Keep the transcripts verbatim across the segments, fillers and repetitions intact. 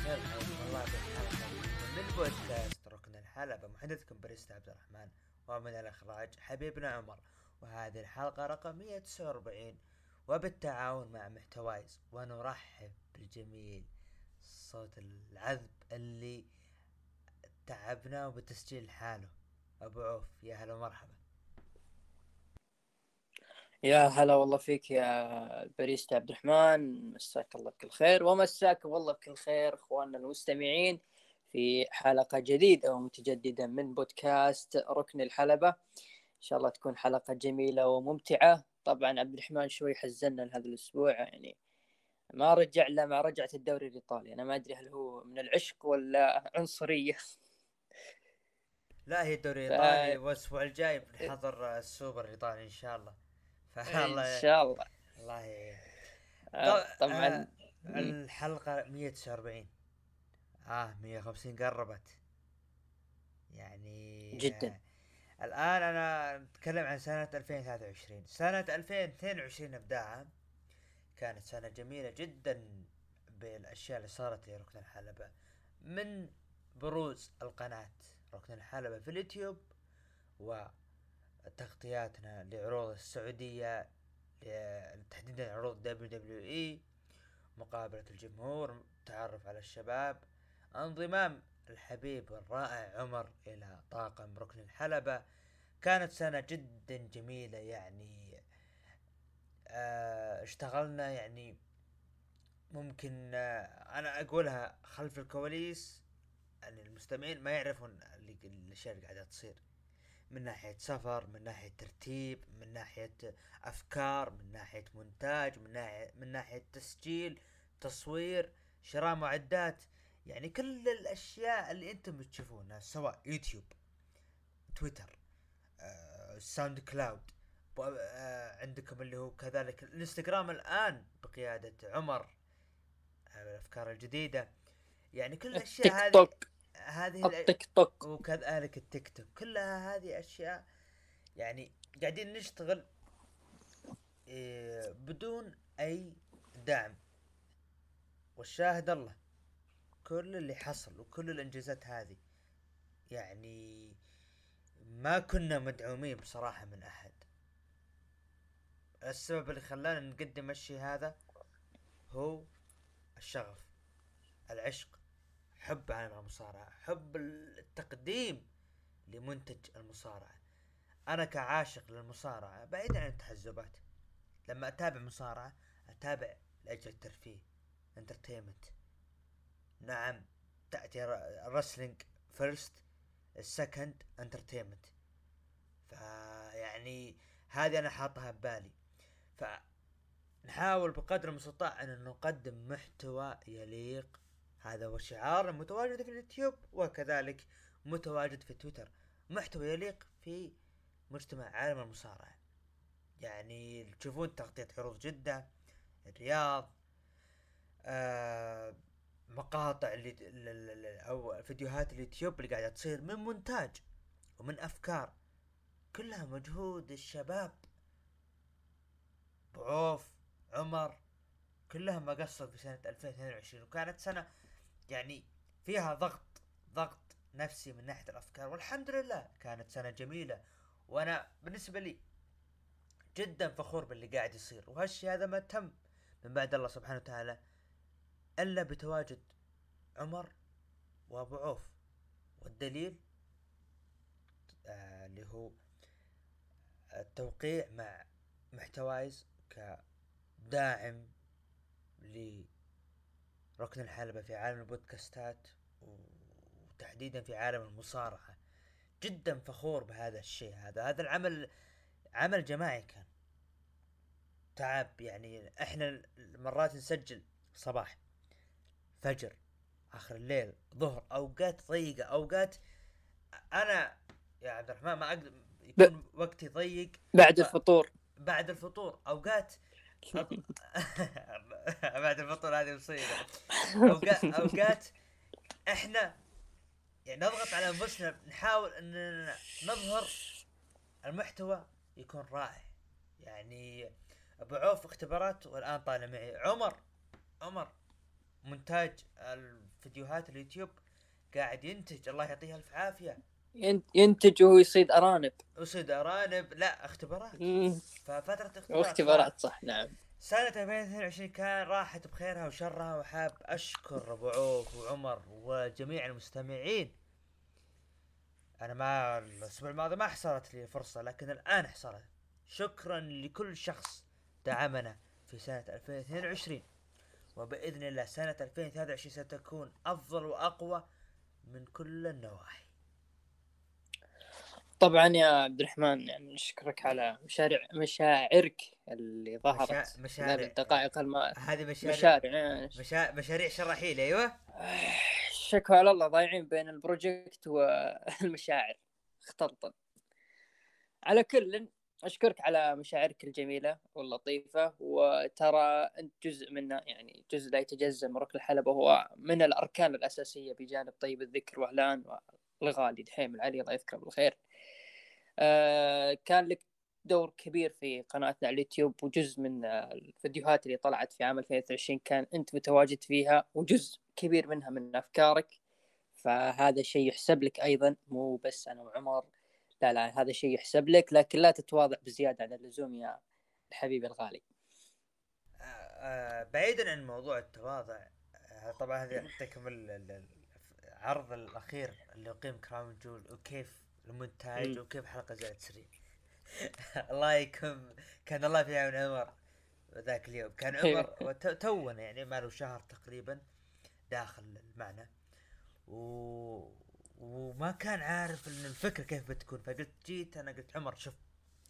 يرحم الله بالحلقة من بودكاست ركن الحلبة. محدثكم بريست عبد الرحمن، ومن الإخراج حبيبنا عمر. وهذه الحلقة رقم مية وتسعة وأربعين، وبالتعاون مع محتوايز. ونرحب بالجميل صوت العذب اللي تعبناه بتسجيل حاله، أبو عوف. يا هلا ومرحبا. يا هلا والله فيك يا الباريستا عبد الرحمن، مساك الله بكل خير، ومساك والله بكل خير اخواننا المستمعين في حلقة جديدة ومتجددة من بودكاست ركن الحلبة. ان شاء الله تكون حلقة جميلة وممتعة. طبعا عبد الرحمن شوي حزننا هذا الاسبوع، يعني ما رجع لا مع رجعة الدوري الايطالي. انا ما ادري هل هو من العشق ولا عنصرية. لا، هي الدوري ف... الإيطالي، والأسبوع الجاي بنحضر السوبر الإيطالي إن شاء الله. ان فالله شاء الله. الله ي... آه، طب طبعا. آه الحلقة مية وتسعة وأربعين، اه مية وخمسين قربت يعني. جدا. آه الآن أنا نتكلم عن سنة ألفين وثلاثة وعشرين. سنة ألفين واثنين وعشرين نبدأها، كانت سنة جميلة جدا بالأشياء اللي صارت لركن الحلبة، من بروز القناة ركن الحلبة في اليوتيوب، وتغطياتنا لعروض السعودية، تحديدا عروض دبليو دبليو اي، مقابلة الجمهور، تعرف على الشباب، انضمام الحبيب الرائع عمر إلى طاقم ركن الحلبة. كانت سنة جدا جميلة يعني. آه اشتغلنا يعني، ممكن آه أنا أقولها خلف الكواليس، أن المستمعين ما يعرفون اللي الأشياء اللي قاعدة تصير، من ناحية سفر، من ناحية ترتيب، من ناحية أفكار، من ناحية مونتاج، من ناحية من ناحية تسجيل، تصوير، شراء معدات. يعني كل الأشياء اللي أنتم بتشوفونها، سواء يوتيوب، تويتر، آه، ساوند كلاود، آه، عندكم اللي هو كذلك الانستغرام الآن بقيادة عمر، آه، الأفكار الجديدة. يعني كل الأشياء التيك هذه توك. هذه التيك توك. وكذلك التيك توك، كلها هذه أشياء يعني قاعدين نشتغل إيه بدون اي دعم. والشاهد الله، كل اللي حصل وكل الانجازات هذه يعني ما كنا مدعومين بصراحة من احد. السبب اللي خلانا نقدم الشيء هذا هو الشغف، العشق، حب عالم المصارعة، حب التقديم لمنتج المصارعة. انا كعاشق للمصارعة بعيدا عن التحزبات، لما اتابع مصارعة اتابع لاجل الترفيه، انترتينمنت. نعم، تأتي الرسلينج فيرست، السكند انترتينمنت. فيعني هذه انا حاطها ببالي. فنحاول بقدر المستطاع ان نقدم محتوى يليق، هذا هو شعار متواجد في اليوتيوب وكذلك متواجد في تويتر، محتوى يليق في مجتمع عالم المصارعة. يعني تشوفون تغطية عروض جدة، الرياض، آه مقاطع اللي او فيديوهات اليوتيوب اللي قاعدة تصير من مونتاج ومن افكار، كلها مجهود الشباب، بعوف، عمر، كلها ما قصر في سنة ألفين واثنين وعشرين. وكانت سنة يعني فيها ضغط ضغط نفسي من ناحية الافكار، والحمد لله كانت سنة جميلة. وانا بالنسبة لي جدا فخور باللي قاعد يصير، وهالشي هذا ما تم من بعد الله سبحانه وتعالى الا بتواجد عمر وابو عوف. والدليل آه اللي هو التوقيع مع محتوايز كداعم لركن الحلبة في عالم البودكاستات، وتحديدا في عالم المصارعة. جدا فخور بهذا الشيء. هذا هذا العمل عمل جماعي كان، تعب. يعني احنا مرات نسجل صباح، فجر، اخر الليل، ظهر، اوقات ضيقة، اوقات انا يا عبد الرحمن ما اقدر ب... يكون وقتي ضيق. بعد ف الفطور. بعد الفطور اوقات أط... بعد الفطور هذه مصيبة. اوقات اوقات احنا يعني نضغط على انفسنا، نحاول ان نظهر المحتوى يكون رائع. يعني ابو عوف اختبارات والان طالع معي عمر. عمر مونتاج الفيديوهات اليوتيوب قاعد ينتج، الله يعطيه الف عافيه. ينتج وهو يصيد ارانب. يصيد ارانب، لا اختبارات. مم. ففتره اختبارات. واختبارات صح نعم. سنة ألفين واثنين وعشرين كان راحت بخيرها وشرها، وحاب أشكر أبو عوف وعمر وجميع المستمعين. أنا ما الأسبوع الماضي ما حصلت لي فرصة، لكن الآن حصلت. شكرا لكل شخص دعمنا في سنة ألفين واثنين وعشرين، وبإذن الله سنة ألفين وثلاثة وعشرين ستكون أفضل وأقوى من كل النواحي. طبعا يا عبد الرحمن، يعني نشكرك على مشاريع مشاعرك اللي ظهرت مشا... خلال مشاريع الدقائق الماضية. هذه مشاريع مشاريع مشا... مشاريع شرحيل. أيوة. شكوى على الله، ضايعين بين البروجكت والمشاعر اختلطن. على كل أشكرك على مشاعرك الجميلة واللطيفة، وترى أنت جزء منا، يعني جزء لا يتجزأ من ركن الحلبة، وهو من الأركان الأساسية بجانب طيب الذكر وهلان والغالي دحيم العلي الله يذكره بالخير. آه كان لك دور كبير في قناتنا على اليوتيوب، وجزء من الفيديوهات اللي طلعت في عام ألفين وثلاثة وعشرين كان أنت متواجد فيها، وجزء كبير منها من أفكارك. فهذا شيء يحسب لك أيضا، مو بس أنا وعمر، لا لا هذا شيء يحسب لك، لكن لا تتواضع بزيادة عن اللزوم يا الحبيب الغالي. آه آه بعيدا عن موضوع التواضع، آه طبعا هذه أعطيكم العرض الأخير اللي أقيم كراون جول، وكيف المونتاج وكيف حلقة زائد سري. الله يكون كان الله في عون عمر ذاك اليوم. كان عمر تونا يعني ما له شهر تقريبا داخل المعنى، و... وما كان عارف ان الفكرة كيف بتكون. فقلت جيت انا قلت عمر شوف،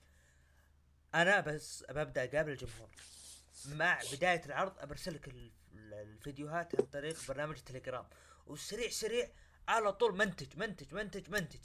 انا بس ببدأ اقابل الجمهور مع بداية العرض، ابرسلك الفيديوهات عن طريق برنامج التليجرام، وسريع سريع على طول منتج منتج منتج منتج.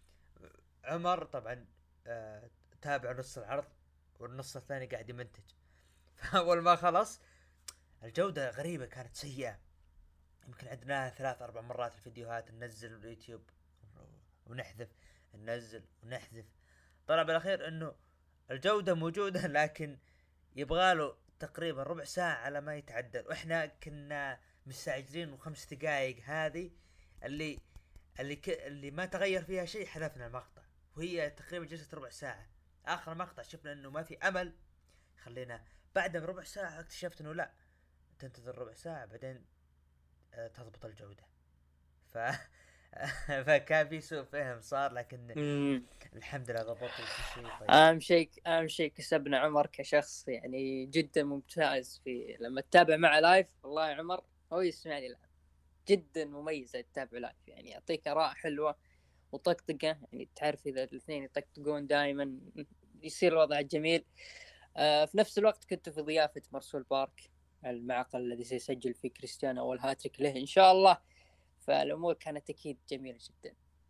عمر طبعا آه تابع نص العرض والنص الثاني قاعد يمنتج. فأول ما خلص الجودة غريبة كانت سيئة، يمكن عدناها ثلاث أربع مرات الفيديوهات، ننزل اليوتيوب ونحذف، ننزل ونحذف. طلع بالأخير إنه الجودة موجودة، لكن يبغاله تقريبا ربع ساعة على ما يتعدل، وإحنا كنا مستعجلين، وخمس دقائق هذه اللي اللي ك... اللي ما تغير فيها شيء حذفنا المقطع، وهي تقريبا جلست ربع ساعة. آخر مقطع شفنا إنه ما في أمل، خلينا بعد ربع ساعة اكتشفت إنه لا، تنتظر ربع ساعة بعدين تضبط الجودة. ف فكان في سوء فهم صار، لكن الحمد لله ضبطت كل شيء. طيب اهم شيء اهم شيء كسبنا عمر كشخص يعني جدا ممتاز في لما تتابع معه لايف. والله عمر هو يسمعني الان جدا مميز تتابع لايف، يعني يعطيك اراء حلوه وطقطقه، يعني تعرف اذا الاثنين يطقطقون دائما يصير الوضع جميل. آه في نفس الوقت كنت في ضيافه مرسول بارك المعقل الذي سيسجل فيه كريستيانو اول هاتريك له ان شاء الله، فالامور كانت اكيد جميله جدا.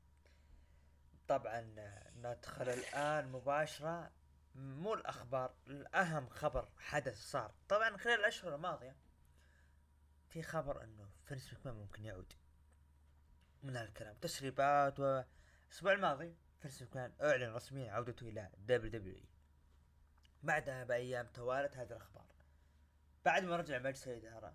طبعا ندخل الان مباشره، مو الاخبار، الاهم خبر حدث صار طبعا خلال الاشهر الماضيه. في خبر انه فينس ماكمان ممكن يعود من هالكلام، تسريبات. والاسبوع الماضي فينس ماكمان اعلن رسميا عودته الى دبليو دبليو اي. بعدها بايام توالت هذه الاخبار. بعد ما رجع مجلس الاداره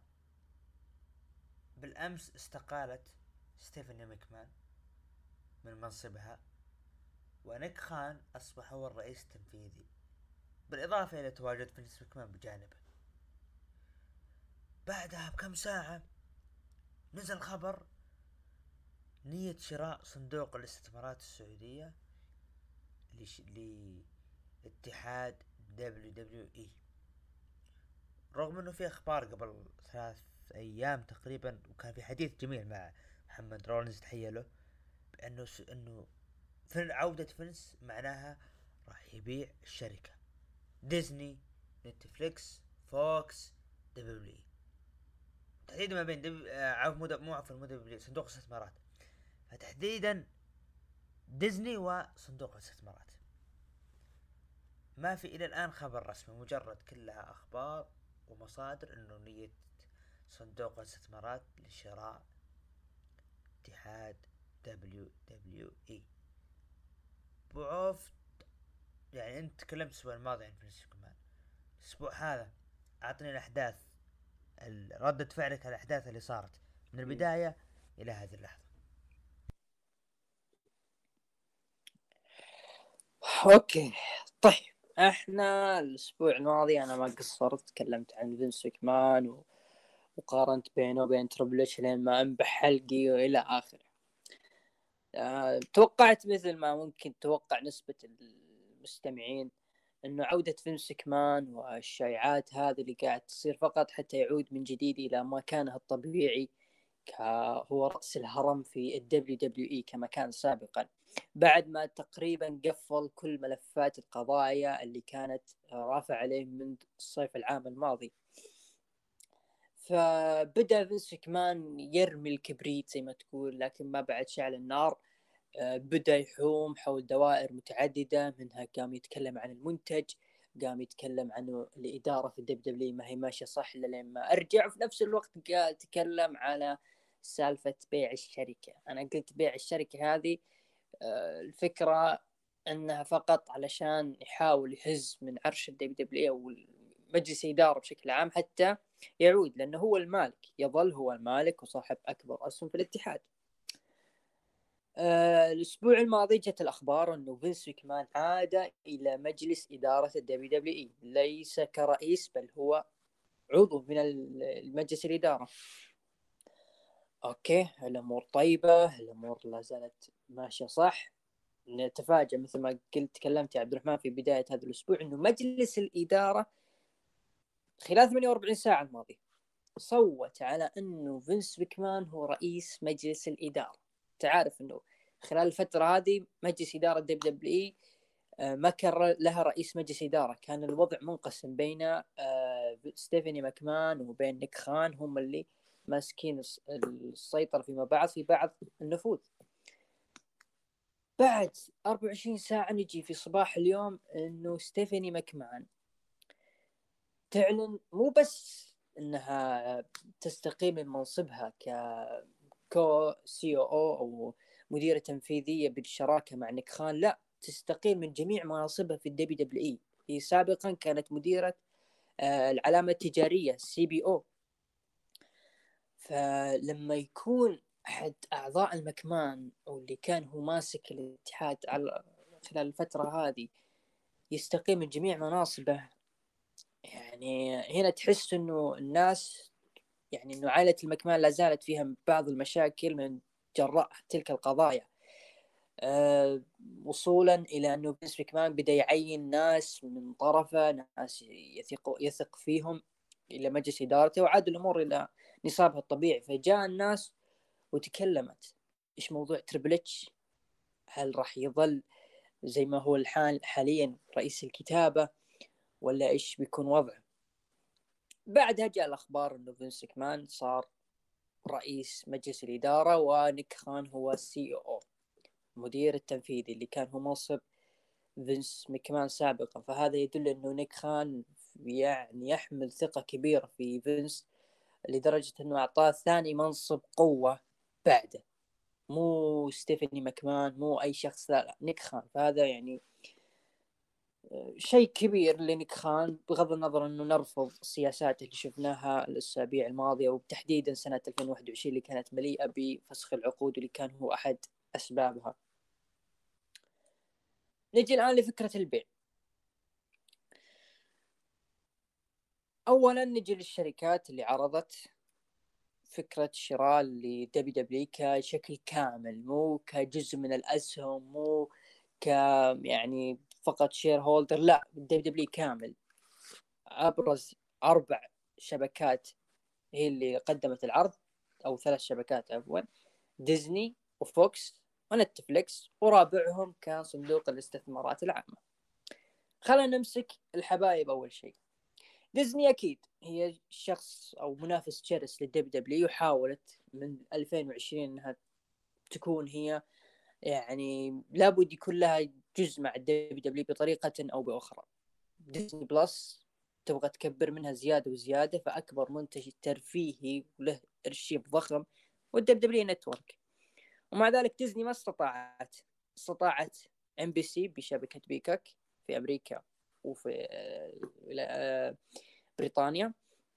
بالامس استقالت ستيفاني ماكمان من منصبها، ونيك خان اصبح هو الرئيس التنفيذي، بالاضافه الى تواجد فينس ماكمان بجانبه. بعدها بكم ساعه نزل خبر نية شراء صندوق الاستثمارات السعودية لاتحاد دبليو دبليو اي، رغم انه في اخبار قبل ثلاث ايام تقريبا، وكان في حديث جميل مع محمد رولنز تحية له، بانه س... انه فن عودة فينس معناها راح يبيع الشركة ديزني، نتفليكس، فوكس، دبليو اي، تحديدا ما بين دب... عفوا مو مو عفوا مو صندوق الاستثمارات، فتحديدا ديزني وصندوق الاستثمارات. ما في الى الان خبر رسمي، مجرد كلها اخبار ومصادر انه نية صندوق الاستثمارات لشراء اتحاد دبليو دبليو اي. بعوف يعني انت تكلمت الاسبوع الماضي عن فينس ماكمان، الاسبوع هذا اعطني الاحداث ال- ردة فعلك على الأحداث اللي صارت من البداية إلى هذه اللحظة. اوكي طيب، احنا الاسبوع الماضي انا ما قصرت، تكلمت عن فينس ماكمان و... وقارنت بينه وبين تربل اتش لين ما انبح حلقي والى اخره. أه... توقعت مثل ما ممكن توقع نسبة المستمعين انه عودة فينس ماكمان والشائعات هذه اللي قاعد تصير فقط حتى يعود من جديد الى مكانه الطبيعي، هو رأس الهرم في الدبليو دبليو اي كما كان سابقا، بعد ما تقريبا قفل كل ملفات القضايا اللي كانت رافع عليه من الصيف العام الماضي. فبدأ فينس ماكمان يرمي الكبريت زي ما تقول، لكن ما بعد شعل النار. بدأ يحوم حول دوائر متعددة، منها قام يتكلم عن المنتج، قام يتكلم عن الإدارة في الدب دبليو ما هي ماشية صح إلا لما أرجع، وفي نفس الوقت قال تكلم على سالفة بيع الشركة. أنا قلت بيع الشركة هذه الفكرة أنها فقط علشان يحاول يهز من عرش الدب دبليو أو مجلس إدارة بشكل عام حتى يعود، لأنه هو المالك، يظل هو المالك وصاحب أكبر أسهم في الاتحاد. آه، الأسبوع الماضي جت الأخبار أنه فينس ماكمان عاد إلى مجلس إدارة الدبليو دبليو إي، ليس كرئيس بل هو عضو من المجلس الإدارة. أوكي، الأمور طيبة، الأمور لا زالت ماشية صح. نتفاجأ مثل ما قلت تكلمت يا عبد الرحمن في بداية هذا الأسبوع أنه مجلس الإدارة خلال ثمانية وأربعين ساعة الماضية صوت على أنه فينس ماكمان هو رئيس مجلس الإدارة. تعرف أنه خلال الفترة هذه مجلس إدارة دبليو دبليو إي ما كان لها رئيس مجلس إدارة، كان الوضع منقسم بين ستيفاني ماكمان وبين نيك خان، هم اللي ماسكين السيطرة فيما بعد في بعض النفوذ. بعد أربعة وعشرين ساعة نجي في صباح اليوم إنه ستيفاني ماكمان تعلن مو بس إنها تستقيل من منصبها ك كو سي او او او مديرة تنفيذية بالشراكة مع نيك خان، لا، تستقيل من جميع مناصبها في الدبليو دبليو اي. هي سابقا كانت مديرة آه العلامة التجارية سي بي او. فلما يكون أحد أعضاء المكمان أو اللي كان هو ماسك الاتحاد على خلال الفترة هذه يستقيل من جميع مناصبه، يعني هنا تحس إنه الناس، يعني إنه عائلة المكمان لا زالت فيها بعض المشاكل من جراء تلك القضايا. أه وصولا إلى أنه فينس ماكمان بدأ يعين ناس من طرفه، ناس يثق يثق فيهم إلى مجلس إدارته، وعاد الأمور إلى نصابها الطبيعي. فجاء الناس وتكلمت إيش موضوع تريبل اتش، هل راح يظل زي ما هو الحال حاليا رئيس الكتابة ولا إيش بيكون وضعه؟ بعدها جاء الأخبار أنه فينس ماكمان صار رئيس مجلس الإدارة ونيك خان هو السي او مدير التنفيذي، اللي كان هو منصب فينس ماكمان سابقا. فهذا يدل انه نيك خان يعني يحمل ثقة كبيرة في فينس لدرجة انه اعطاه ثاني منصب قوة بعده، مو ستيفاني ماكمان، مو اي شخص، لا لا نيك خان. فهذا يعني شيء كبير لنيك خان، بغض النظر انه نرفض السياسات اللي شفناها الاسابيع الماضية وبتحديدا سنة ألفين وواحد وعشرين اللي كانت مليئة بفسخ العقود واللي كان هو احد اسبابها. نجي الان لفكرة البيع. اولا نجي للشركات اللي عرضت فكرة شراء لدبليو دبليو كشكل كامل، مو كجزء من الأسهم، مو ك يعني فقط شير هولدر، لا، دبليو دبليو كامل. أبرز أربع شبكات هي اللي قدمت العرض، أو ثلاث شبكات عفوا، ديزني وفوكس ونتفليكس، ورابعهم كان صندوق الاستثمارات العامة. خلينا نمسك الحبايب أول شيء. ديزني أكيد هي شخص أو منافس شرس للدب دبليو، وحاولت من ألفين وعشرين أنها تكون هي يعني لابد يكون لها جزء مع الدب دبليو بطريقة أو بأخرى. ديزني بلس تبغى تكبر منها زيادة وزيادة، فأكبر منتج ترفيهي وله أرشيف ضخم والدب دبليو نتورك. ومع ذلك ديزني ما استطاعت استطاعت ام بي سي بشبكة بيكاك في أمريكا وفي بريطانيا،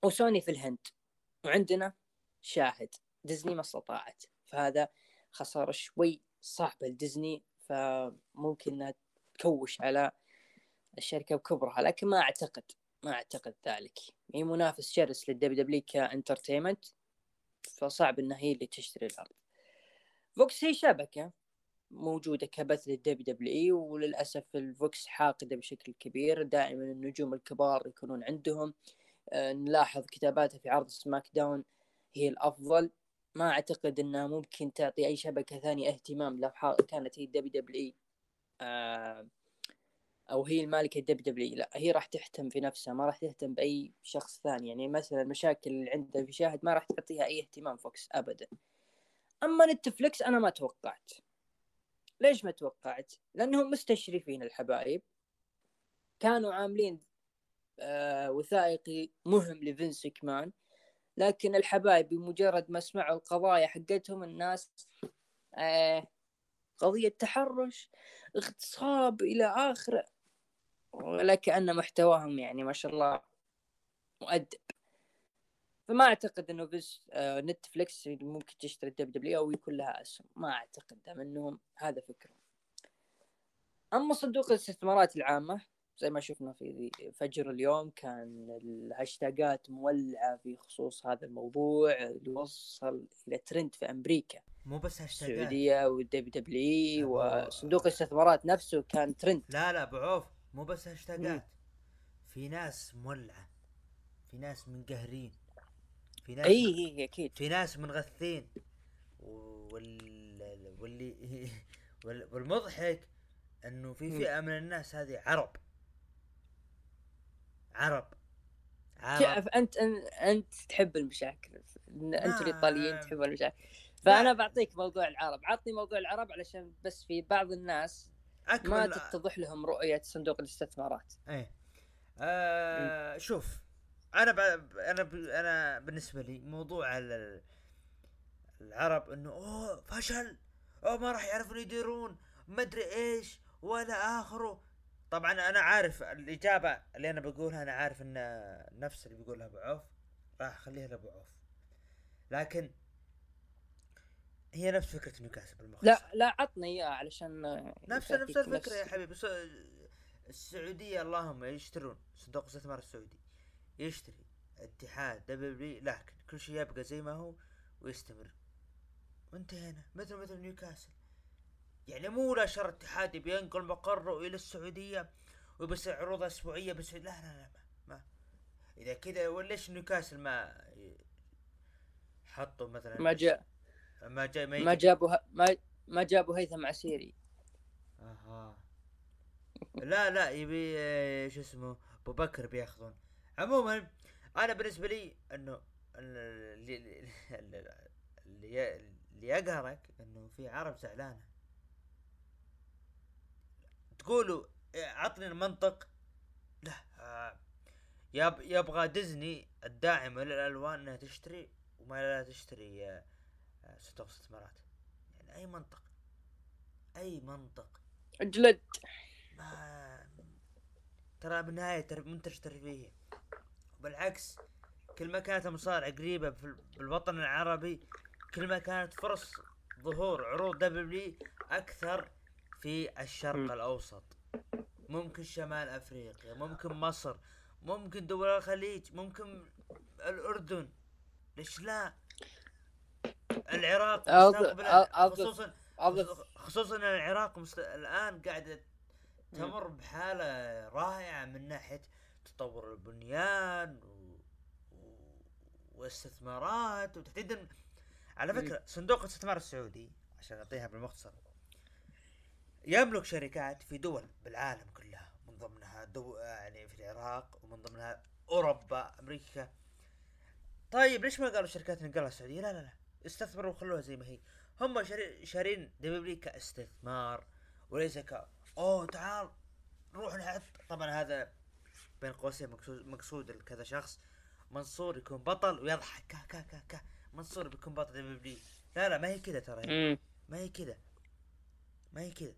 وسوني في الهند، وعندنا شاهد ديزني ما استطاعت، فهذا خسارة شوي صعبة لديزني، فممكن انها تكوش على الشركة بكبرها، لكن ما اعتقد ما اعتقد ذلك. هي منافس شرس للدبليو دبليو كانترتينمنت، فصعب انها هي اللي تشتري الارض. فوكس هي شبكة موجودة كبث للدبليو دبليو، وللأسف الفوكس حاقدة بشكل كبير، دائما النجوم الكبار يكونون عندهم. أه نلاحظ كتاباتها في عرض سماك داون هي الأفضل. ما أعتقد أنها ممكن تعطي أي شبكة ثانية اهتمام لو كانت هي الدبليو دبليو أه أو هي المالكة الدبليو دبليو. لا، هي راح تهتم في نفسها، ما راح تهتم بأي شخص ثاني. يعني مثلا المشاكل اللي عندها في شاهد ما راح تعطيها أي اهتمام فوكس أبدا. أما نتفليكس أنا ما توقعت. ليش ما توقعت؟ لأنهم مستشرفين الحبايب، كانوا عاملين آه وثائقي مهم لفينس كمان، لكن الحبايب بمجرد ما سمعوا القضايا حقتهم الناس آه قضية تحرش، اغتصاب إلى آخره، ولا كأن محتواهم يعني ما شاء الله مؤدب. فما أعتقد أنه بس آه نتفليكس ممكن تشتري الدبليو دبليو أو يكون لها اسم، ما أعتقد ده منهم، هذا فكرة. أما صندوق الاستثمارات العامة زي ما شفنا في فجر اليوم، كان الهاشتاجات مولعة في خصوص هذا الموضوع اللي وصل إلى ترند في أمريكا. مو بس هاشتاجات السعودية والدبليو دبليو أبو... وصندوق الاستثمارات نفسه كان ترند. لا لا بعوف، مو بس مم. هاشتاجات، في ناس مولعة، في ناس منقهرين، في ناس أي م... هي أكيد. في ناس منغثين، وال... واللي وال... والمضحك انه في مم. فئة من الناس هذه عرب عرب عرب شوف أنت أنت تحب المشاكل، أنت الإيطاليين ما تحب المشاكل، ما فأنا بعطيك موضوع العرب. عطني موضوع العرب علشان بس في بعض الناس ما اكمل. تتضح لهم رؤية صندوق الاستثمارات. ايه آه شوف، انا ب... انا ب... انا بالنسبه لي موضوع ال- العرب انه اوه فشل، اوه ما راح يعرفون يديرون، ما ادري ايش ولا اخره. طبعا انا عارف الاجابه اللي انا بقولها، انا عارف ان نفس اللي بيقولها ابو عوف، راح اخليها لابو عوف، لكن هي نفس فكره نيوكاسل بالمختصر. لا لا، عطني اياه علشان نفس نفس يكفيك الفكره يا نفس. حبيبي. بس السعوديه اللهم يشترون صندوق الاستثمار السعودي يشتري اتحاد دبليو، لكن كل شيء يبقى زي ما هو ويستمر، وانتهينا. مثل مثل نيوكاسل، يعني مو لا شر اتحادي بينقل مقره الى السعوديه وبس عروض اسبوعيه بس، لا لا لا ما, ما. اذا كذا وليش نيوكاسل ما حطوا مثلا ما جاء ما جاء ما ما يجي. جابوا ما ما جابوا هيثم عسيري. اها لا لا يبي شو اسمه ابو بكر بياخذون. عموما انا بالنسبه لي انه اللي اللي اللي يقهرك انه في عرب زعلانه. تقولوا عطني المنطق. لا آه يب يبغى ديزني الداعمه للالوان انها تشتري وما لا تشتري آه صندوق استثمارات. يعني اي منطق، اي منطق. اجلد. ما ترى بالنهايه ترى منتج ترفيهي، بالعكس كل ما كانت المصارعة قريبة بالوطن العربي كل ما كانت فرص ظهور عروض دبليو أكثر في الشرق م. الأوسط. ممكن شمال أفريقيا، ممكن مصر، ممكن دول الخليج، ممكن الأردن، ليش لا؟ العراق مستقبلا، أضف خصوصا أضف خصوصا العراق مست... الآن قاعدة تمر بحالة رائعة من ناحية تطور البنيان و... واستثمارات، وتحديدا على فكرة صندوق الاستثمار السعودي عشان اعطيها بالمختصر يملك شركات في دول بالعالم كلها، من ضمنها دو يعني في العراق، ومن ضمنها اوروبا، امريكا. طيب ليش ما قالوا شركات نقلها السعودية؟ لا لا لا، استثمروا وخلوها زي ما هي. هم شارين دبليو كاستثمار وليس ك اوه تعال نروح نحط. طبعا هذا بين قوسين مقصود, مقصود لكذا شخص. منصور يكون بطل ويضحك كا كا كا كا منصور بيكون بطل دبليو. لا لا ما هي كذا ترى، ما هي كذا، ما هي كذا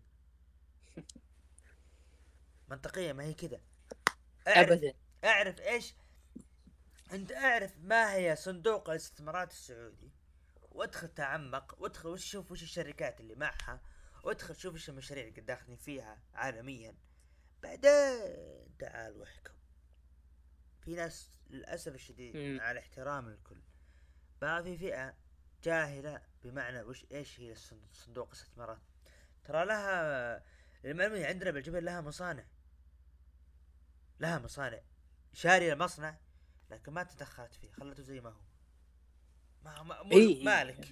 منطقية، ما هي كذا. اعرف ابدا. اعرف ايش انت اعرف ما هي صندوق الاستثمارات السعودي، وادخل تعمق، وادخل وشوف وش الشركات اللي معها، وادخل شوف وش المشاريع اللي قد داخلين فيها عالميا، بعدين تعال واحكم. في ناس للاسف الشديد مم. مع الاحترام للكل، بقى في فئة جاهلة بمعنى وش ايش هي صندوق الاستثمارات. ترى لها، المعلومية عندنا بالجبل لها مصانع، لها مصانع شارية المصنع لكن ما تدخلت فيه، خلته زي ما هو، ما ما اي مو اي. مالك.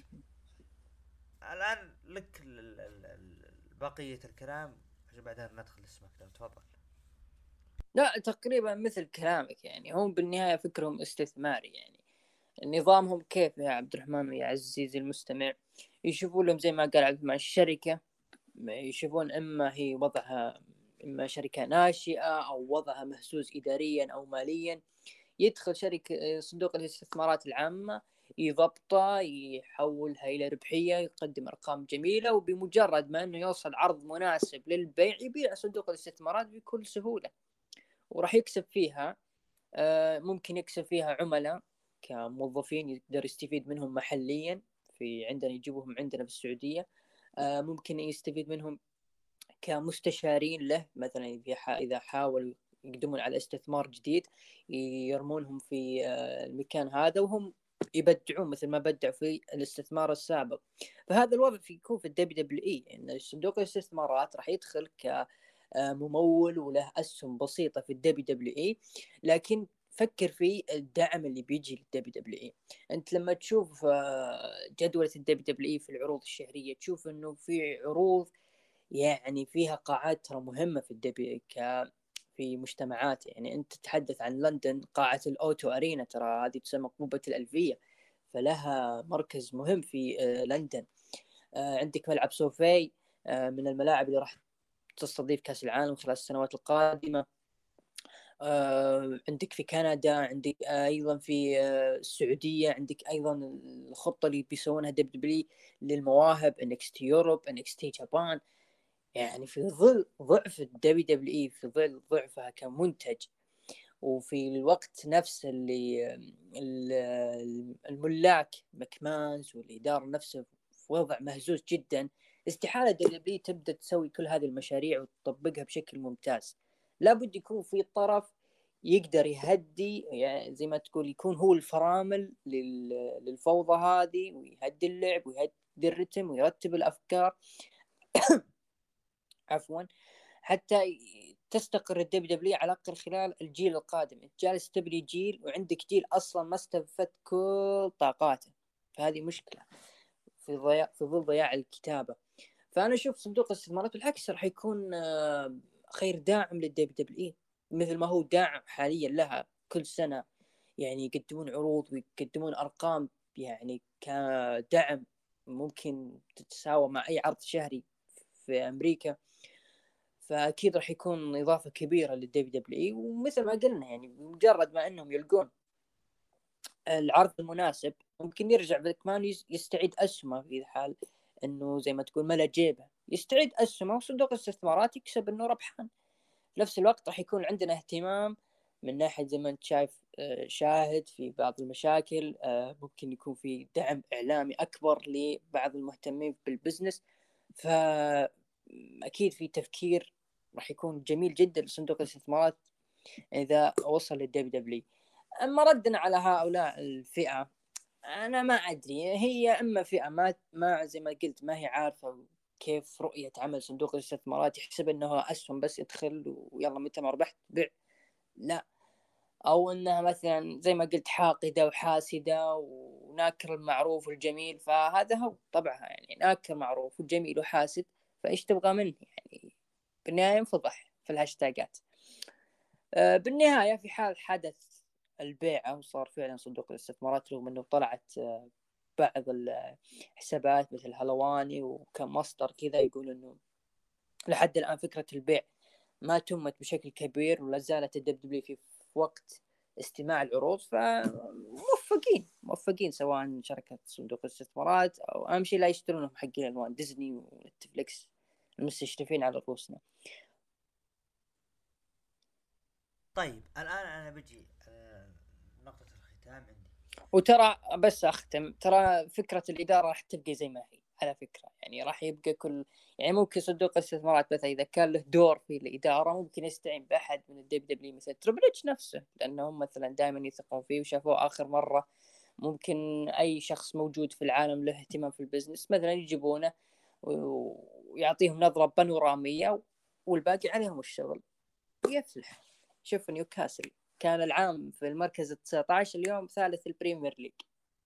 الان لك ال- ال- ال- بقية الكلام عشان بعدين ندخل اسمك لو تفضل. لا تقريبا مثل كلامك، يعني هم بالنهاية فكرهم استثماري. يعني نظامهم كيف يا عبد الرحمن ويا عزيزي المستمع؟ يشوفون لهم زي ما قال عبد الرحمن الشركة، يشوفون إما هي وضعها إما شركة ناشئة أو وضعها مهزوز إداريا أو ماليا. يدخل شركة صندوق الاستثمارات العامة، يضبطه، يحولها إلى ربحية، يقدم أرقام جميلة، وبمجرد ما أنه يوصل عرض مناسب للبيع يبيع صندوق الاستثمارات بكل سهولة وراح يكسب فيها. آه، ممكن يكسب فيها عملاء كموظفين يقدر يستفيد منهم محليا، في عندنا يجيبوهم عندنا في السعودية. آه، ممكن يستفيد منهم كمستشارين له، مثلا إذا حاولوا يقدمون على استثمار جديد يرمونهم في آه، المكان هذا وهم يبدعون مثل ما بدعوا في الاستثمار السابق. فهذا الوضع في يكون في الدبليو دبليو اي، ان صندوق الاستثمارات راح يدخل كممول وله اسهم بسيطه في الدبليو دبليو اي، لكن فكر في الدعم اللي بيجي للدبليو دبليو اي. انت لما تشوف جدولة الدبليو دبليو اي في العروض الشهرية تشوف انه في عروض يعني فيها قاعات ترى مهمة في الدبي ك في مجتمعات. يعني انت تتحدث عن لندن، قاعة الاوتو ارينا ترى هذه تسمى قبة الالفية، فلها مركز مهم في لندن. عندك ملعب سوفي من الملاعب اللي راح تستضيف كأس العالم خلال السنوات القادمة. عندك في كندا، عندك ايضا في السعوديه، عندك ايضا الخطه اللي بيسوونها دبليو للمواهب، انكستي يوروب، انكستي جابان. يعني في ظل ضعف الدبليو دبليو اي، في ظل ضعفها كمنتج، وفي الوقت نفسه اللي الملاك مكمانز والإدارة نفسه في وضع مهزوز جدا، استحالة دبليو تبدأ تسوي كل هذه المشاريع وتطبقها بشكل ممتاز. لابد يكون في طرف يقدر يهدي، يعني زي ما تقول يكون هو الفرامل للفوضى هذه، ويهدي اللعب ويهدي الرتم ويرتب الأفكار عفوا، حتى تستقر الدبليو دبليو على الاقل خلال الجيل القادم. انت جالس تبني جيل وعندك جيل اصلا ما استنفذ كل طاقاته، فهذه مشكله في ضياع في ظل ضياع الكتابه. فانا اشوف صندوق الاستثمارات بالعكس راح يكون خير داعم للدبليو دبليو مثل ما هو داعم حاليا لها كل سنه. يعني يقدمون عروض ويقدمون ارقام يعني كدعم ممكن تتساوى مع اي عرض شهري في امريكا. فاكيد راح يكون اضافه كبيره للدبليو دبليو اي. ومثل ما قلنا يعني بمجرد ما انهم يلقون العرض المناسب ممكن يرجع بكمان يستعيد اسهمه، في حال انه زي ما تقول ملا جيبه يستعيد اسهمه، وصندوق الاستثمارات يكسب انه ربحان. في نفس الوقت راح يكون عندنا اهتمام من ناحيه زي ما انت شايف شاهد في بعض المشاكل، ممكن يكون في دعم اعلامي اكبر لبعض المهتمين بالبزنس. فاكيد في تفكير راح يكون جميل جدا لصندوق الاستثمارات اذا وصل للدبليو دبليو. اما ردنا على هؤلاء الفئه، انا ما ادري، هي اما فئه ما ما زي ما قلت ما هي عارفه كيف رؤيه عمل صندوق الاستثمارات، يحسب انه اسهم بس يدخل ويلا متى ما ربحت بيع، لا. او انها مثلا زي ما قلت حاقده وحاسده وناكر المعروف والجميل، فهذا هو طبعها، يعني ناكر معروف وجميل وحاسد، فايش تبغى منه؟ يعني بالنهايه انفضح في الهاشتاجات. بالنهاية في حال حدث البيعة وصار فعلا صندوق الاستثمارات، رغم أنه طلعت بعض الحسابات مثل هلواني وكم مصدر كذا يقول أنه لحد الآن فكرة البيع ما تمت بشكل كبير ولا زالت الدبليو في وقت استماع العروض، فموفقين موفقين سواء شركة صندوق الاستثمارات أو أهم شيء لا يشترونهم حقين ألوان ديزني ونتفليكس المستشرفين على رؤوسنا. طيب الان انا بجي نقطة وترى بس اختم، ترى فكره الاداره راح تبقى زي ما هي على فكره، يعني راح يبقى كل يعني ممكن صندوق الاستثمارات مثلا اذا كان له دور في الاداره ممكن يستعين باحد من الدب دبليو مثل تريبل اتش نفسه، لانهم مثلا دائما يثقون فيه وشافوه اخر مره. ممكن اي شخص موجود في العالم له اهتمام في البزنس مثلا يجيبونه ويعطيهم نظره بانوراميه والباقي عليهم الشغل ويفلح. شوف نيوكاسل كان العام في المركز التاسع عشر، اليوم ثالث البريمير ليج.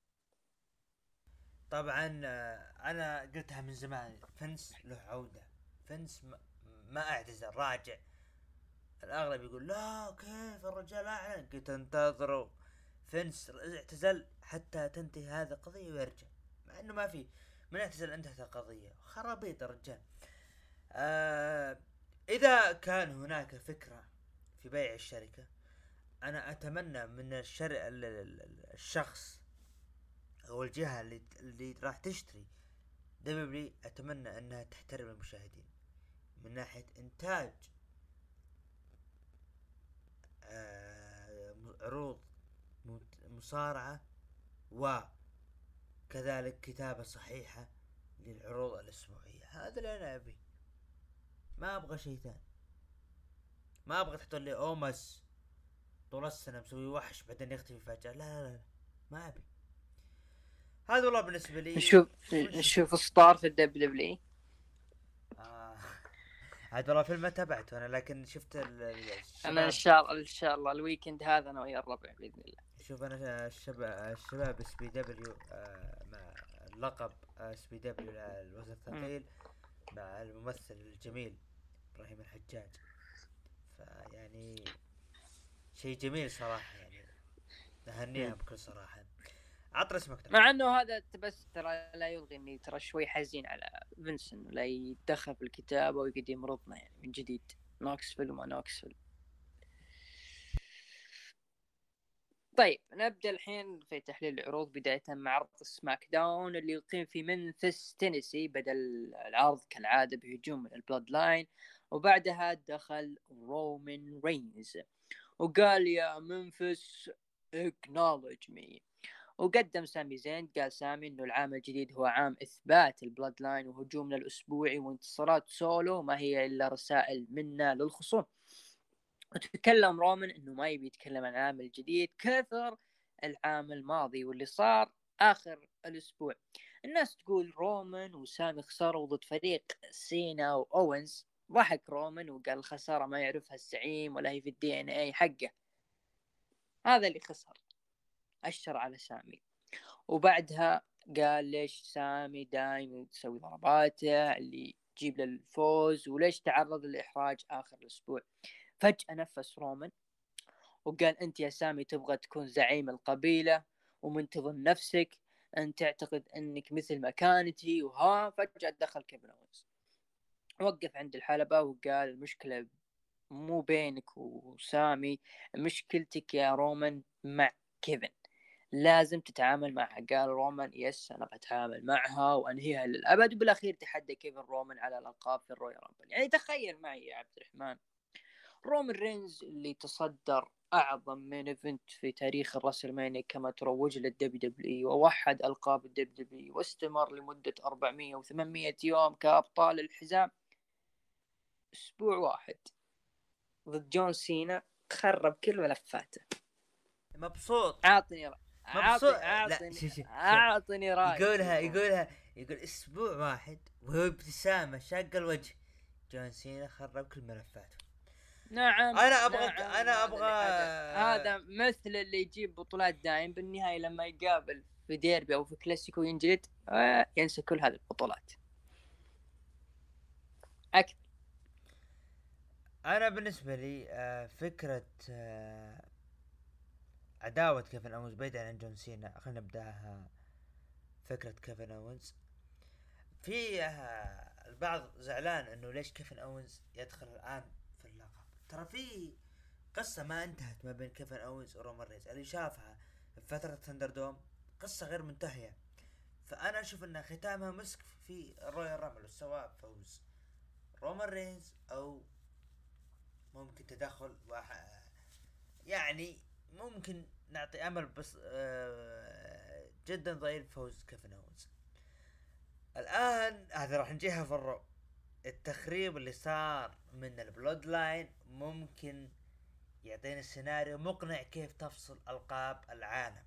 طبعا آه، انا قلتها من زمان، فنس له عودة. فنس ما, ما اعتزل، راجع. الاغلب يقول لا كيف الرجال اعلن، قلت انتظروا. فنس اعتزل حتى تنتهي هذه القضية ويرجع، مع انه ما في من اعتزل انتهت القضية. خرابيط الرجال. آه اذا كان هناك فكرة في بيع الشركة، انا اتمنى من الشر... الشخص او الجهة اللي, اللي راح تشتري دبليو، اتمنى انها تحترم المشاهدين من ناحية انتاج آه عروض مصارعة، وكذلك كتابة صحيحة للعروض الاسبوعية. هذا اللي انا ابي، ما ابغى شيء ثاني. ما ابغى تحط لي اومس طول السنة مسوي وحش بعدين يختفي فجأة. لا لا لا، ما ابي هذا والله بالنسبة لي. نشوف نشوف ستار في الدبليو دبليو. آه. عاد والله فيلم ما تابعته انا، لكن شفت الشباب. انا ان شاء الله ان شاء الله الويكند هذا انا ويا الربع باذن الله. شوف انا الشباب الشباب اس بي دبليو مع اللقب اس بي دبليو الوزن الثقيل مع الممثل الجميل ابراهيم الحجاج، فيعني شيء جميل صراحة، يعني اهنيها بكل صراحة. عطر اسمك طبعا. مع انه هذا بس ترى لا يلغي اني ترى شوي حزين على فينسن ولا يتدخل في الكتابة ويقعد يمرضنا يعني من جديد. نوكسفيل وما نوكسفيل. طيب نبدأ الحين في تحليل العروض، بداية مع عرض سماك داون اللي يقيم في منفس تينيسي. بدأ العرض كالعادة بهجوم من البلاد لاين، وبعدها دخل رومان رينز وقال يا منفس acknowledge me. وقدم سامي زين. قال سامي انه العام الجديد هو عام اثبات البلاد لاين وهجومنا الاسبوعي وانتصارات سولو ما هي الا رسائل منا للخصوم. وتكلم رومان انه ما يبي يتكلم عن العام الجديد كثر العام الماضي واللي صار اخر الاسبوع. الناس تقول رومان وسامي خسروا ضد فريق سينا واوينز. ضحك رومان وقال الخسارة ما يعرفها الزعيم ولا هي في الدي ان اي حقه، هذا اللي خسر. اشر على سامي وبعدها قال ليش سامي دايم تسوي ضرباته اللي تجيب للفوز وليش تعرض للإحراج آخر الأسبوع. فجأة نفس رومان وقال أنت يا سامي تبغى تكون زعيم القبيلة ومنتظم نفسك، أنت تعتقد أنك مثل مكانتي وها. فجأة دخل كيفن أوينز وقف عند الحلبة وقال المشكلة مو بينك وسامي، مشكلتك يا رومان مع كيفن، لازم تتعامل معها. قال رومان يس انا بتعامل معها وانهيها للابد. وبالاخير تحدى كيفن رومان على الالقاب في الرويال رامبل. يعني تخيل معي يا عبد الرحمن، رومان رينز اللي تصدر اعظم مين ايفنت في تاريخ الراسلمانيا كما تروج للدبليو دبليو ووحد القاب الدبليو دبليو واستمر لمده أربعمية وثمانمية يوم كابطال الحزام، اسبوع واحد ضد جون سينا خرب كل ملفاته. مبسوط اعطني مبسوط. اعطني لا شي شي اعطني رايك. يقولها يقولها يقول اسبوع واحد وهو ابتسامة شاق الوجه. جون سينا خرب كل ملفاته. نعم انا ابغى نعم انا ابغى هذا مثل اللي يجيب بطولات دائم بالنهاية لما يقابل في ديربي او في كلاسيكو ينجلد آه ينسى كل هذه البطولات. أكثر. انا بالنسبة لي آه فكرة آه عداوة كيفن اونز بعيدا عن جون سينا، خلينا نبداها. فكرة كيفن اونز في آه البعض زعلان انه ليش كيفن اونز يدخل الان في اللقب. ترى في قصة ما انتهت ما بين كيفن اونز ورومان رينز، اللي شافها في فترة ثندر دوم قصة غير منتهية. فانا اشوف ان ختامها مسك في الرويال رامبل، سواء فوز رومان رينز او ممكن تدخل واحد، يعني ممكن نعطي امل بس آه جدا ضئيل فوز كيفن أوينز. الآن هذا راح نجيها في الرو. التخريب اللي صار من البلود لاين ممكن يعطينا السيناريو مقنع كيف تفصل ألقاب العالم.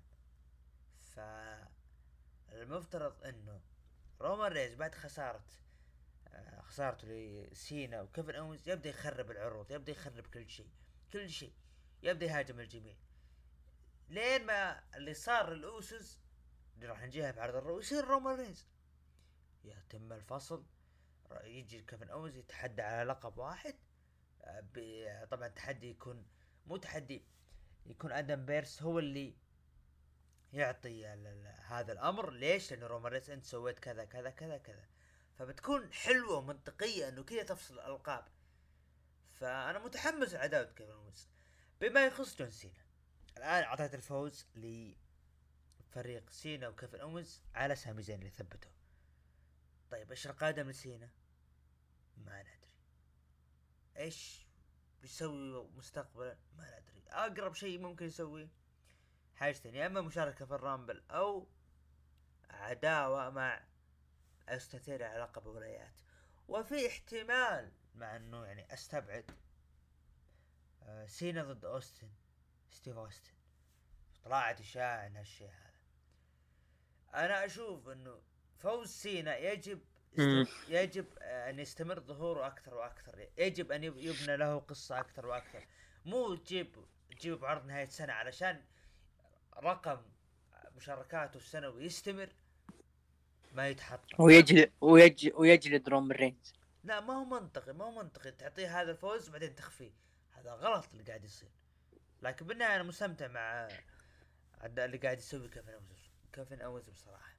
فالمفترض انه رومان ريز بعد خسارة خسارته لسينا وكيفن أوينز يبدأ يخرب العروض، يبدأ يخرب كل شيء كل شيء يبدأ يهاجم الجميع، لين ما اللي صار للأوسوس اللي راح نجيها بعرض الرو يصير رومان ريز. يتم الفصل، يجي كيفن أوينز يتحدى على لقب واحد. طبعا التحدي يكون مو تحدي، يكون ادم بيرس هو اللي يعطي هذا الامر. ليش؟ لانه رومان ريز انت سويت كذا كذا كذا كذا. فبتكون حلوه ومنطقيه انه كذا تفصل الالقاب. فانا متحمس لعداوه كيفن أوينز. بما يخص جون سينا، الان اعطيت الفوز لفريق سينا وكيفن أوينز على سامي زين اللي ثبته. طيب ايش القادم لسينا؟ ما ندري. ايش بيسوي مستقبلا؟ ما ندري. اقرب شيء ممكن يسويه حاجتين، يا اما مشاركة في الرامبل او عداوة مع استثير على لقب ولايات. وفي احتمال، مع انه يعني استبعد، آه سينا ضد اوستن، ستيف اوستن. طلعت اشاعة عن هالشيء هذا. انا اشوف انه فوز سينا يجب استم... يجب ان يستمر ظهوره اكثر واكثر. يجب ان يبنى له قصة اكثر واكثر. مو تجيب تجيب بعرض نهاية سنة علشان رقم مشاركاته السنوي يستمر ما يتحطم ويجلد ويجلد ويجلد رومان رينز. لا ما هو منطقي، ما هو منطقي تعطيه هذا الفوز بعدين تخفيه. هذا غلط اللي قاعد يصير. لكن بالنهاية انا مستمتع مع اللي قاعد يسوي كيفن أوينز. كيفن أوينز بصراحة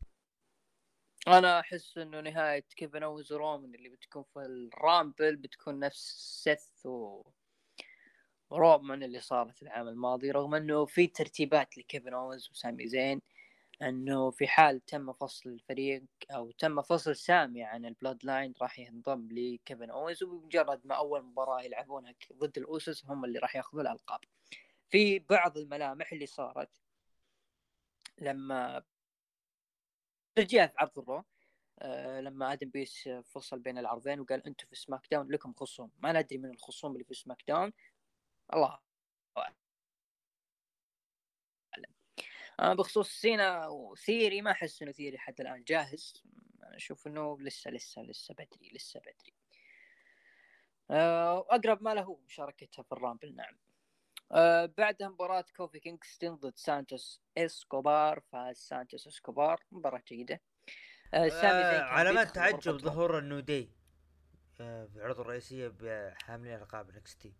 انا احس انه نهاية كيفن أوينز ورومان اللي بتكون في الرامبل بتكون نفس سيث و رومان اللي صارت العام الماضي، رغم انه في ترتيبات لكيفن أوينز وسامي زين، انه في حال تم فصل الفريق او تم فصل سامي عن البلاد لاين راح ينضم لكيفن أوينز، وبمجرد ما اول مباراة يلعبونها ضد الأوسس هم اللي راح ياخذوا الالقاب. في بعض الملامح اللي صارت لما رجع في عرض الرو، أه لما ادم بيس فصل بين العرضين وقال انتم في سماك داون لكم خصوم، ما ندري من الخصوم اللي في سماك داون، الله أعلم. أه بخصوص سينا وثيري، ما احس انه ثيري حتى الان جاهز. انا اشوف انه لسه لسه لسه بدري لسه بدري. أه اقرب ما له مشاركتها في الرامبل. نعم. أه بعدها مباراة كوفي كينغستون ضد سانتوس اسكوبار. فاز سانتوس اسكوبار، مباراة جيدة. أه سامي زين آه كان علامات بيدخل تعجب غرفة ظهور النو دي آه في العروض الرئيسية بحاملين القاب إكس تي.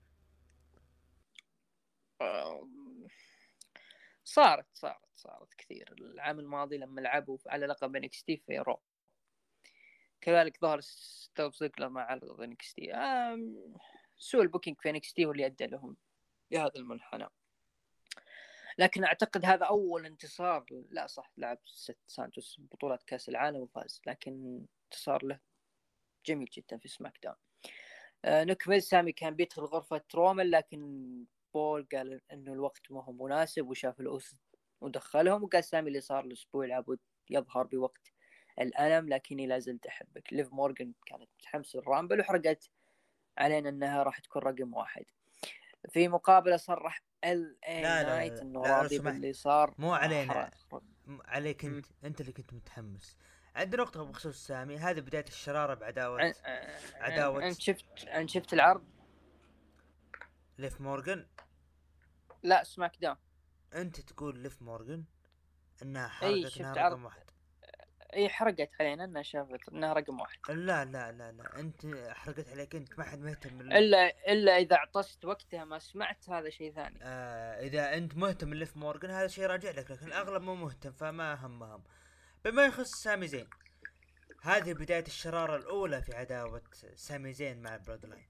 آه صارت صارت صارت كثير العام الماضي لما لعبوا على لقب إكس تي في رو. كذلك ظهر ستوف زيجلر مع لقب إكس تي. سوء البوكينج في إكس تي هو اللي أدى لهم بهذا المنحنى. لكن أعتقد هذا أول انتصار، لا صح لعب ست سانتوس بطولة كأس العالم وفاز، لكن انتصار له جميل جدا في سماك داون. آه نكمل. سامي كان بيدخل غرفة رومان، لكن بول قال إنه الوقت ما هو مناسب وشاف الأوس ودخلهم، وقال سامي اللي صار الأسبوع لابد يظهر بوقت الألم لكني لا زلت أحبك. ليف مورغان كانت متحمسة الرامبل وحرقت علينا أنها راح تكون رقم واحد. في مقابلة صرح ال اي لا لا نايت لا, انه لا لو راضي سمحت، باللي صار. مو علينا، حرق. عليك انت. انت اللي كنت متحمس. عندي نقطة بخصوص سامي، هذه بداية الشرارة بعداوة عداوة انت شفت انت شفت العرض؟ ليف مورغان. لا سماك داون. انت تقول ليف مورغان انها اي حرقت انها شفت عرض. رقم واحد. اي حرقت علينا انها شافت انها رقم واحد. لا لا لا لا انت حرقت عليك، انت ما حد مهتم بال... الا الا اذا عطست وقتها ما سمعت، هذا شيء ثاني. آه اذا انت مهتم ليف مورغان هذا شيء راجع لك، لكن الاغلب مو مهتم فما همهم. بما يخص سامي زين، هذه بداية الشرارة الاولى في عداوة سامي زين مع برود لاين.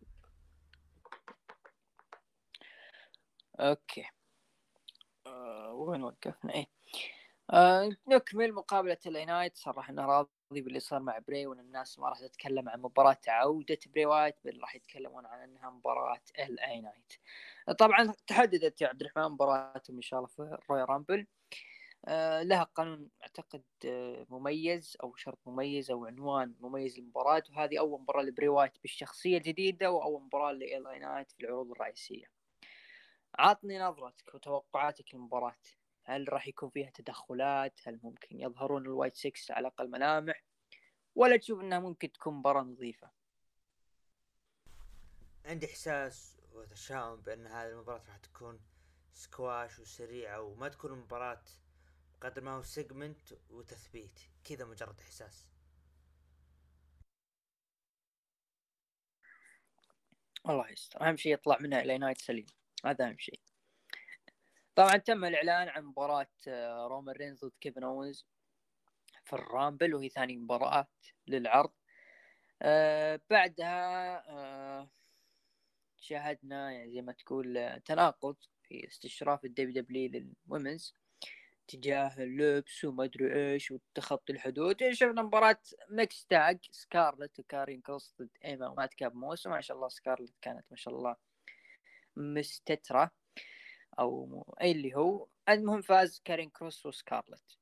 اوكي. أه وين وقفنا؟ ايه أه نكمل. مقابلة الاي نايت صرح انه راضي باللي صار مع بري، وان الناس ما راح تتكلم عن مباراة عودة بري وايت، بل راح يتكلمون عن انها مباراة الاي نايت. طبعا تحددت يا عبد الرحمن مباراتهم ان شاء الله في رويال رامبل. آه، لها قانون أعتقد آه، مميز أو شرط مميز أو عنوان مميز للمباراة، وهذه أول مباراة لبري وايت بالشخصية الجديدة وأول مباراة لإيلاي نايت في العروض الرئيسية. عطني نظرتك وتوقعاتك للمباراة. هل راح يكون فيها تدخلات؟ هل ممكن يظهرون الوايت سيكس على أقل ملامح؟ ولا تشوف أنها ممكن تكون مباراة نظيفة؟ عندي إحساس وتشاؤم بأن هذه المباراة راح تكون سكواش وسريعة وما تكون مباراة قدر ما هو سيجمنت وتثبيت كذا، مجرد إحساس. الله يستر، أهم شيء يطلع منها إلى نايت سليم، هذا أهم شيء. طبعا تم الإعلان عن مباراة آه، رومان رينز ضد كيفن أوينز في الرامبل، وهي ثاني مباراة للعرض. آه بعدها آه شاهدنا يعني زي ما تقول آه، تناقض في استشراف الدبليو دبليو للومنز تجاه اللبس وما ادري ايش وتخطي الحدود. شفنا مباراة ميكس تاج سكارلت وكارين كروس ضد ايما ومات كاب موس، وما شاء الله سكارلت كانت ما شاء الله مستترة او اي اللي هو. المهم فاز كارين كروس وسكارلت.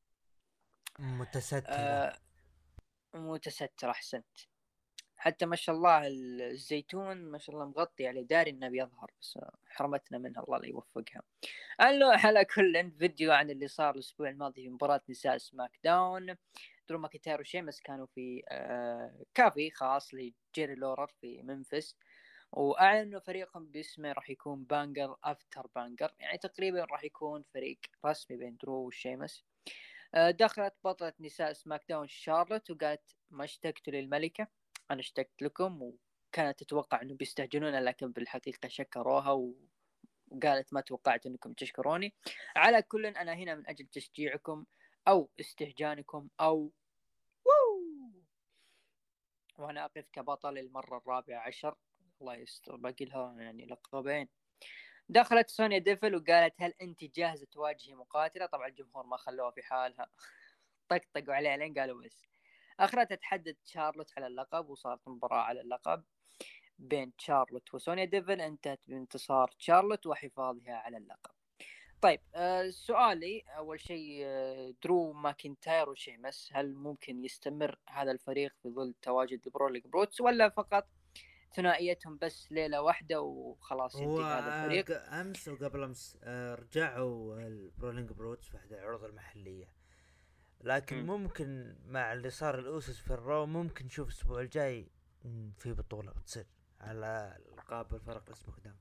متسترة. آه متسترة، احسنت. حتى ما شاء الله الزيتون ما شاء الله مغطي عليه، داري انه بيظهر بس حرمتنا منها، الله لا يوفقها. اللوح على كل فيديو عن اللي صار الاسبوع الماضي في مباراة نساء سماك داون. درو ماكنتاير وشيمس كانوا في آه كافي خاص لجيري لورر في منفس، واعلنوا فريقهم باسمه راح يكون بانجر افتر بانجر، يعني تقريبا راح يكون فريق رسمي بين درو وشيمس. آه دخلت بطلة نساء سماك داون شارلوت وقالت ما اشتقت للملكة، انا اشتقت لكم. وكانت تتوقع انه بيستهجنونها لكن بالحقيقة شكروها و... وقالت ما توقعت انكم تشكروني. على كل انا هنا من اجل تشجيعكم او استهجانكم او وو، وانا اقف كبطل المرة الرابعة عشر. الله يستر، باقي لها يعني لقبين. دخلت سونيا ديفل وقالت هل انت جاهزة تواجهي مقاتلة؟ طبعا الجمهور ما خلوها في حالها، طقطقوا عليها لين قالوا بس. اخرتها تحدد شارلوت على اللقب، وصارت مباراة على اللقب بين شارلوت وسونيا ديفل، انتهت بانتصار شارلوت وحفاظها على اللقب. طيب آه سؤالي اول شيء، آه درو ماكنتاير وشيمس، هل ممكن يستمر هذا الفريق في ظل تواجد البروليك بروتس، ولا فقط ثنائيتهم بس ليلة واحدة وخلاص هو ينتهي هذا الفريق؟ امس وقبل امس آه، رجعوا البرولينج بروتس في احدى العروض المحليه، لكن م. ممكن مع اللي صار الاوسس في الرو ممكن نشوف الاسبوع الجاي م، في بطوله بتصير على القاب الفرق اسمه داون.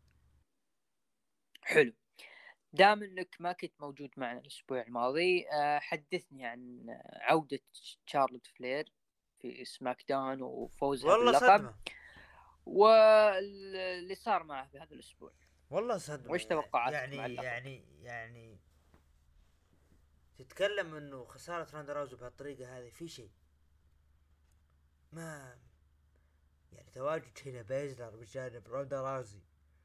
حلو. دام انك ما كنت موجود معنا الاسبوع الماضي، آه حدثني عن عودة شارلوت فلير في سماك داون وفوزها والله باللقب صدمه. واللي صار معه في هذا الاسبوع. والله صدمه وش يعني توقعاتك مع يعني اللقب؟ يعني يعني تتكلم انه خساره راندا راوزي بهالطريقه هذه في شيء ما، يعني تواجد شينا بيزلر بجانب راندا راوزي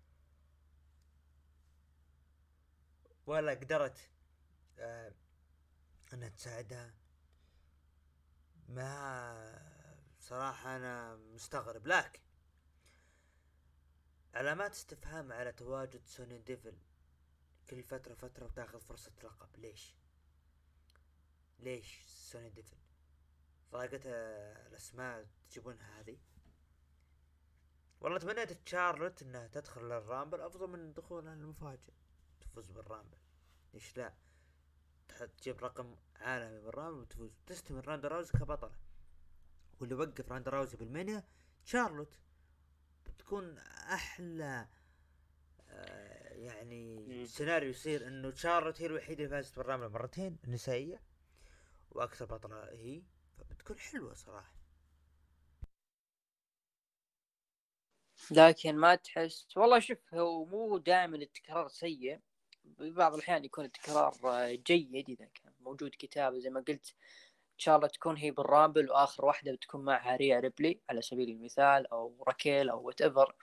ولا قدرت آه انها تساعدها، ما صراحة انا مستغرب. لكن علامات استفهام على تواجد سوني ديفل كل فترة فترة وتاخذ فرصة لقب. ليش ليش سوني ديفل ضاقت الاسماء تجيبونها هذه؟ والله تمنيت تشارلوت انها تدخل للرامبل افضل من دخولها المفاجئ تفوز بالرامبل. ليش لا تجيب رقم عالمي بالرامبل وتفوز تستمر راندا راوزي كبطلة، واللي وقف راندا راوزي بالمانيا شارلوت بتكون احلى. آه يعني سيناريو يصير انه شارلوت هي الوحيدة اللي فازت بالرامبل مرتين النسائية واكثر بطلة هي، فبتكون حلوة صراحة. لكن ما تحس والله؟ شوف، هو مو دائما التكرار سيء، ببعض الأحيان يكون التكرار جيد إذا كان موجود كتابة زي ما قلت. شارلوت تكون هي بالرامبل وآخر واحدة بتكون معها ريا ريبلي على سبيل المثال، أو راكيل أو وات ايفر.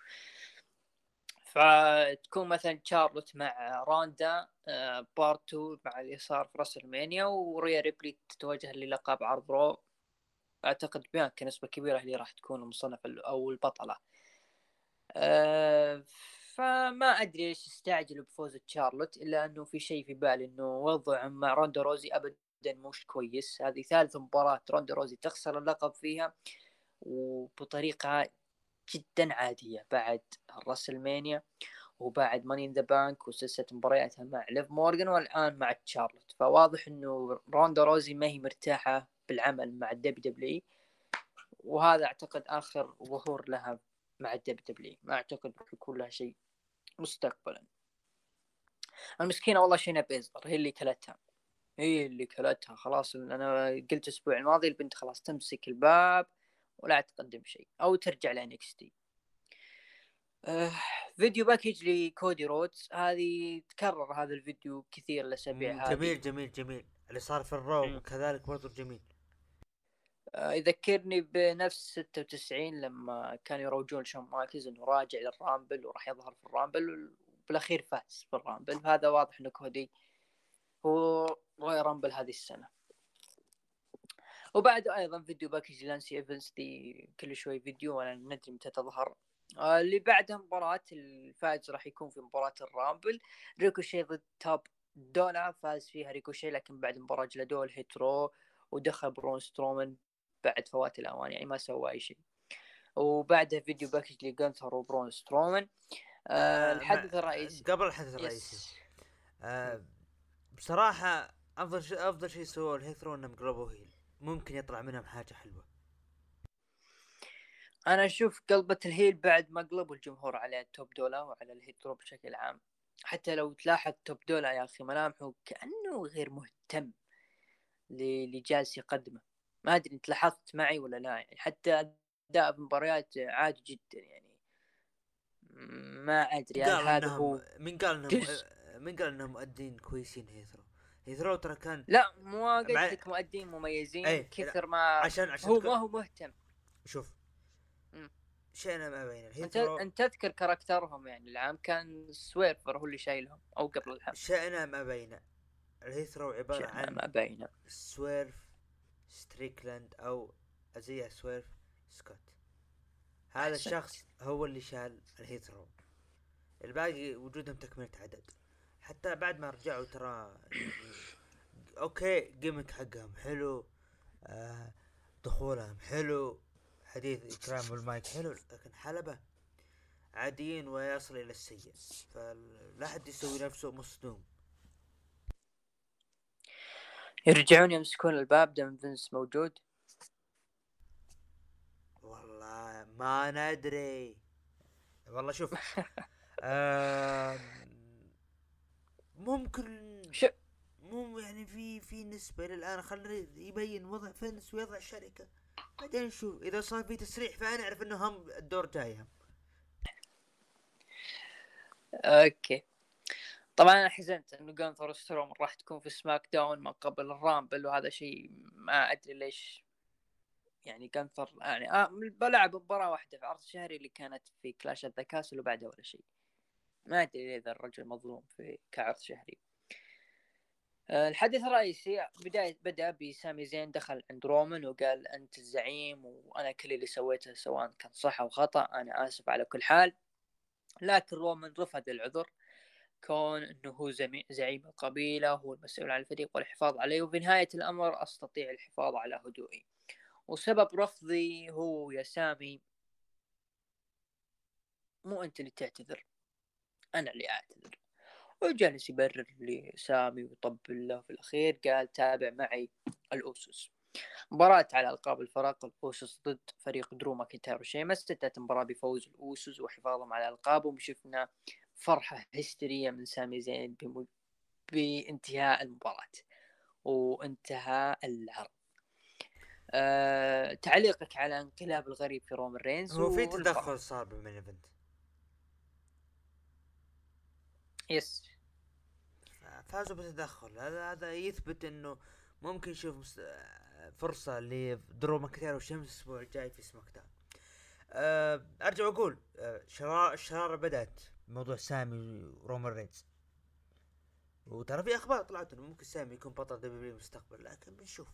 فتكون مثلا شارلوت مع راندا بارتو مع اليسار في راس المانيا، وريا ريبلي تتوجه للقب عرض رو. أعتقد بيانكا نسبة كبيرة اللي راح تكون المصنفة أو البطلة. أه فما ادري ليش استعجلوا بفوز تشارلوت، الا انه في شيء في بالي انه وضع مع روندا روزي ابدا مش كويس. هذه ثالث مباراة روندا روزي تخسر اللقب فيها وبطريقة جدا عادية بعد الرسلمانيا وبعد ماني ان ذا بانك وسلسلة مبارياتها مع ليف مورغان والآن مع تشارلوت. فواضح انه روندا روزي ما هي مرتاحة بالعمل مع الدبليو دبليو، وهذا اعتقد اخر ظهور لها مع الدبليو دبليو. ما اعتقد بيكون لها شيء مستقبلا. المسكينة والله شينا بيزر هي اللي كلتها، هي اللي كلتها خلاص. انا قلت الاسبوع الماضي البنت خلاص تمسك الباب ولا تقدم شيء او ترجع لانكس تي. أه فيديو باكيج لكودي رودز، هذه تكرر هذا الفيديو كثير الاسابيع هذه. جميل جميل جميل. اللي صار في الرو كذلك برضو جميل. أه يذكرني بنفس ستة وتسعين لما كانوا يروجون شون مايكلز انه راجع للرامبل وراح يظهر في الرامبل وبالاخير فاز في الرامبل. هذا واضح انه كودي هو روي رامبل هذه السنة. وبعده ايضا فيديو باكج لانسي ايفنز دي كل شوي فيديو وانا ندري متى تظهر. آه اللي بعدها مباراة الفائز راح يكون في مباراة الرامبل. ريكوشي ضد توب دولا، فاز فيها ريكوشي لكن بعد مباراة جلدوه الهيترو ودخل برون سترومان بعد فوات الاوان، يعني ما سوى اي شيء. وبعدها فيديو باكج لجانثر وبرون سترومان. آه آه الحدث الرئيسي قبل الحدث الرئيسي آه بصراحة افضل شيء افضل شيء سووه الهيثرو انهم قلبوا هيل، ممكن يطلع منهم حاجة حلوة. انا اشوف قلبة الهيل بعد ما قلبوا الجمهور على توب دولا وعلى الهيترو بشكل عام. حتى لو تلاحظ توب دولا يا اخي ملامحه كانه غير مهتم اللي جالس يقدمه. ما ادري انت لاحظت معي ولا لا، يعني حتى اداء المباريات عادي جدا يعني. ما ادري هل قال هذا انهم هو من قال انهم جزء. من قال انهم مؤدين كويسين. هيثرو هيثرو ترى كان لا مو قلت مع لك مؤدين مميزين ايه كثر ما عشان عشان هو تكون... ما هو مهتم. شوف م. شيء ما بين انت الهيثرو انت تذكر كاركترهم يعني العام كان سويرفر هو اللي شايلهم او قبل الحلقة. شئنا ما بين الهيثرو عبارة شئنا عن ما بينه سويرف ستريكلاند او ازيه سويرف سكوت. هذا أحسنت. الشخص هو اللي شال الهيثرو، الباقي وجودهم تكملة عدد. حتى بعد ما رجعوا ترى يعني اوكي جيمك حقهم حلو، آه دخولهم حلو، حديث اكرام والمايك حلو، لكن حلبة عاديين ويصل الى السيء، فلا حد يسوي نفسه مصدوم. يرجعون يمسكون الباب دم فينس موجود. والله ما ندري والله. شوف آه ممكن شو مو يعني في في نسبة الى الان خلنا يبين وضع فينس ويضع الشركة، بعدين نشوف اذا صار في تسريح فانا اعرف انه هم الدور جايهم. اوكي طبعا انا حزنت انه جانثر ستروم راح تكون في سماك داون ما قبل الرامبل، وهذا شيء ما ادري ليش. يعني جانثر يعني آه بلعب مباراة واحدة في عرض شهري اللي كانت في كلاش ذا كاسل وبعدها ولا شيء. ما ادري اذا الرجل مظلوم في كعرض شهري. الحدث الرئيسي بداية بدأ بسامي زين دخل عند رومان وقال أنت الزعيم وأنا كل اللي سويته سواء كان صح أو خطأ أنا آسف على كل حال. لكن رومان رفض العذر كون أنه هو زعيم القبيلة هو المسؤول عن الفريق والحفاظ عليه، وفي نهاية الأمر أستطيع الحفاظ على هدوئي، وسبب رفضي هو يا سامي مو أنت اللي تعتذر أنا اللي أعتذر. وجالس يبرر لسامي ويطبل له. في الأخير قال تابع معي الأوسوس. مباراة على ألقاب الفرق الأوسوس ضد فريق درو ماكنتاير وشيمس. انتهت المباراة بفوز الأوسوس وحفاظهم على ألقابهم، وشفنا فرحة هستيرية من سامي زين بم... بانتهاء المباراة وانتهى العرض. أه... تعليقك على انقلاب الغريب في رومان رينز هو في والمباراة؟ تدخل صار بالمين ايفنت. يس فازوا بتدخل، هذا هذا يثبت انه ممكن نشوف مس... فرصة لدرو ماكنتاير وشيمس الاسبوع الجاي في سماك داون. أه ارجع واقول أه شرار الشرارة بدأت موضوع سامي ورومان رينز، وترى في اخبار طلعت انه ممكن سامي يكون بطل دبليو المستقبل، لكن بنشوف.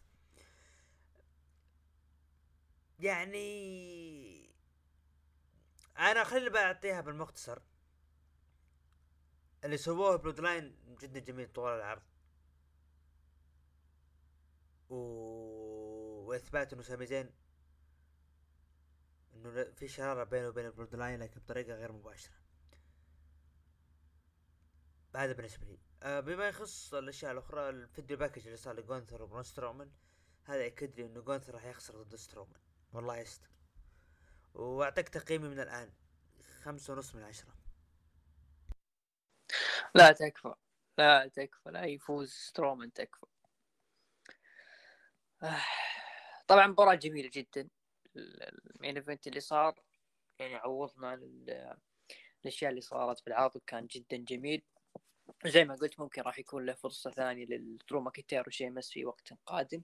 يعني انا خليني بعطيها بالمختصر. اللي سووه بلود لاين جدا جميل طوال العرض، و... واثبات انه سامي زين انه في شرارة بينه وبين بلود لاين لكن بطريقة غير مباشرة. هذا بالنسبة لي. آه بما يخص الاشياء الاخرى، الفيديو باكج اللي صار لجونثر وبرون سترومان هذا يأكد لي انه جونثر راح يخسر ضد سترومان، والله يستر. واعطيك تقييمي من الان خمسة ونص من عشرة. لا تكفى، لا تكفى، لا يفوز سترومان تكفى. آه. طبعا مباراة جميلة جدا. المين ايفنت اللي صار يعني عوضنا عن الاشياء اللي صارت في العرض، وكان جدا جميل. زي ما قلت ممكن راح يكون له فرصة ثانية للدرو ماكنتاير وشيمس في وقت قادم،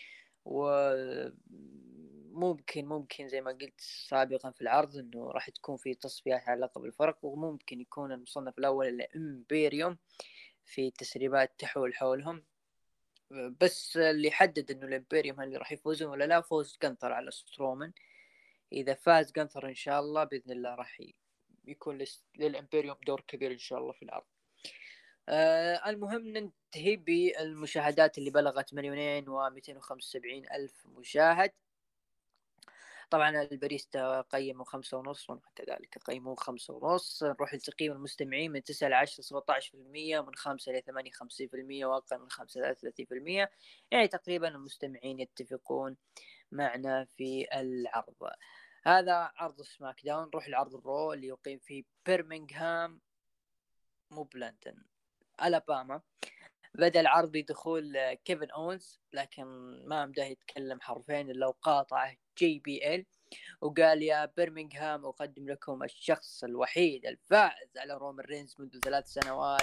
وممكن ممكن زي ما قلت سابقا في العرض انه راح تكون في تصفيات على لقب الفرق، وممكن يكون المصنف الاول الامبيريوم في تسريبات تحول حولهم. بس اللي حدد انه الامبيريوم اللي راح يفوزون ولا لا فوز جنثر على سترومان. اذا فاز جنثر ان شاء الله باذن الله راح يكون للامبيريوم دور كبير ان شاء الله في العرض. آه المهم ننتهي بالمشاهدات اللي بلغت مليونين ومئتين وخمسة وسبعين ألف مشاهد. طبعا الباريستا قيموا خمسة ونص، ومن كذلك قيموا خمسة ونص. نروح لتقييم المستمعين من تسعة لعشرة سبعة عشر في المية، من خمسة لثمانية خمسين في المية، وأقل من خمسة لثلاثين في المية. يعني تقريبا المستمعين يتفقون معنا في العرض. هذا عرض سماك داون. نروح العرض الرو اللي يقيم في برمنغهام مو بلندن ألاباما. بدأ العرض بدخول كيفن أونز، لكن ما مده يتكلم حرفين إلا وقاطعه جي بي إل وقال يا برمنغهام أقدم لكم الشخص الوحيد الفائز على رومان رينز منذ ثلاث سنوات،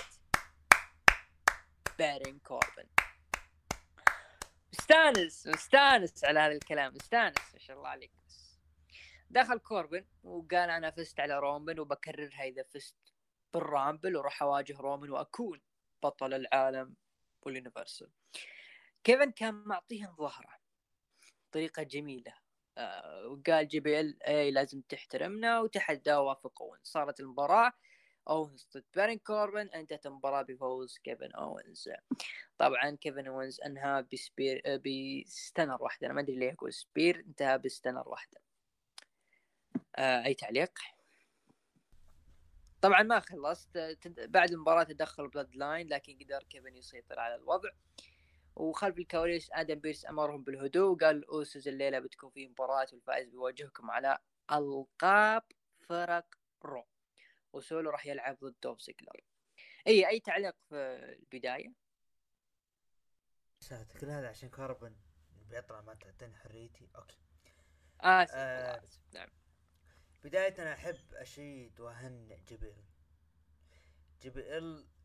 بارين كوربن. مستانس مستانس على هذا الكلام، مستانس ما شاء الله عليك. دخل كوربن وقال أنا فزت على رومان وبكررها إذا فزت بالرامبل، وراح أواجه رومان وأكون بطل العالم واليونيفرسال. كيفن كان معطيهم ظهره طريقة جميلة. آه وقال جي بي ال اي لازم تحترمنا، وتحدى وافق أوين. صارت المباراة أوينز ضد بارين كوربن، انتهت المباراة بفوز كيفن أوينز. طبعا كيفن أوينز انهى بسبير آه بستنر واحدة، انا ما ادري ليه اقول سبير، انتهى بستنر واحدة. آه اي تعليق؟ طبعا ما خلصت. بعد المباراة تدخل بلاد لاين، لكن قدر كيفن يسيطر على الوضع. وخلف الكواليس آدم بيرس أمرهم بالهدوء وقال الأوسوس الليلة بتكون فيه مباراة والفائز بيواجهكم على ألقاب فرق رو، وسولو راح يلعب ضد دوف زيجلر. أي أي تعليق في البداية؟ ساعتك كل هذا عشان كاربن بيطلع ما تعطيني حريتي. أوكي. آسف آه آسف. نعم. بداية أنا أحب أشيد وأهنئ جبيل. جبيل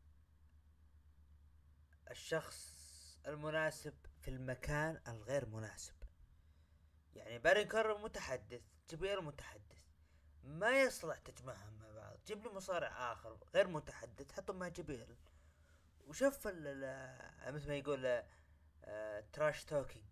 الشخص المناسب في المكان الغير مناسب. يعني بارين كاربن متحدث، جبيل متحدث، ما يصلح تجمعهم مع بعض. جيب لي مصارع آخر غير متحدث حطه مع جبيل، وشوف مثل ما يقول آه تراش توكينج.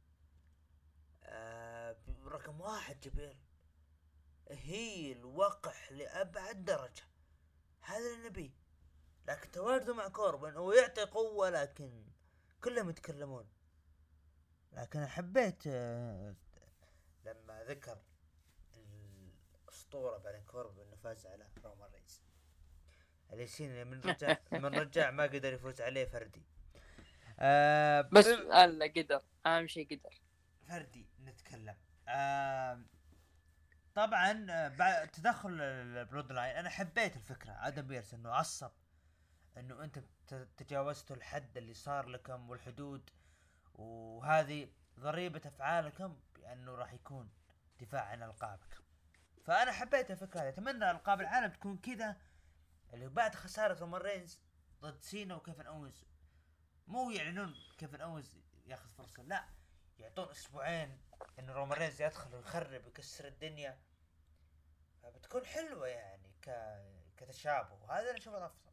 آه رقم واحد جبيل هيل وقح لأبعد درجة، هذا اللي نبيه. لكن تواجده مع كوربن هو يعطي قوة، لكن كلهم يتكلمون. لكن حبيت آه لما ذكر الأسطورة بارين كوربن انه فاز على رومان رينز. اليسين من رجع من رجع ما قدر يفوز عليه فردي. آه بس الله قدر، أهم شيء قدر فردي. نتكلم آه طبعا بعد تدخل البلود لاين انا حبيت الفكرة. ادم بيرس انه عصب انه انت تجاوزتوا الحد اللي صار لكم والحدود، وهذه ضريبة افعالكم بانه راح يكون دفاع عن القابك. فانا حبيت الفكرة هذه. اتمنى القاب العالم تكون كذا، اللي بعد خسارة رومان رينز ضد سينا وكيفن أوينز مو يعلنون كيفن أوينز ياخذ فرصة، لا يعطون اسبوعين ان رومان رينز يدخل ويخرب ويكسر الدنيا، فبتكون حلوة يعني ك... كتشابه. وهذا انا اشوفه افضل.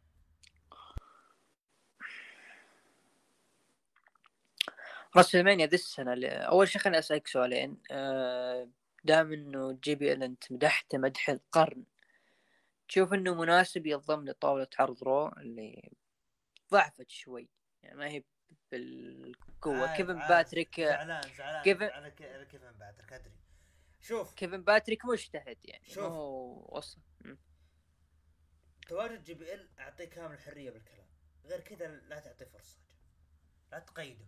راسلمانيا ذي السنة. أول شيء خليني أسألك سؤالين. دام إنه جي بي إل أنت مدحت مدح القرن، تشوف انه مناسب ينضم لطاولة عرض رو اللي ضعفت شوي، يعني ما هي بالقوة. عارف كيفن عارف باتريك زعلان زعلان كيفن على ك- على كيفن باتريك ادري. شوف كيفن باتريك مجتهد يعني، شوف مو وصل. تواجد جي بي ال اعطيه كامل الحريه بالكلام، غير كذا لا تعطيه فرصه، لا تقيده.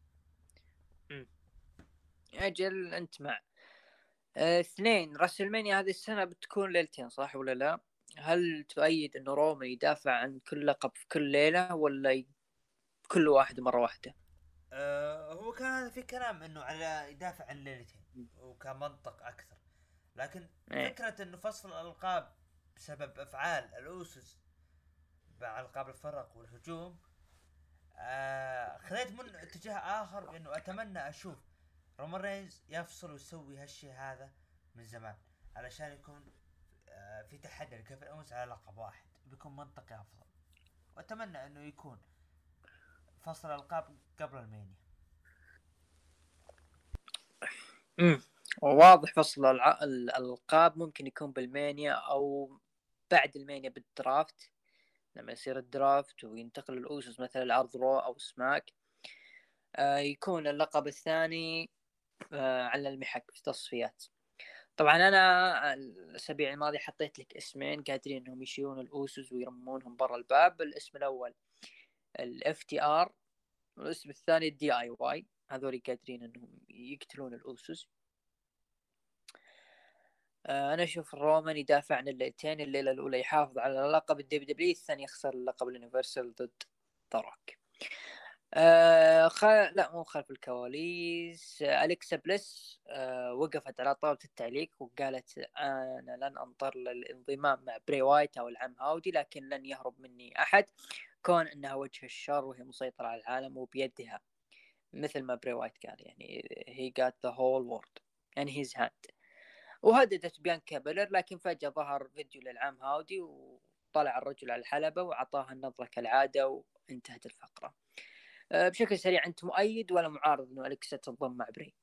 اجل انت مع آه، اثنين. راسلمانيا هذه السنة بتكون ليلتين صح ولا لا؟ هل تؤيد انه رومان يدافع عن كل لقب في كل ليلة، ولا ي... كل واحد مرة واحدة؟ أه هو كان هذا في كلام انه على يدافع عن ليلتين، وكان منطق اكثر. لكن ايه. فكره انه فصل الالقاب بسبب افعال الاوسس مع القاب الفرق والهجوم آه خليت من اتجاه اخر، بانه اتمنى اشوف رومان رينز يفصل ويسوي هالشيء هذا من زمان، علشان يكون آه في تحدي لكيفن اونز على لقب واحد، بيكون منطقي افضل. واتمنى انه يكون فصل الالقاب قبل المانيا. امم وواضح فصل الع... الالقاب ممكن يكون بالمانيا او بعد المانيا بالدرافت، لما يصير الدرافت وينتقل الاوسس مثلا العرض رو او سماك، آه يكون اللقب الثاني آه على المحك في التصفيات. طبعا انا الاسابيع الماضيه حطيت لك اسمين قادرين انهم يشيلون الاوسس ويرمونهم برا الباب. الاسم الاول الاف تي ار، والاسم الثاني الدي اي واي. هذول قادرين انهم يقتلون الاوسس. آه انا اشوف الرومان يدافع عن الليلتين. الليله الاولى يحافظ على لقب الدي بي دبليو، الثاني يخسر اللقب اليونيفرسال ضد طراك. آه خ... لا مو خلف الكواليس. آه أليكسا بليس آه وقفت على طاولة التعليق وقالت أنا لن أنطر للانضمام مع بري وايت أو العم هاودي، لكن لن يهرب مني أحد، كون أنها وجه الشر وهي مسيطرة على العالم وبيدها، مثل ما بري وايت قال يعني he got the whole world in his hand. وهددت بيانكا بيلر، لكن فجأة ظهر فيديو للعم هاودي وطلع الرجل على الحلبة وعطاها النظرة كالعادة وانتهت الفقرة. بشكل سريع، انت مؤيد ولا معارض انه اليكسا تنضم مع بري؟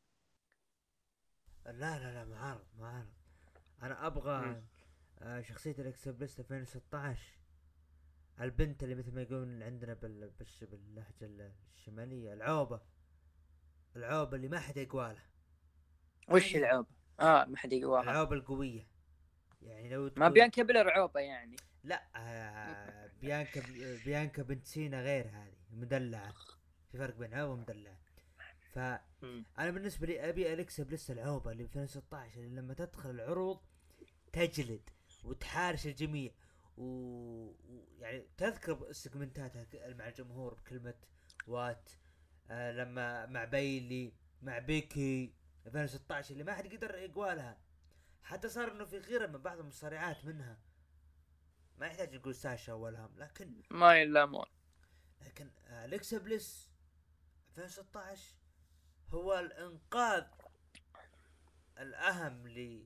لا لا لا معارض معارض. انا ابغى آه شخصية اليكسا بليس ألفين وستة عشر، البنت اللي مثل ما يقولون عندنا بال... بالش... باللهجة الشمالية، العوبة العوبة اللي ما حد يقوالها. وش هذه العوبة؟ اه ما حد يقواها. العوبة القوية، يعني لو ما تقول بيانكا بيلر عوبة يعني؟ لا آه بيانكا بيانكا بنت سينا غير، هذه مدلعة، في فرق بين عوبة ومدلعة. فأنا بالنسبة لي أبي أليكسا بليس العوبة اللي ألفين وستة عشر، اللي لما تدخل العروض تجلد وتحارش الجميع، ويعني و... تذكر السجمنتات مع الجمهور بكلمة وات، آه لما مع بايلي مع بيكي ألفين وستة عشر اللي ما حد قدر يقوالها، حتى صار انه في غيره من بعض المصارعات منها، ما يحتاج نقول ساشا ولهم، لكن ما يلامون. لكن أليكسا بليس ألفين وستة عشر هو الانقاذ الاهم ل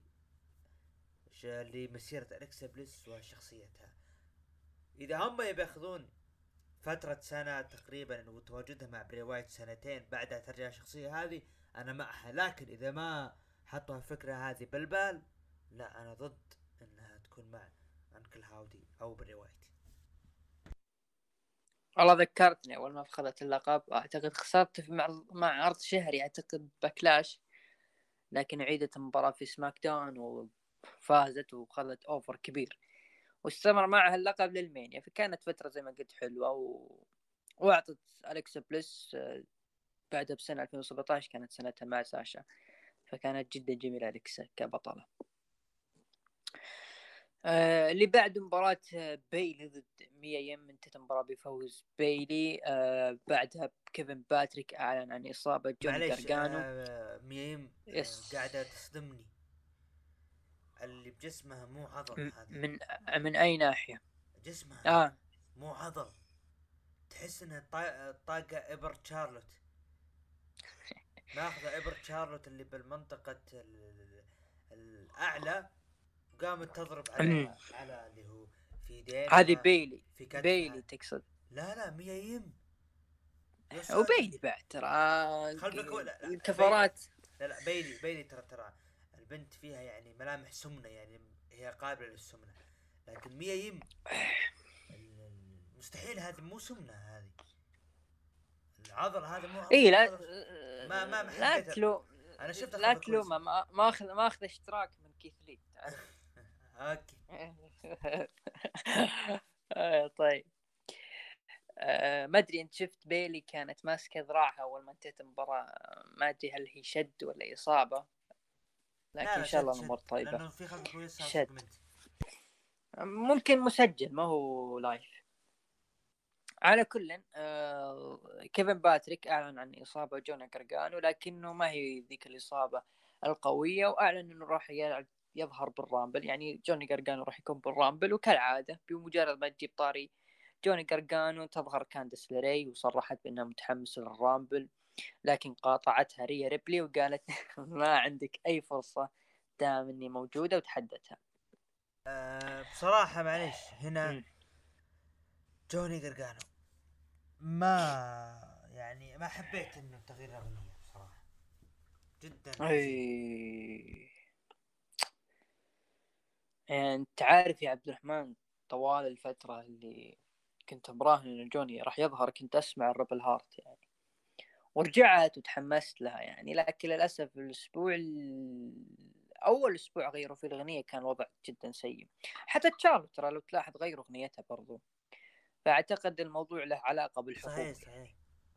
لمسيرة أليكسا بليس وشخصيتها. اذا هم ياخذون فترة سنة تقريبا وتواجدها مع بري وايت سنتين بعدها ترجع الشخصية هذه، انا معها. لكن اذا ما حطوا الفكرة هذه بالبال، لا انا ضد انها تكون مع انكل هاودي او بري وايت. والله ذكرتني اول ما اخذت اللقب اعتقد خسرت مع مع عرض شهري اعتقد باكلاش، لكن عيدت المباراة في سماك داون وفازت وخذت اوفر كبير واستمر معها اللقب للمانيا. فكانت فترة زي ما قلت حلوة و... واعطت اليكسا بليس بعدها بسنة ألفين وسبعة عشر كانت سنتها مع ساشا، فكانت جدا جميلة اليكسا كبطلة. آه اللي بعد مباراة بيلي ضد ميا يم، انتهت المباراة بفوز بيلي. آه بعدها كيفن باتريك اعلن عن اصابة جوني معليش جارجانو. آه ميم آه يس. قاعدة تصدمني، اللي بجسمها مو عضل هذه. من من اي ناحية؟ جسمها اه مو عضل، تحس انها طا... طاقة ابر شارلوت، ماخذة ابر شارلوت اللي بالمنطقة ال... الاعلى، وقامت تضرب على على اللي هو في هذه دينها بيلي. في بيلي كتفها. تقصد؟ لا لا ميا يم يا ساتر. وبيلي بعد ترى خلفك لا لا بيلي. الكفرات. لا لا بيلي بيلي ترى ترى البنت فيها يعني ملامح سمنة، يعني هي قابلة للسمنة. لكن ميا يم مستحيل، هذه مو سمنة، هذه العضل هذا مو اي لا عضل. ما ما ما لا حبيت. تلو انا شفت لا اخذ تلوم، كويس. ما ما اخذ ما اخذ اشتراك من كيث لي تعرف. اوكي. آه، طيب. آه، ما ادري انت شفت بيلي كانت ماسكه ذراعها اول ما انتهت المباراه، ما ادري هل هي شد ولا اصابه، لكن لا ان لا، شاء شد الله شد، الامور طيبه. لانه في خلفي كويس صار شد سيجمنت. ممكن مسجل ما هو لايف. على كل آه كيفن باتريك اعلن عن اصابه جوني غرغانو، لكنه ما هي ذيك الاصابه القويه، واعلن انه راح يظهر بالرامبل. يعني جوني غرغانو راح يكون بالرامبل، وكالعاده بمجرد ما تجيب طاري جوني غرغانو تظهر كاندس لري، وصرحت بانها متحمسه للرامبل، لكن قاطعتها ريا ريبلي وقالت ما عندك اي فرصه دام اني موجوده، وتحدتها. أه بصراحة معليش هنا، جوني غرغانو ما يعني ما حبيت انه تغيير الاغنية بصراحة، جدا حزين. اي يعني انت عارف يا عبد الرحمن، طوال الفترة اللي كنت مراهن ان جوني راح يظهر كنت اسمع الربل هارت يعني، ورجعت وتحمست لها يعني. لكن للاسف الاسبوع ال... اول اسبوع غيروا في الاغنية كان الوضع جدا سيء. حتى تشارلو ترى لو تلاحظ غيروا اغنيتها برضو، فاعتقد الموضوع له علاقة صحيح بالحقوق صحيح. يعني.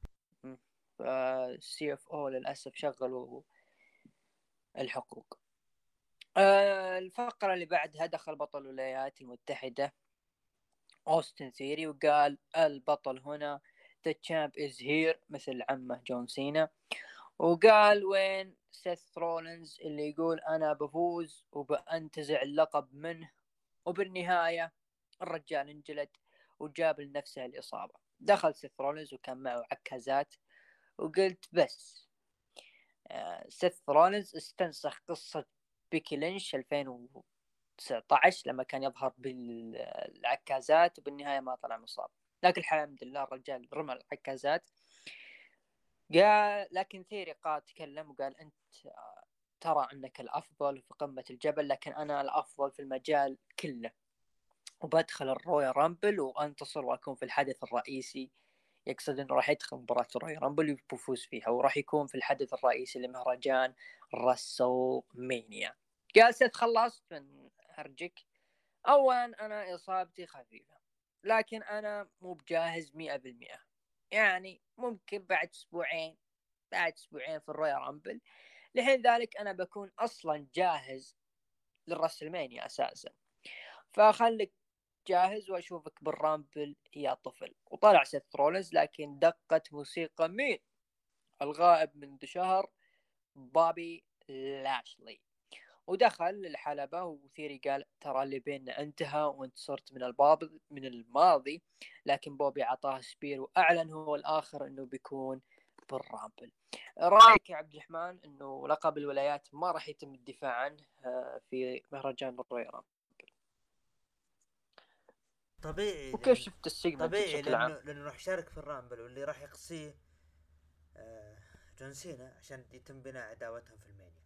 فالسي اف او للاسف شغلوا الحقوق. آه، الفقرة اللي بعدها دخل بطل الولايات المتحدة أوستن ثيري، وقال البطل هنا The champ is here، مثل عمه جون سينا. وقال وين سيث رولينز اللي يقول أنا بفوز وبأنتزع اللقب منه. وبالنهاية الرجال انجلد وجاب لنفسه الإصابة. دخل سيث رولينز وكان معه عكازات، وقلت بس آه سيث رولينز استنسخ قصة بيكي لينش ألفين وتسعة عشر لما كان يظهر بالعكازات وبالنهاية ما طلع مصاب، لكن الحمد لله الرجال رمى العكازات. قال لكن ثيري قال تكلم وقال أنت ترى أنك الأفضل في قمة الجبل، لكن أنا الأفضل في المجال كله، وبدخل الرويال رامبل وأنتصر وأكون في الحدث الرئيسي. يقصد انه راح يدخل مباراة الرويال رامبل ويفوز فيها، وراح يكون في الحدث الرئيسي لمهرجان راسل مانيا. قال سيد خلصت من هرجك، اولا انا اصابتي خفيفة، لكن انا مو بجاهز مئة بالمئة. يعني ممكن بعد اسبوعين بعد اسبوعين في الرويال رامبل، لحين ذلك انا بكون اصلا جاهز للرسلمانيا اساسا، فخليك جاهز واشوفك بالرامبل يا طفل. وطلع سيث رولينز، لكن دقت موسيقى مين الغائب منذ شهر؟ بابي لاشلي. ودخل الحلبة وثيري قال ترى اللي بيننا انتهى وانت صرت من الباب من الماضي، لكن بوبي عطاه سبير واعلن هو الاخر انه بيكون بالرامبل. رايك يا عبد الرحمن انه لقب الولايات ما راح يتم الدفاع عنه في مهرجان الرويال؟ طبيعي وكيف لان شفت السيجمنت طبيعي بشكل عام؟ لانه لانه راح يشارك في الرامبل، واللي راح يقصيه آه جون سينا عشان يتم بناء عداوتهم في المانيا.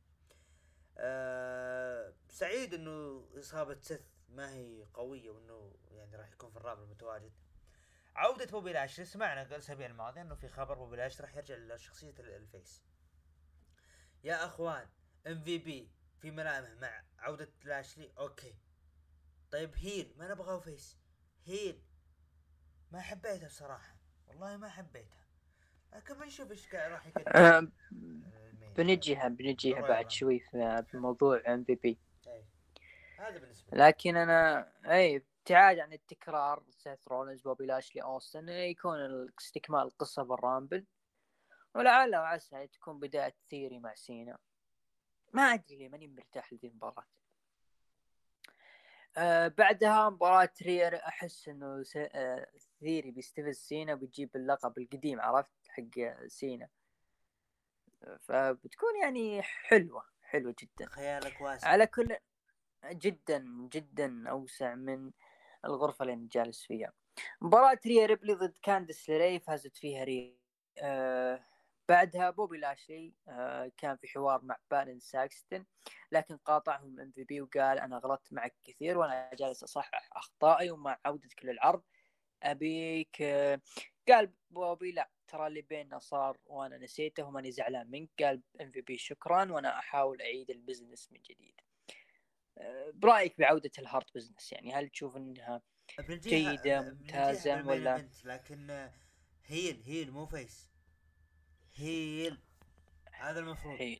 آه سعيد انه اصابة سيث ما هي قوية، وانه يعني راح يكون في الرامبل متواجد. عودة بوبي لاشلي، سمعنا قبل الاسابيع الماضية انه في خبر بوبي لاشلي راح يرجع لشخصية الفيس. يا اخوان، ام في بي في ملامح مع عودة لاشلي، اوكي. طيب هيل، ما نبغاه فيس، هيل. ما حبيتها بصراحة، والله ما حبيتها، لكن بنشوف ايش راح يقدم أه المين بنجيها بنجيها بالرويال بعد رامبل. شوي في موضوع ام بي بي. اي، هذا بالنسبة لي. لكن انا اي ابتعاد عن التكرار سيث رولينز بوبي لاشلي اوستن يكون استكمال القصة بالرامبل، ولعل وعسى تكون بداية ثيري مع سينا. ما ادري ليه ماني مرتاح لذي المباراة. أه بعدها مباراة رير، احس انه س... أه ثيري بيستفز سينا وبيجيب اللقب القديم، عرفت، حق سينا. فبتكون يعني حلوة حلوة جدا. خيالك واسع. على كل جدا جدا أوسع من الغرفة اللي أنا جالس فيها. مباراة ريا ريبلي ضد كاندس لري، فازت فيها ريا. آه بعدها بوبي لاشلي آه كان في حوار مع بالين ساكستن، لكن قاطعهم ام في بي وقال انا غلطت معك كثير وانا جالس اصحح اخطائي، ومع عودتك للعرض ابيك آه قال بوبي لا ترى اللي بيننا صار وانا نسيته وماني زعلان منك. قال ام في بي شكرا وانا احاول اعيد البزنس من جديد. آه برايك بعودة الهارت بزنس، يعني هل تشوف انها جيدة بنجيها بنجيها ممتازة بالمين ولا ايفنت، لكن آه، هيل هيل مو فيس. هيل هذا المفروض. حين؟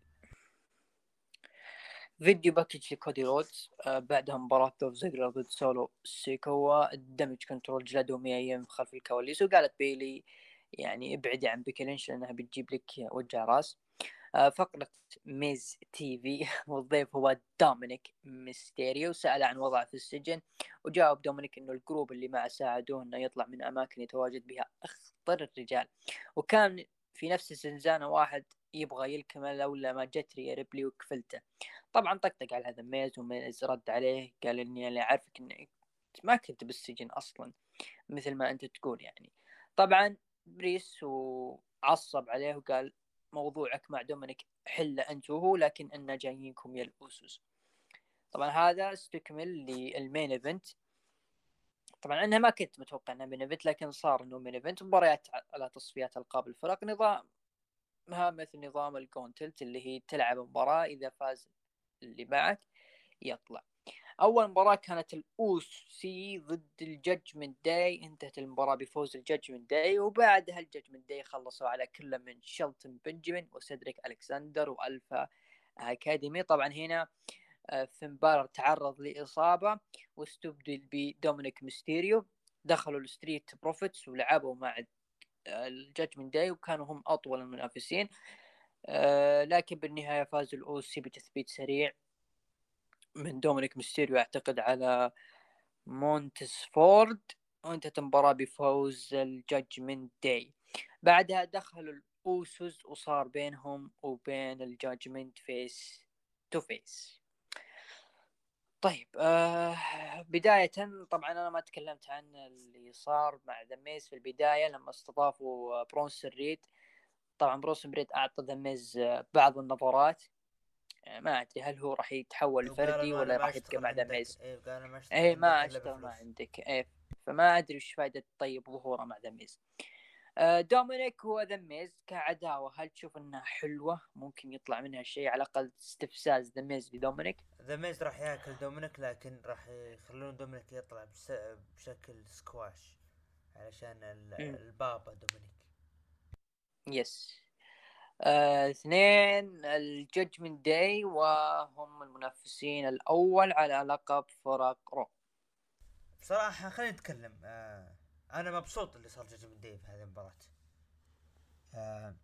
فيديو باكج لكودي رودز آه بعدها مباراة دوف زيجلر ضد سولو سيكوا، الدمج كنترول جلدوا مية ايام خلف الكواليس، وقالت بيلي يعني ابعدي عن بيكي لينش لانها بتجيب لك وجع راس. آه فقرة ميز تي في والضيف هو دومينيك ميستيريو، سأل عن وضعه في السجن، وجاوب دومينيك انه الجروب اللي معه ساعدوه انه يطلع من اماكن يتواجد بها اخطر الرجال، وكان في نفس الزنزانة واحد يبغى يلكمه لولا ما جت ريا ريبلي وكفلته. طبعا طقطق على هذا ميز، وميز رد عليه قال اني انا عارفك انك ما كنت بالسجن اصلا مثل ما انت تقول يعني. طبعا بريس وعصب عليه وقال موضوعك مع دومينيك حله انت وهو، لكن انا جايينكم يا الاوسوس. طبعا هذا استكمل للمين ايفنت. طبعا انا ما كنت متوقع انه مين ايفنت، لكن صار انه مين ايفنت، مباريات على تصفيات القاب الفرق، نظام ها مثل نظام الكونتلت اللي هي تلعب مباراة اذا فاز اللي معك يطلع. اول مباراة كانت الاوس سي ضد الجادجمنت داي، انتهت المباراة بفوز الجادجمنت داي، وبعدها الجادجمنت داي خلصوا على كل من شيلتون بنجامين وسيدريك الكسندر والفا اكاديمي. طبعا هنا فين بالر تعرض لاصابة واستبدل بدومينيك ميستيريو، دخلوا الستريت بروفيتس ولعبوا مع الجادجمنت داي وكانوا هم اطول المنافسين. آه لكن بالنهاية فاز الاوسي بتثبيت سريع من دومينيك ميستيريو اعتقد على مونتسفورد، وانتهت المباراة بفوز الجاجمنت داي. بعدها دخلوا الاوسوس وصار بينهم وبين الجاجمنت فيس تو فيس. طيب آه بداية طبعا انا ما تكلمت عن اللي صار مع ذا ميز في البداية لما استضافوا برونسون ريد. طبعا برونسون ريد اعطى ذا ميز بعض النظرات، ما ادري هل هو راح يتحول وقال فردي انه انا ولا ما راح يبقى اشتغل مع ذا عندك، ميز. ايه قال انا ما اشتغل ايه عندك ما الا اشتغل ما بفلوس. عندك ايه، فما ادري وش فائدة طيب ظهوره مع ذا ميز. آه دومينيك هو ذا ميز كعداوة، هل تشوف انها حلوة ممكن يطلع منها شيء على الاقل استفزاز ذا ميز لدومينيك؟ ذا ميز راح ياكل دومينيك، لكن راح يخلون دومينيك يطلع بس بشكل سكواش علشان ال- مم. البابا دومينيك. يس. آه، اثنين الججمنت داي وهم المنافسين الاول على لقب فرق رو. بصراحة خلينا نتكلم، آه انا مبسوط اللي صار جاجمنت داي في هذه المباراة. آه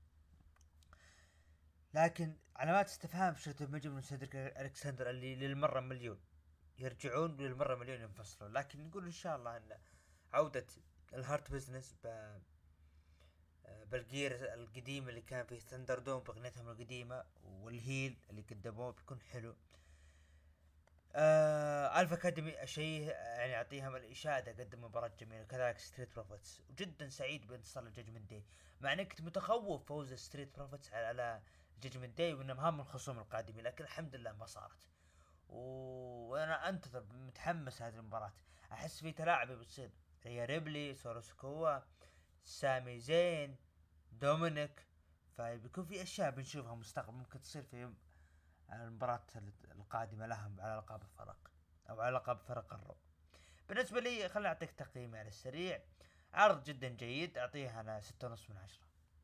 لكن علامات استفهام في شرطة بنجامين وسيدريك الكسندر اللي للمرة مليون يرجعون وللمرة مليون ينفصلون، لكن نقول ان شاء الله ان عودة الهارت بزنس ب بالجير القديم اللي كان فيه ثندر دوم باغنيتهم القديمة والهيل اللي قدموه بيكون حلو. آه الفا اكاديمي شيء يعني اعطيهم الاشاده، قدم مباراه جميله، كذلك ستريت بروفيتس، وجدا سعيد بانتصار الجاجمنت داي، مع اني كنت متخوف فوز ستريت بروفيتس على, على الجاجمنت داي وانهم هم الخصوم القادمين، لكن الحمد لله ما صارت. وانا انتظر متحمس هذه المباراه، احس في تلاعب بتصير، ريا ريبلي، سوروسكوا، سامي زين، دومينيك، فبيكون في اشياء بنشوفها مستقبل ممكن تصير في المباراة القادمة لهم على لقب الفرق او على لقب فرق الرو. بالنسبة لي خليني اعطيك تقييمي على السريع، عرض جدا جيد، اعطيه انا ستة ونص من عشرة.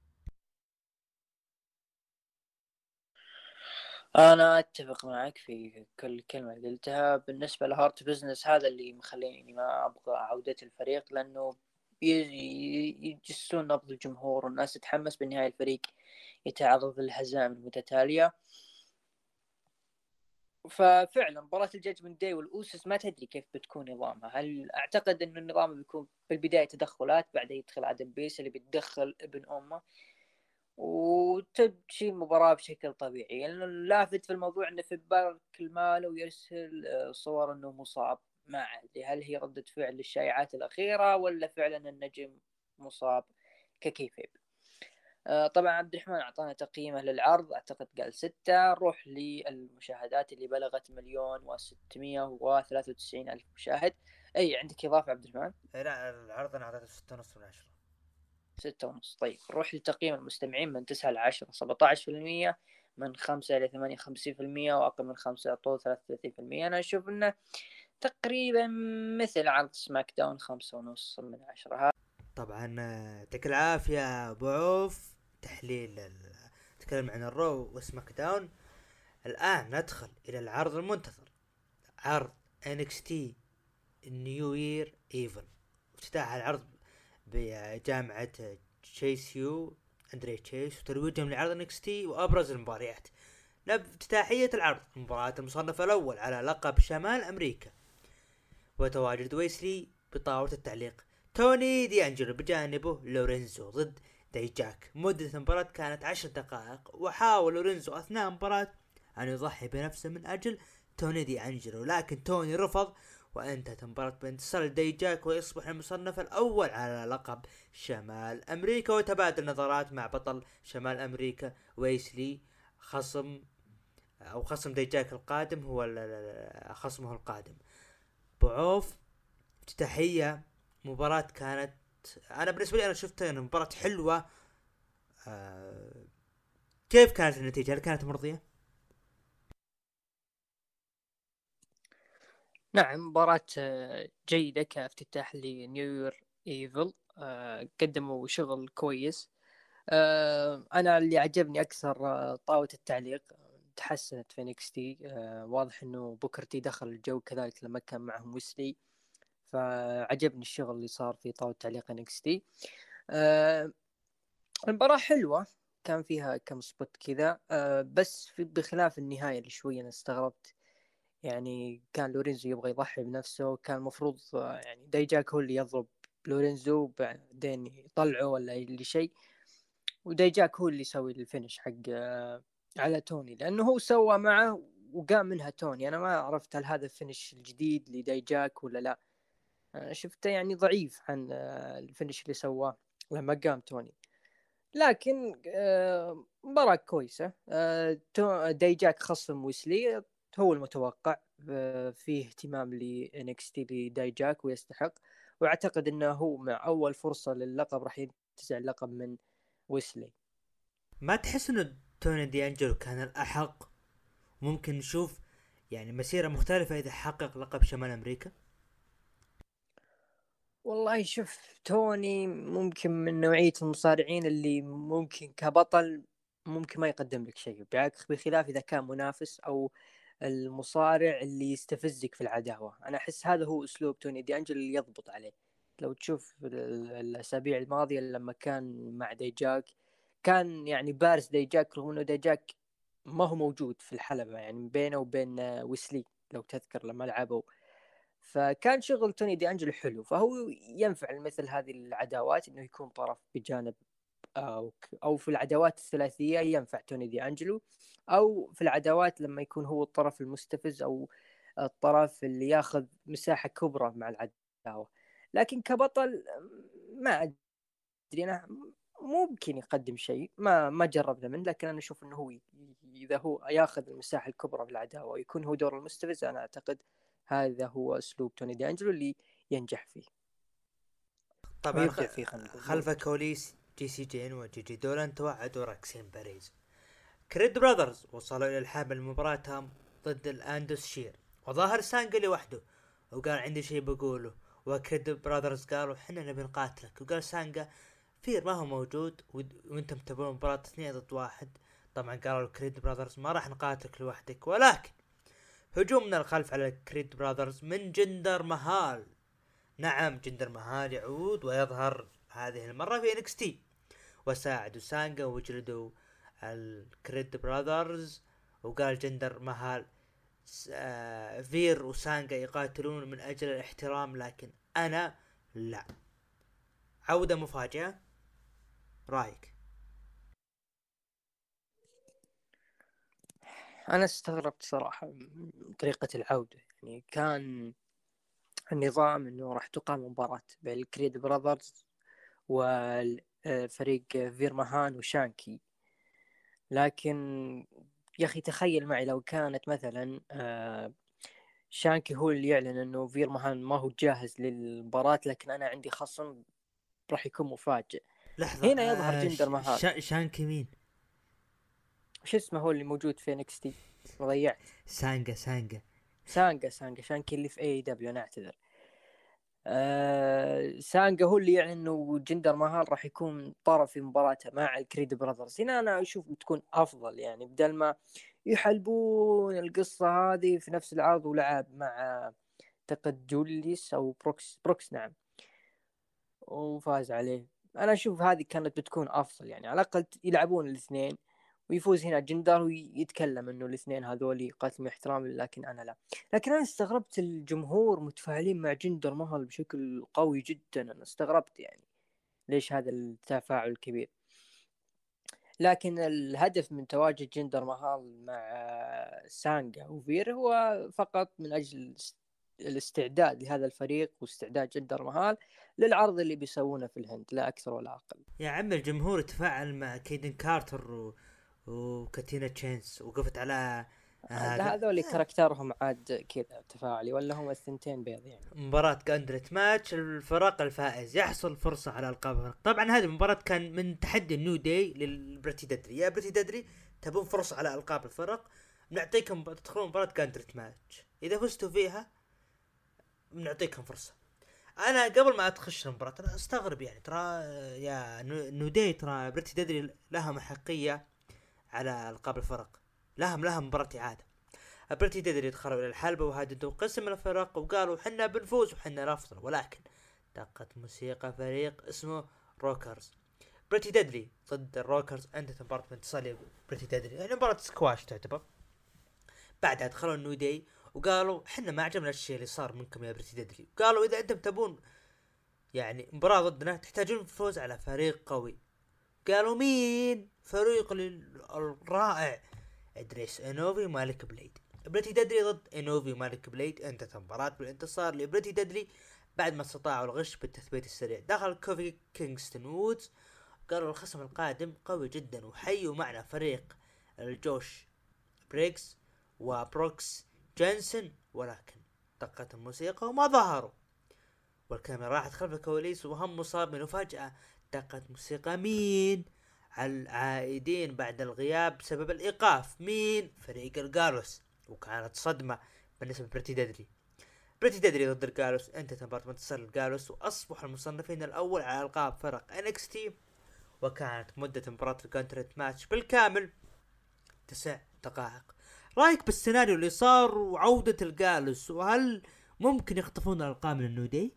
انا اتفق معك في كل كلمه قلتها. بالنسبه لهارت بزنس هذا اللي مخليني ما ابغى عوده الفريق، لانه يجسون نبض الجمهور والناس تتحمس، بالنهايه الفريق يتعرض للهزائم المتتاليه. ففعلا مباراة الجاجمنت داي والأوسس ما تدري كيف بتكون نظامها، هل أعتقد أن النظام بيكون في البداية تدخلات، بعدين يدخل عدم بيس اللي بيتدخل ابن أمه وتمشي المباراة بشكل طبيعي. اللافت في الموضوع أنه في بارك المال ويرسل صور أنه مصاب، ما أدري هل هي ردة فعل للشائعات الأخيرة ولا فعلا النجم مصاب ككيفيب. آه، طبعا عبد الرحمن أعطانا تقييمه للعرض، أعتقد قال ستة. نروح للمشاهدات اللي بلغت مليون وستمية وثلاثة وتسعين ألف مشاهد. أي عندك إضافة عبد الرحمن؟ إيه لا، العرض انا اعطيته ستة ونص من عشرة. ستة ونص. طيب نروح لتقييم المستمعين من تسعة لعشرة، سبعة عشر في المية، من خمسة إلى ثمانية وخمسين في المية، وأقل من خمسة أعطوه ثلاثة وثلاثين في المية. أنا أشوف إنه تقريبا مثل عرض سماك داون، خمسة ونص من عشرة. طبعا آه، يعطيك العافيه ابو عوف. تحليل ال- تكلم عن الرو وسماك داون. الان ندخل الى العرض المنتظر، عرض إن إكس تي نيو يير ايفل. افتتاح العرض بجامعة تشيس يو اندري تشيس، وترويجهم لعرض إن إكس تي وابرز المباريات. افتتاحية العرض مباراة المصنف الاول على لقب شمال امريكا، وتواجد ويسلي بطاولة التعليق، توني دي انجلو بجانبه لورينزو ضد ديجاك. مدة المباراة كانت عشر دقائق، وحاول لورينزو اثناء المباراة ان يضحي بنفسه من اجل توني دي انجلو، لكن توني رفض، وانتهت المباراة بانتصار لديجاك، ويصبح المصنف الاول على لقب شمال امريكا. وتبادل نظرات مع بطل شمال امريكا ويسلي، خصم او خصم ديجاك القادم هو ال- ال- خصمه القادم. بعوف افتتاحية مباراة كانت، انا بالنسبة لي انا شفت ان مباراة حلوة. آه كيف كانت النتيجة؟ هل كانت مرضية؟ نعم، مباراة آه، جيدة كافتتاح لنيوير ايفل. آه، قدموا شغل كويس. آه، انا اللي عجبني اكثر آه، طاولة التعليق تحسنت في إن إكس تي. آه، واضح انه بوكرتي دخل الجو كذلك لما كان معهم ويسلي، فعجبني الشغل اللي صار في طاولة تعليق إن إكس تي. آه، المباراة حلوة، كان فيها كم سبوت كذا. آه، بس في بخلاف النهاية اللي شوية انا استغربت. يعني كان لورينزو يبغى يضحي بنفسه، كان المفروض آه، يعني دايجاك هو اللي يضرب لورينزو بعدين يطلعه ولا اللي شيء، ودايجاك هو اللي يسوي الفينش حق آه، على توني، لانه هو سوى معه وقام منها توني. انا ما عرفت هل هذا الفينش الجديد لدايجاك ولا لا. أنا شفته يعني ضعيف عن آه، الفينش اللي سواه لما قام توني. لكن آه، مباراة كويسة. آه، تو- دايجاك خصم ويسلي هو المتوقع. آه، فيه اهتمام ل إن إكس تي لدايجاك ويستحق، واعتقد انه هو مع اول فرصة للقب راح ينتزع اللقب من ويسلي. ما تحس انه توني دي انجلو كان الاحق؟ ممكن نشوف يعني مسيرة مختلفة اذا حقق لقب شمال امريكا. والله شوف، توني ممكن من نوعية المصارعين اللي ممكن كبطل ممكن ما يقدم لك شيء، بعكس بخلاف إذا كان منافس أو المصارع اللي يستفزك في العداوة. أنا أحس هذا هو أسلوب توني دي أنجل اللي يضبط عليه. لو تشوف ال- الأسابيع الماضية لما كان مع ديجاك، كان يعني بارز ديجاك رغم أنه ديجاك ما هو موجود في الحلبة، يعني بينه وبين آه، ويسلي لو تذكر لما لعبوا. فكان شغل توني دي أنجلو حلو، فهو ينفع مثل هذه العداوات انه يكون طرف بجانب، او او في العداوات الثلاثيه ينفع توني دي أنجلو، او في العداوات لما يكون هو الطرف المستفز او الطرف اللي ياخذ مساحه كبرى مع العداوه. لكن كبطل ما ادري انا، ممكن يقدم شيء ما ما جربنا منه، لكن انا اشوف انه هو ي- اذا هو ياخذ المساحه الكبرى في العداوه ويكون هو دور المستفز، انا اعتقد هذا هو اسلوب توني دي انجلو اللي ينجح فيه طبعا ويبدع خ- فيه، خلينا خلف نقول. كواليس جي سي جين وجي جي دولان توعدوا راكسين باريز. كريد براذرز وصلوا الى الحامل مباراتهم ضد الاندوس شير، وظاهر سانجا لوحده وقال عندي شيء بقوله، وكريد براذرز قالوا حنا نبي نقاتلك، وقال سانجا فير ما هو موجود ود- وانتم تبون مباراة اثنين ضد واحد. طبعا قالوا الكريد براذرز ما راح نقاتلك لوحدك، ولكن هجوم من الخلف على الكريد براذرز من جندر مهال. نعم، جندر مهال يعود ويظهر هذه المرة في إن إكس تي، وساعدوا سانجا وجلدوا الكريد براذرز. وقال جندر مهال س- آه فير وسانجا يقاتلون من أجل الاحترام، لكن أنا لا. عودة مفاجئة، رايك؟ انا استغربت صراحه من طريقه العوده. يعني كان النظام انه راح تقام مباراه بين الكريد براذرز والان فريق فير ماهان وشانكي. لكن يا أخي تخيل معي لو كانت مثلا شانكي هو اللي يعلن أنه فير ماهان ما هو جاهز للمباراة، لكن أنا عندي خصم راح يكون مفاجئ. لحظة، هنا يظهر آه جندر ش... ماهال. ش... شانكي مين؟ وش اسمه هو اللي موجود في إنكس تي؟ ضيعت. سانجا سانجا سانجا سانجا شانكي اللي في اي دبليو. انا اعتذر. آه سانجا هو اللي يعني انه جندر ماهال راح يكون طرف في مباراته مع الكريد براذرز. هنا انا اشوف بتكون افضل، يعني بدل ما يحلبون القصة هذه في نفس العرض ولعب مع اعتقد جوليس او بروكس بروكس نعم وفاز عليه. انا اشوف هذه كانت بتكون افضل، يعني على الاقل يلعبون الاثنين ويفوز هنا جندر ويتكلم انه الاثنين هذول قتلوا احترامي، لكن انا لا. لكن انا استغربت الجمهور متفاعلين مع جندر مهل بشكل قوي جدا. انا استغربت يعني ليش هذا التفاعل الكبير. لكن الهدف من تواجد جندر مهال مع سانجا وفير هو فقط من اجل الاستعداد لهذا الفريق واستعداد جندر مهال للعرض اللي بيسوونه في الهند، لا اكثر ولا اقل. يا عم الجمهور تفاعل مع كيدن كارتر و... وكاتينا تشينس وقفت على هذا. هذول كاركترهم عاد كذا تفاعلي، ولا هم الثنتين بيض يعني. مباراة جاندريت ماتش، الفريق الفائز يحصل فرصة على ألقاب الفرق. طبعا هذه المباراة كان من تحدي النيو داي للبريتي دادري. يا بريتي دادري تبون فرصة على ألقاب الفرق، بنعطيكم تدخلون مباراة جاندريت ماتش، إذا فزتوا فيها بنعطيكم فرصة. أنا قبل ما أتخش المباراة أنا أستغرب يعني، ترى يا نيو داي ترى بريتي دادري لها محقية على ألقاب الفرق، لهم لها مباراة إعادة. بريتي دادري دخلوا الى الحلبة وهددوا قسم من الفرق وقالوا حنا بنفوز وحنا نفضل، ولكن دقت موسيقى فريق اسمه روكرز. بريتي دادري ضد الروكرز، انت مباراة انتصار بريتي دادري، يعني مباراة سكواش تعتبر. بعدها دخلوا النيو داي وقالوا حنا ما عجبنا الشيء اللي صار منكم يا بريتي دادري، قالوا اذا انتم تبون يعني مباراة ضدنا تحتاجون الفوز على فريق قوي. قالوا مين؟ فريق الرائع ادريس انوفي مالك بليد. بريتي دادري ضد انوفي مالك بليد، انتهت المباراة بالانتصار لبريتي دادري بعد ما استطاعوا الغش بالتثبيت السريع. دخل كوفي كينغستون وودز، قالوا الخصم القادم قوي جدا وحيوا معنا فريق الجوش بريكس وبروكس جانسون، ولكن دقت الموسيقى وما ظهروا والكاميرا راحت خلف الكواليس وهم مصابين، وفجأة دقت موسيقى مين؟ العائدين بعد الغياب بسبب الإيقاف. مين؟ فريق الجالوس. وكانت صدمة بالنسبة لبريتي دادري. بريتي دادري ضد الجالوس، انتهت مباراة انتصار الجالوس وأصبح المصنفين الأول على ألقاب فرق إن إكس تي. وكانت مدة مباراة الكونتريت ماتش بالكامل تسع دقائق. رايك بالسيناريو اللي صار وعودة الجالوس، وهل ممكن يخطفون الألقاب من النيو داي؟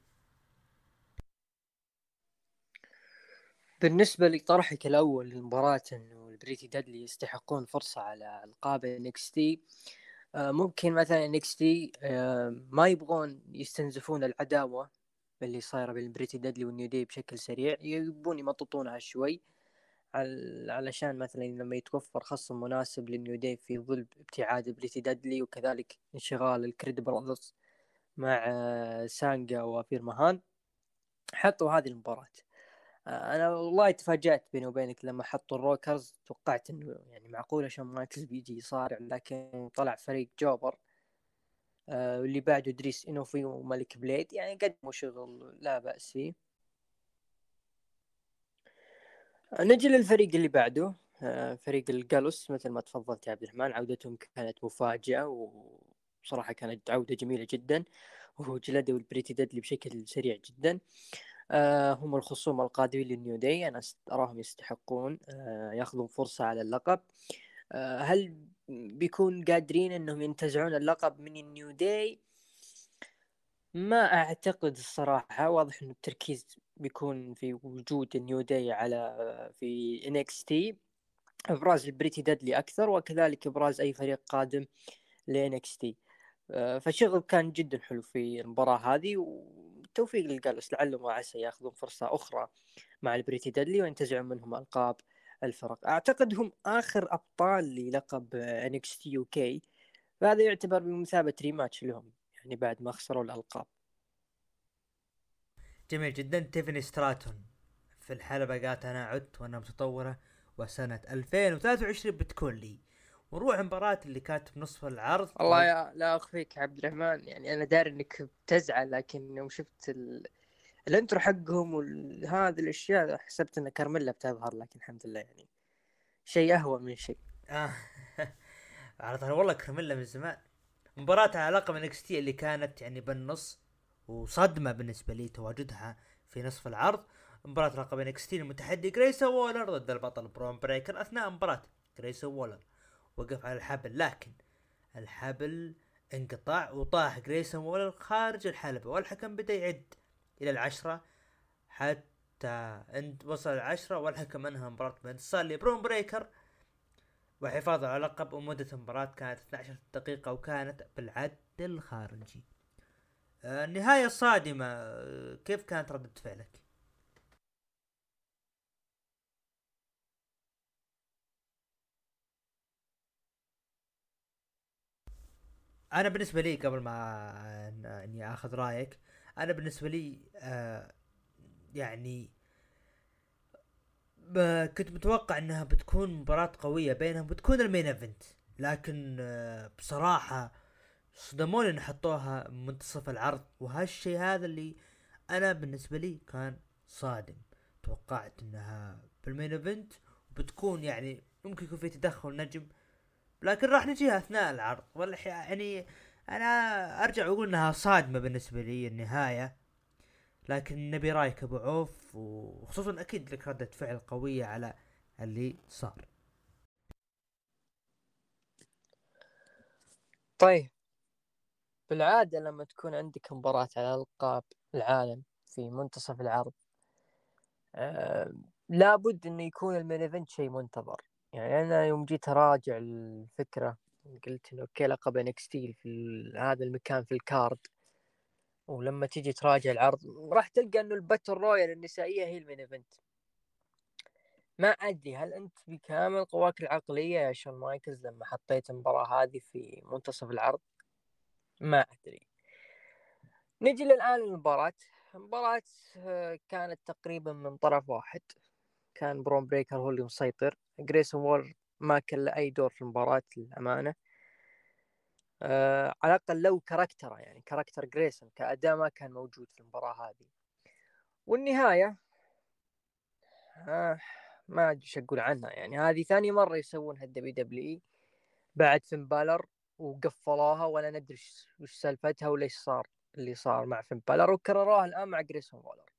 بالنسبة لطرحك الأول للمباراة أنه البريتي دادلي يستحقون فرصة على ألقاب إكس تي، ممكن مثلا إكس تي ما يبغون يستنزفون العداوة اللي صايرة بين البريتي دادلي والنيو داي بشكل سريع، يبون يمططونها شوي علشان مثلا لما يتوفر خصم مناسب للنيو داي في ظل ابتعاد البريتي دادلي وكذلك انشغال الكريد براذرز مع سانجا وفير ماهان، حطوا هذه المباراة. انا والله تفاجأت بيني وبينك لما حطوا الروكرز، توقعت انه يعني معقولة شون مايكلز بيجي يصارع، لكن طلع فريق جوبر آه واللي بعده دريس انوفي وملك بليد، يعني قدموا شغل لا بأس فيه. نجي للفريق اللي بعده، آه فريق الجالوس. مثل ما تفضلت يا عبد الرحمن، عودتهم كانت مفاجئة وصراحة كانت عودة جميلة جدا، وجلدوا البريتي دادلي بشكل سريع جدا. آه هم الخصوم القادمين للنيو داي، أنا أراهم يستحقون آه يأخذون فرصة على اللقب. آه هل بيكون قادرين أنهم ينتزعون اللقب من النيو داي؟ ما أعتقد الصراحة. واضح أنه التركيز بيكون في وجود النيو داي على في إن إكس تي، إبراز البريتي دادلي أكثر، وكذلك إبراز أي فريق قادم ل إن إكس تي. فشغل كان جدا حلو في المباراة هذه، والتوفيق للجالوس، لعله ما عسى ياخذون فرصة أخرى مع البريتي دادلي وينتزعون منهم ألقاب الفرق. أعتقد هم آخر أبطال للقب إن إكس تي يو كي، فهذا يعتبر بمثابة ريماتش لهم يعني بعد ما خسروا الألقاب. جميل جدا. تيفني ستراتون في الحلبة قالت انا عدت وانا متطورة وسنة ألفين وثلاثة وعشرين بتكون لي. ونروح المباراة اللي كانت بنصف العرض. والله يا لا اخفيك يا عبد الرحمن، يعني انا داري انك بتزعل، لكن يوم شفت ال... الانترو حقهم وهذه الاشياء حسبت ان كارميلا بتظهر، لكن الحمد لله يعني شيء اهون من شيء. آه. على طول والله كرميلا من زمان. مباراة على لقب انكس تي اللي كانت يعني بالنص، وصدمة بالنسبة لي تواجدها في نصف العرض. مباراة لقب انكس تي المتحدي جريسون وولر ضد البطل برون بريكر. اثناء مباراة جريسون وولر وقف على الحبل، لكن الحبل انقطع وطاح جريسون وولر خارج الحلبة، والحكم بدأ يعد الى العشرة حتى انت وصل العشرة، والحكم انهى المباراة بانتصار لبرون بريكر وحفاظ على لقب. ومدة المباراة كانت اثنتي عشرة دقيقة وكانت بالعد الخارجي. آه النهاية صادمة. آه كيف كانت ردة فعلك؟ انا بالنسبة لي قبل ما آه، اني اخذ رايك، انا بالنسبة لي آه يعني ب- كنت متوقع انها بتكون مباراة قوية بينهم، بتكون المين ايفنت، لكن آه بصراحة صدموني ان حطوها منتصف العرض، وهالشي هذا اللي انا بالنسبة لي كان صادم. توقعت انها بالمين ايفنت وبتكون يعني ممكن يكون في تدخل نجم، لكن راح نجيها اثناء العرض. ولا يعني انا ارجع واقول انها صادمة بالنسبة لي النهاية. لكن نبي رايك ابو عوف، وخصوصا اكيد لك ردة فعل قوية على اللي صار. طيب، بالعادة لما تكون عندك مباراة على ألقاب العالم في منتصف العرض، آه لابد انه يكون المين ايفنت شيء منتظر. يعني انا يوم جيت اراجع الفكرة قلت انه اوكي، لقب انكس تي في ال- هذا المكان في الكارد، ولما تيجي تراجع العرض راح تلقى انه الباتل رويال النسائية هي المين ايفنت. ما ادري هل انت بكامل قواك العقلية يا شون مايكلز لما حطيت المباراة هذه في منتصف العرض؟ ما ادري. نجي للآن المباراة. المباراة آه، كانت تقريبا من طرف واحد، كان برون بريكر هو اللي مسيطر. جريسون وول ما كان له أي دور في المباراة للأمانة. آه على الأقل لو كاركتره، يعني كاركتر جريسون كأداء ما كان موجود في المباراة هذه. والنهاية آه ما أدري شو أقول عنها. يعني هذه ثاني مرة يسوونها الدبليو دبليو إي بعد فين بالر وقفلوها، ولا ندري وش سالفتها وليش صار اللي صار مع فين بالر، وكرروها الآن مع جريسون وولر.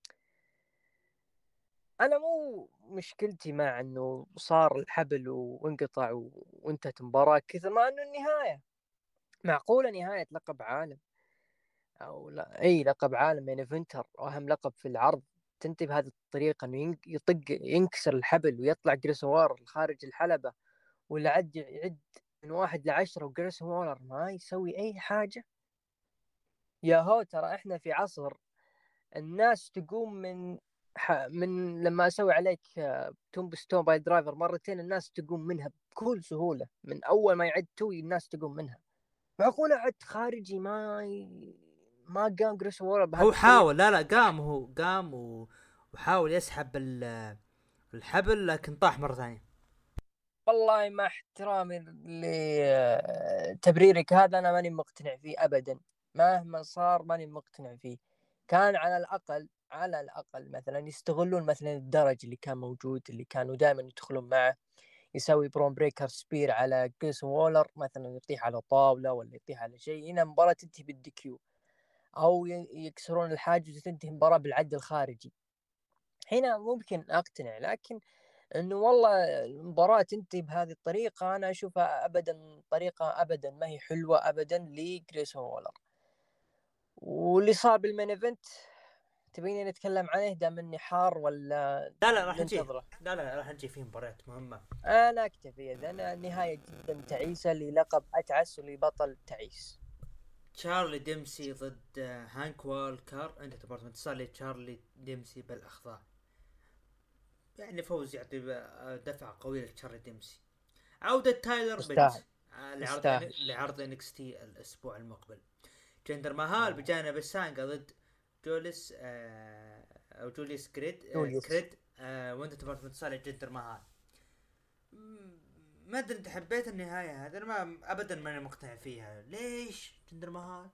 انا مو مشكلتي مع انه صار الحبل وانقطع وانتهت المباراة كثر ما انه النهاية معقولة، نهاية لقب عالم او لا اي لقب عالم من ايفنتر واهم لقب في العرض تنتهي بهذه الطريقة، انه يطق ينكسر الحبل ويطلع جريسون وولر خارج الحلبة، ولا عد يعد من واحد لعشرة وجريسون وولر ما يسوي اي حاجة. يا هو ترى احنا في عصر الناس تقوم من ح... من لما اسوي عليك توم ستون باي درايفر مرتين الناس تقوم منها بكل سهوله، من اول ما يعد توي الناس تقوم منها. معقوله عد خارجي ما ي... ما قام جريس وورا بهذه هو الطريقه؟ حاول، لا لا قام، هو قام و- وحاول يسحب ال- الحبل، لكن طاح مرة ثانية. والله مع احترامي لتبريرك هذا انا ماني مقتنع فيه ابدا، مهما صار ماني مقتنع فيه. كان على الاقل على الاقل مثلا يستغلون مثلا الدرج اللي كان موجود اللي كانوا دائما يدخلون معه، يسوي برون بريكر سبير على جريس وولر مثلا، يطيح على طاولة ولا يطيح على شيء، هنا المباراة تنتهي بالديكيو، أو يكسرون الحاجز وتنتهي المباراة بالعد الخارجي. هنا ممكن أقتنع، لكن إنه والله المباراة تنتهي بهذه الطريقة أنا أشوفها أبدا طريقة أبدا ما هي حلوة أبدا لجريسون وولر. واللي صار بالمين إيفنت تبيني نتكلم عنه دام إني حار ولا لا لا راح نجي، ننتظره؟ لا لا راح نجي فيه مباريات مهمة. انا اكتفي اذا انا نهايه جدا تعيسه للقب اتعس ولبطل تعيس. تشارلي ديمسي ضد آه، هانك والكر. انت تبغى انتصار لتشارلي ديمسي بالاخضاع، يعني فوز يعطي آه، دفعة قوية لتشارلي ديمسي. عودة تايلر بيت يستاهل آه، لعرض يستاهل. لعرض انكس تي الاسبوع المقبل. جندر ماهال بجانب السانجا ضد جوليس آه او جوليوس كريد آه جوليوس. كريد آه وانت تبغى تصارع جندر مهال. ما ادري انت حبيت النهايه هذا؟ انا ما ابدا ماني مقتنع فيها. ليش جندر مهال؟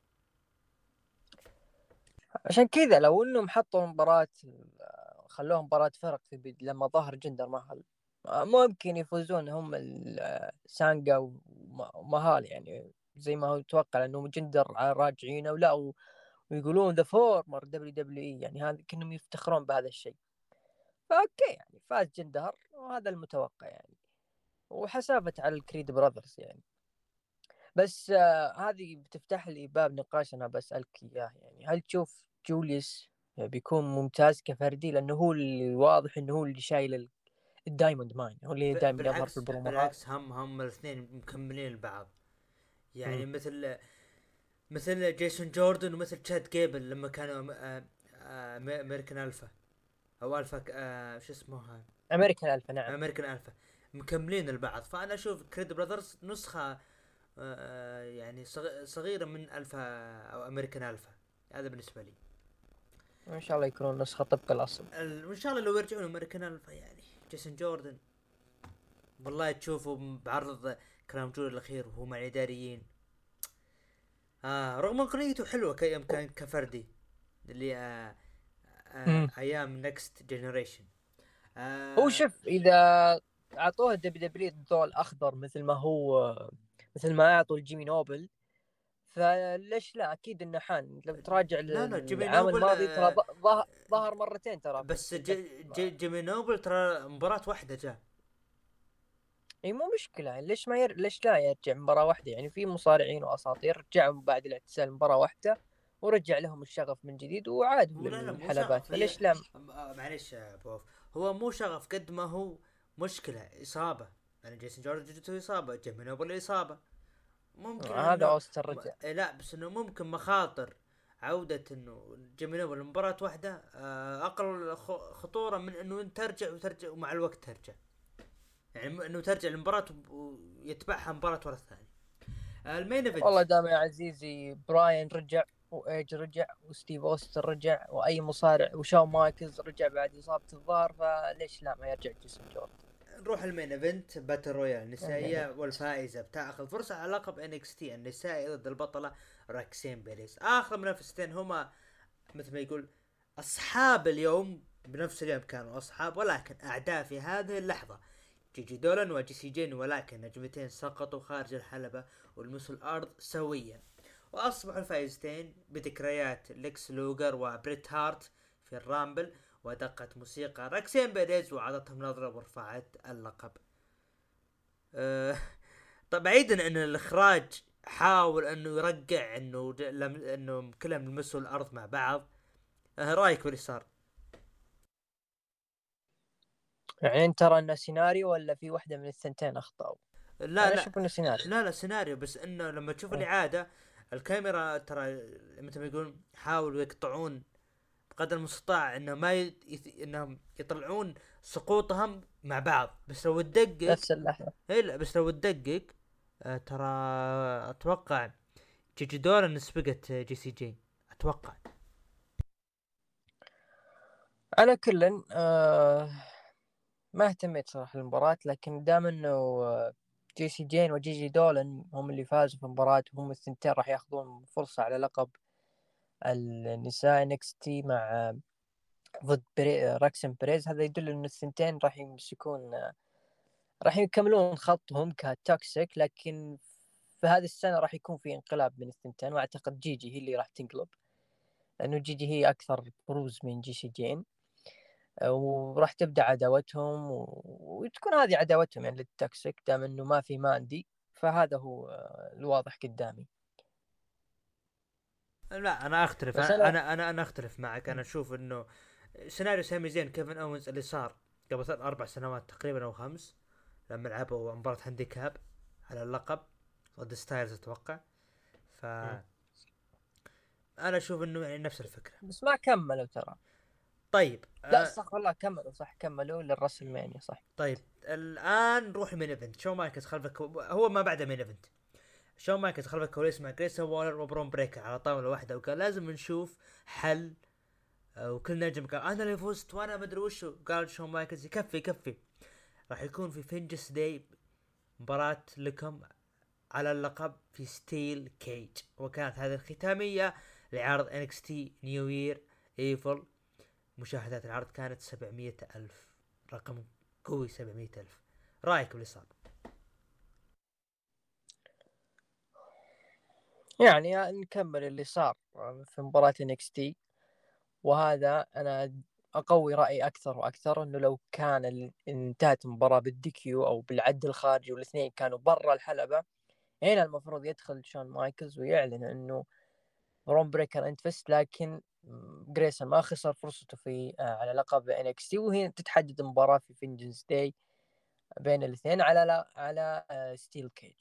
عشان كذا لو انهم حطوا مباراة، خلوها مباراة فرق في بد... لما ظهر جندر مهال ممكن يفوزون هم سانجا ومهال، يعني زي ما هو يتوقع انه جندر راجعين او لا و... ويقولون ذا فورمر دبليو دبليو اي، يعني هذا كانهم يفتخرون بهذا الشيء. فاوكي يعني فاز جندر وهذا المتوقع يعني، وحسافت على الكريد براذرز يعني. بس آه هذه بتفتح لي باب نقاش انا بسألك اياه، يعني هل تشوف جوليوس بيكون ممتاز كفردي؟ لانه هو اللي واضح انه هو اللي شايل الدايموند ماين، هو اللي ب- دائما يظهر في بالعكس البروموهات. بالعكس هم هم الاثنين مكملين البعض. مم. يعني مثل مثل جيسون جوردن ومثل تشاد جيبل لما كانوا آه آه امريكان الفا او الفا آه شو اسمه امريكان الفا، نعم. امريكان الفا، مكملين البعض. فانا اشوف كريد براذرز نسخه آه يعني صغ- صغيره من الفا او امريكان الفا. هذا بالنسبه لي. ان شاء الله يكونون نسخة طبق الاصل. ال- وان شاء الله لو يرجعون امريكان الفا يعني جيسون جوردن والله تشوفه بعرض كلام جول الاخير وهو مع الاداريين. آه رغم اغنيته حلوه كيوم كان كفردي اللي آه آه مم. ايام نكست جنريشن. هو آه شوف، اذا اعطوه الدبليو دبليو الضوء الاخضر مثل ما هو، مثل ما اعطوا الجيمي نوبل، فليش لا؟ اكيد انه حان. لو تراجع لا لا جيمي العام نوبل الماضي ترى آه ظ- ظه- ظهر مرتين ترى في بس في جي جي جيمي نوبل ترى مباراة واحدة جاء. اي مو مشكلة، ليش ما ير... ليش لا يرجع مباراة واحدة؟ يعني في مصارعين واساطير رجعهم بعد الاعتزال مباراة واحدة ورجع لهم الشغف من جديد وعادهم هو لا لا مو للحلبات، شغف هي. فليش لا؟ آه معليش يا بوف، هو مو شغف قد ما هو مشكلة إصابة. يعني جيسون جورج جته إصابة، جيمي نوبل إصابة. ممكن هذا انه اوستر م... رجع. إيه لا بس انه ممكن مخاطر عودة انه جيمي نوبل مباراة واحدة آه، اقل خ- خطورة من انه انت ترجع وترجع ومع الوقت ترجع. يعني م- انه ترجع المباراة ويتبعها مباراة ورا الثانية. آه، المين ايفنت. والله دام يا عزيزي براين رجع وايج رجع وستيف اوستر رجع واي مصارع وشاون مايكلز رجع بعد اصابة الظهر، فليش لا ما يرجع جيسون جورج؟ نروح المين ايفنت باتل رويال المين نسائية، والفائزة بتاخذ فرصة على لقب ان اكس تي النسائي ضد البطلة راكسين بيريز. اخر منافستين هما مثل ما يقول اصحاب اليوم، بنفس اليوم كانوا اصحاب ولكن اعداء في هذه اللحظة. جيجي دولان وجيسي جين، ولكن نجمتين سقطوا خارج الحلبة ولمسوا الارض سويا. واصبحوا الفائزتين بذكريات ليكس لوغر وبريت هارت في الرامبل. ودقت موسيقى راكسين بيريز وعطتهم نظرة ورفعت اللقب. أه طب بعيدا ان الاخراج حاول انه يرجع انه ج- لم انه كلهم لمسوا الارض مع بعض. أه رايك باللي صار؟ يعني انت ترى انه سيناريو ولا في واحدة من الثنتين اخطأوا؟ لا انا لا اشوف انه سيناريو. لا لا سيناريو، بس انه لما تشوف م. الاعادة الكاميرا ترى مثل ما يقولون حاولوا يقطعون بقدر المستطاع انه ما ي... يث- انهم يطلعون سقوطهم مع بعض. بس لو تدقق نفس اللحظة. هي لا بس لو تدقق آه ترى اتوقع جيجي دولان سبقت جي سي جي اتوقع. على كل آه ما اهتميت صراحة المباراة، لكن دام انه آه، جي سي جين وجي جي دولن هم اللي فازوا في المباراة وهم الثنتين راح ياخذون فرصة على لقب النساء نكس تي مع آه، ضد بري... راكسن بريز، هذا يدل ان الثنتين راح يمسكون آه، راح يكملون خطهم كتوكسيك، لكن في هذه السنة راح يكون في انقلاب من الثنتين، واعتقد جيجي هي اللي راح تنقلب، لانه جيجي هي اكثر بروز من جي سي جين، وراح تبدا عداوتهم و... وتكون هذه عداوتهم يعني للتوكسيك، دام انه ما في ماندي، فهذا هو آه، الواضح قدامي. لا انا اختلف، بس انا انا انا انا اختلف معك. انا اشوف انه سيناريو سامي زين كيفن اوينز اللي صار قبل ثلاث اربع سنوات تقريبا او خمس، لما لعبوا مباراة هانديكاب على اللقب ضد ستايلز اتوقع. ف انا اشوف انه يعني نفس الفكرة. بس ما كملوا ترى. طيب لا آه صح والله كملوا، صح كملوا للرسل مانيا صح. طيب الان نروح المين ايفنت. شو مايكلز خلفك هو ما بعد مين ايفنت. شو مايكلز خلف الكواليس مع جريسون وولر وبرون بريكر على طاولة واحدة، وقال لازم نشوف حل آه، وكل نجم قال انا اللي فزت وانا ما ادري وشو، قال شون مايكلز يكفي يكفي، راح يكون في فينجس داي مباراة لكم على اللقب في ستيل كيج. وكانت هذه الختامية لعرض انكس تي نيو يير ايفل. مشاهدات العرض كانت سبعمية ألف، رقم قوي سبعمية ألف. رايك باللي صار؟ يعني نكمل اللي صار في مباراة إنكس تي، وهذا أنا أقوي رأيي أكثر وأكثر إنه لو كان ال- انتهت المباراة بالديكيو أو بالعد الخارجي والاثنين كانوا برا الحلبة، هنا المفروض يدخل شون مايكلز ويعلن إنه برون بريكر أنت فزت، لكن جريسون ما خسر فرصته في آه على لقب إنكس تي، وهنا تتحدد المباراة في فينجنس داي بين الاثنين على لا على آه ستيل كيج.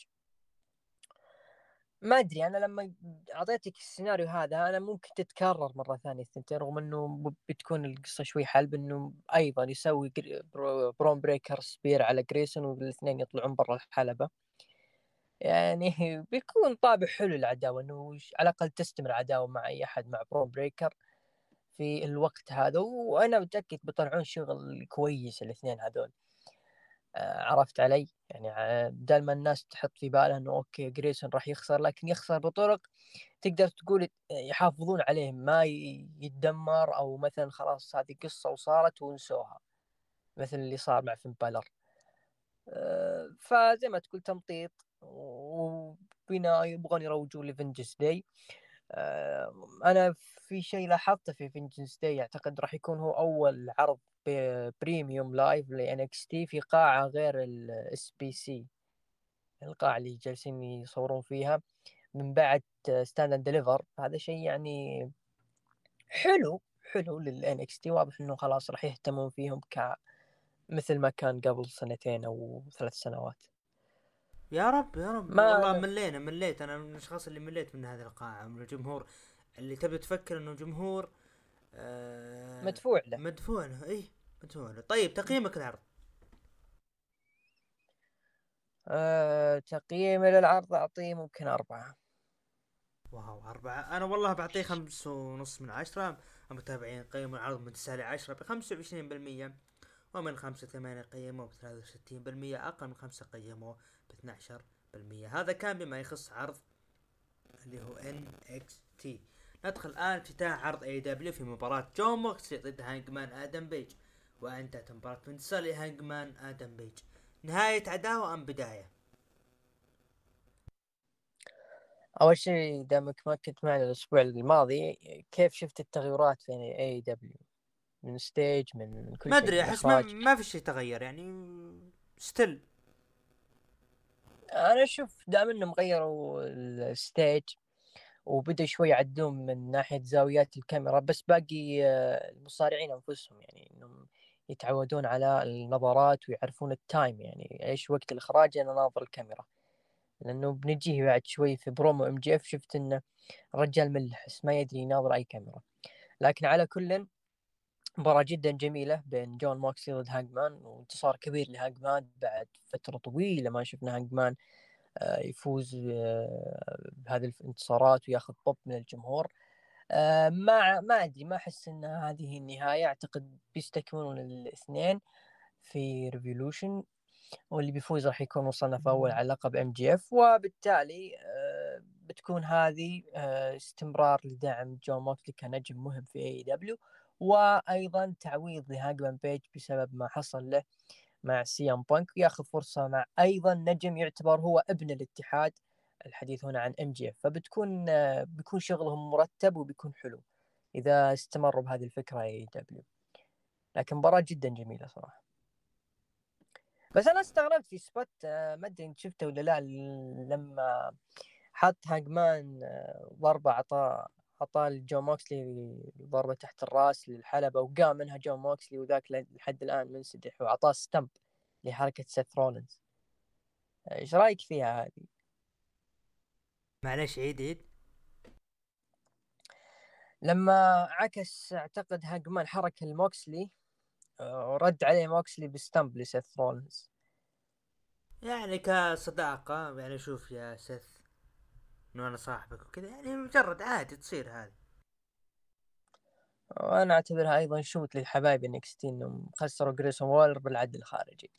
ما ادري، انا لما اعطيتك السيناريو هذا انا ممكن تتكرر مره ثانيه الثنتين، رغم انه بتكون القصه شوي حلب انه ايضا يسوي برون بريكر سبير على جريسون والاثنين يطلعون برا الحلبه. يعني بيكون طابع حلو العداوه، انه على الاقل تستمر عداوه مع اي احد مع برون بريكر في الوقت هذا، وانا متاكد بيطلعون شغل كويس الاثنين هذول. آه، عرفت علي؟ يعني آه، بدل ما الناس تحط في بالها انه اوكي جريسون راح يخسر، لكن يخسر بطرق تقدر تقول يحافظون عليه ما يتدمر، او مثلا خلاص هذه قصة وصارت ونسوها مثل اللي صار مع فين بالر. أه فزي ما تقول تمطيط، وبنا يبغون يروجوا لفنجس داي. أه انا في شيء لاحظته في فينجنس داي، اعتقد راح يكون هو اول عرض بريميوم لايف ل إن إكس تي في قاعة غير الاس بي سي، القاعة اللي جالسين يصورون فيها من بعد ستاند اند ديليفر. هذا شيء يعني حلو حلو لل إن إكس تي، واضح انه خلاص راح يهتمون فيهم ك مثل ما كان قبل سنتين او ثلاث سنوات. يا رب يا رب، ما والله أنا ملينا مليت انا من الاشخاص اللي مليت من هذه القاعة، من الجمهور اللي تبي تفكر انه جمهور آه مدفوع له. مدفوع له. ايه مدفوع له. طيب تقييمك العرض؟ أه تقييمي للعرض اعطيه ممكن أربعة. واو أربعة. أنا والله بعطيه خمس ونص من عشرة. المتابعين قيموا العرض من تسعة لعشرة بخمسة وعشرين بالمية، ومن خمسة ثمانية قيموه بثلاثة وستين بالمية، أقل من خمسة قيموه باثنى عشر بالمية. هذا كان بما يخص عرض اللي هو إن إكس تي. ندخل الآن افتتاح عرض اي دبليو في مباراة جون موكسلي ضد هانجمان آدم بيج، وانتهت مباراة بانتصار لهانجمان آدم بيج. نهاية عداوة أم بداية؟ اول شيء دامك ما كنت معنا الاسبوع الماضي، كيف شفت التغيرات في اي دبليو من ستيج من كل ما شيء أدري، أحس ما, الاخراج؟ ما في شيء تغير يعني، ستيل. انا اشوف دام انهم غيروا الستيج وبدأ شوي يعدلون من ناحية زاويات الكاميرا، بس باقي آه، المصارعين أنفسهم يعني إنهم يتعودون على النظرات ويعرفون التايم، يعني إيش وقت الإخراج أنا ناظر الكاميرا. لأنه بنجيه بعد شوي في برومو إم جي إف شفت إنه الرجال ملحس ما يدري يناظر أي كاميرا. لكن على كل، مباراة جدا جميلة بين جون موكسلي ضد هانجمان، وانتصار كبير لهانجمان بعد فترة طويلة ما شفنا هانجمان آه، يفوز آه، بهذه الانتصارات وياخذ طب من الجمهور. آه، ما ما ادري، ما احس ان هذه النهايه، اعتقد بيستكملون الاثنين في ريفولوشن، واللي بيفوز راح يكون مصنف اول على لقب ام جي اف، وبالتالي آه، بتكون هذه آه، استمرار لدعم جون موكسلي كنجم مهم في اي دبليو، وايضا تعويض لهاجمان بيج بسبب ما حصل له مع سي ام بانك، وياخذ فرصه مع ايضا نجم يعتبر هو ابن الاتحاد، الحديث هنا عن ام جي اف. فبتكون آه، بيكون شغلهم مرتب وبيكون حلو اذا استمروا بهذه الفكره اي دبليو. لكن مباراه جدا جميله صراحه. بس انا استغربت في سبوت، آه، ما ادري انت شفته ولا لا، لما حط هاجمان آه، ضربه، عطاه عطاه لجون موكسلي ضربه تحت الراس للحلبه، وقام منها جون موكسلي وذاك لحد الان منسدح، وعطاه ستمب لحركه سيث رولينز. ايش رايك فيها هذه؟ معلش عيد عيد. لما عكس اعتقد هاجمان حركه الموكسلي، آه، ورد عليه موكسلي بستامب لسيث رولينز. يعني كصداقة، يعني شوف يا سيث، انه انا صاحبك وكذا، يعني مجرد عادي تصير هذه. وانا اعتبرها ايضا شوت للحبايب انكستي انهم خسروا جريسون وولر بالعدل الخارجي.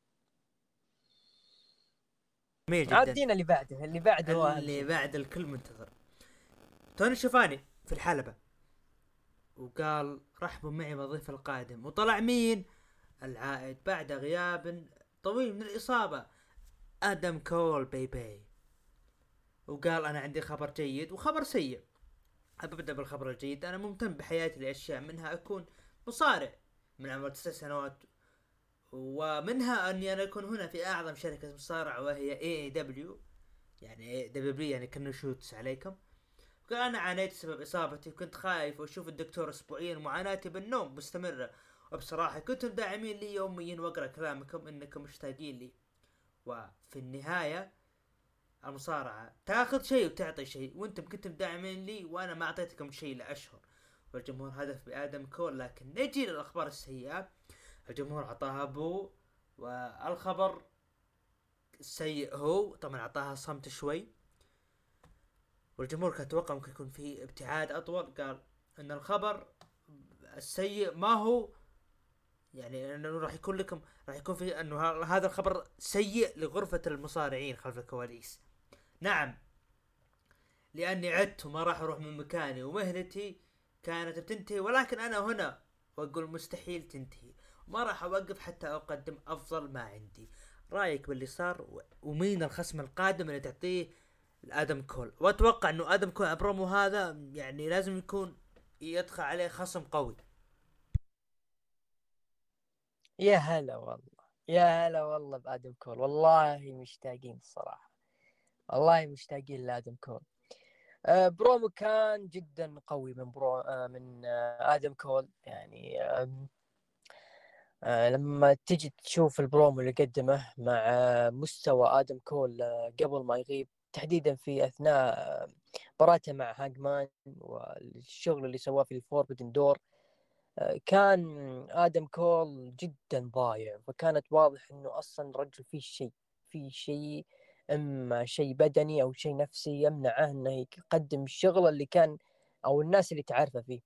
جميل جدا. عدينا اللي بعده، اللي بعده هو اهم اللي شيء. بعد الكل منتظر. توني شوفاني في الحلبة وقال رحبوا معي بالضيف القادم، وطلع مين؟ العائد بعد غياب طويل من الإصابة، آدم كول بيبي. وقال أنا عندي خبر جيد وخبر سيء. أبدأ بالخبر الجيد. أنا ممتن بحياتي لأشياء، منها أكون مصارع من عمر تسع سنوات، ومنها أني أنا أكون هنا في أعظم شركة مصارعة وهي إيه إيه دبليو، يعني دبليو يعني كنا شوتس عليكم. قال أنا عانيت بسبب إصابتي وكنت خايف وأشوف الدكتور أسبوعيا، ومعاناتي بالنوم مستمرة، وبصراحة كنتم داعمين لي يوميا، وأقرأ كلامكم إنكم مشتاقين لي. وفي النهاية المصارعة تاخذ شيء وتعطي شيء، وانتم كنتم داعمين لي وانا ما اعطيتكم شيء لاشهر، والجمهور هدف بآدم كول. لكن نجي للاخبار السيئة. الجمهور عطاها ابو، والخبر السيء هو طبعا عطاها صمت شوي، والجمهور كان يتوقع ممكن يكون فيه ابتعاد اطول. قال ان الخبر السيء ما هو يعني انه راح يكون لكم، راح يكون في انه هذا الخبر سيء لغرفة المصارعين خلف الكواليس. نعم، لاني عدت وما راح اروح من مكاني، ومهنتي كانت بتنتهي، ولكن انا هنا واقول مستحيل تنتهي، وما راح اوقف حتى اقدم افضل ما عندي. رايك باللي صار، ومين الخصم القادم اللي تعطيه لادم كول؟ واتوقع انه ادم كول ابرومو هذا يعني لازم يكون يدخل عليه خصم قوي. يا هلا والله، يا هلا والله بآدم كول، والله مشتاقين الصراحة، والله مشتاقين لآدم كول. آه برومو كان جدا قوي من برو آه من آه آدم كول يعني. آه آه لما تجي تشوف البرومو اللي قدمه مع آه مستوى آدم كول آه قبل ما يغيب، تحديدا في أثناء آه مباراته مع هاجمان والشغل اللي سواه في الفوربدن دور، كان آدم كول جدا ضايع، فكانت واضح انه اصلا رجل فيه شيء، فيه شيء، اما شيء بدني او شيء نفسي يمنعه انه يقدم الشغل اللي كان او الناس اللي تعرفه فيه.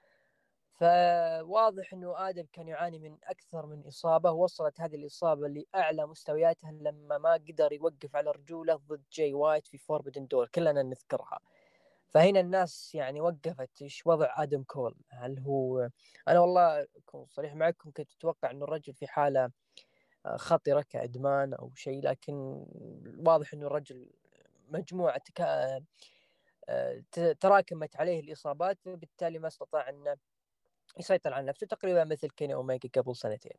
فواضح انه آدم كان يعاني من اكثر من اصابة، وصلت هذه الاصابة لاعلى مستوياتها لما ما قدر يوقف على رجوله ضد جاي وايت في فوربدن دور، كلنا نذكرها. فهنا الناس يعني وقفت ايش وضع آدم كول. هل هو، انا والله اكون صريح معكم كنت اتوقع انه الرجل في حالة خطرة كادمان او شيء، لكن واضح انه الرجل مجموعة تكا... تراكمت عليه الاصابات، فبالتالي ما استطاع انه يسيطر على نفسه، تقريبا مثل كيني اوميجا قبل سنتين.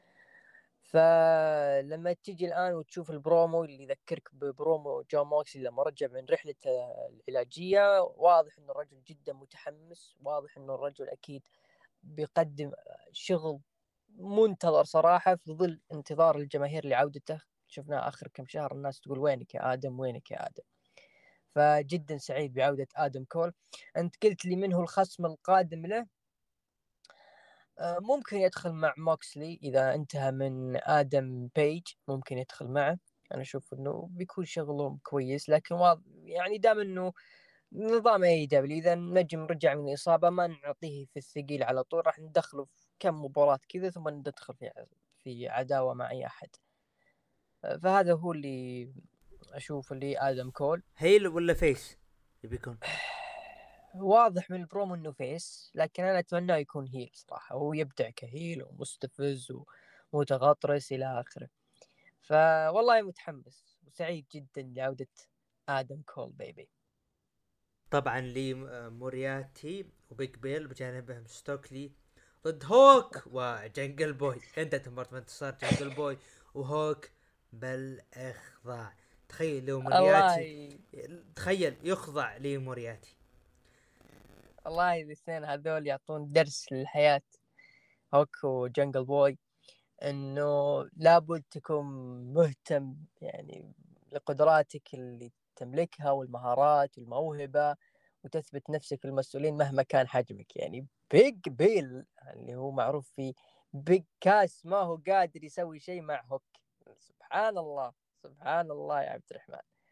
فلما تيجي الآن وتشوف البرومو اللي يذكرك ببرومو جون موكسلي لما رجع من رحلته العلاجية، واضح أن الرجل جدا متحمس، واضح أن الرجل أكيد بيقدم شغل منتظر صراحة في ظل انتظار الجماهير لعودته. شفناه آخر كم شهر الناس تقول وينك يا آدم، وينك يا آدم. فجدا سعيد بعودة آدم كول. أنت قلت لي منه الخصم القادم له، ممكن يدخل مع موكسلي إذا انتهى من آدم بيج، ممكن يدخل معه. أنا أشوف إنه بيكون شغله كويس، لكن واضح يعني دام إنه نظام اي دبليو، إذا نجم رجع من الإصابة ما نعطيه في الثقيل على طول، راح ندخله في كم مباراة كذا ثم ندخل في في عداوة مع أي أحد. فهذا هو اللي أشوف اللي آدم كول. هيل ولا فيس يبيكون؟ واضح من البرومو انه فيس، لكن انا اتمنى يكون هيل صراحه، هو يبدع كهيل ومستفز ومتغطرس الى اخره. فوالله متحمس وسعيد جدا لعوده ادم كول بيبي. طبعا لي مورياتي وبيج بيل بجانبهم ستوكلي ضد هوك وجنجل بوي. انت تمرت من انتصار جنجل بوي وهوك بالاخضاع. تخيل لو مورياتي، الله تخيل يخضع لي مورياتي. الله الاثنين هذول يعطون درس للحياه، هوك وجنجل بوي، انه لابد تكون مهتم يعني لقدراتك اللي تملكها والمهارات والموهبة، وتثبت نفسك المسؤولين مهما كان حجمك. يعني بيج بيل اللي هو معروف في بيج كاس ما هو قادر يسوي شيء مع هوك. سبحان الله، سبحان الله يا عبد الرحمن.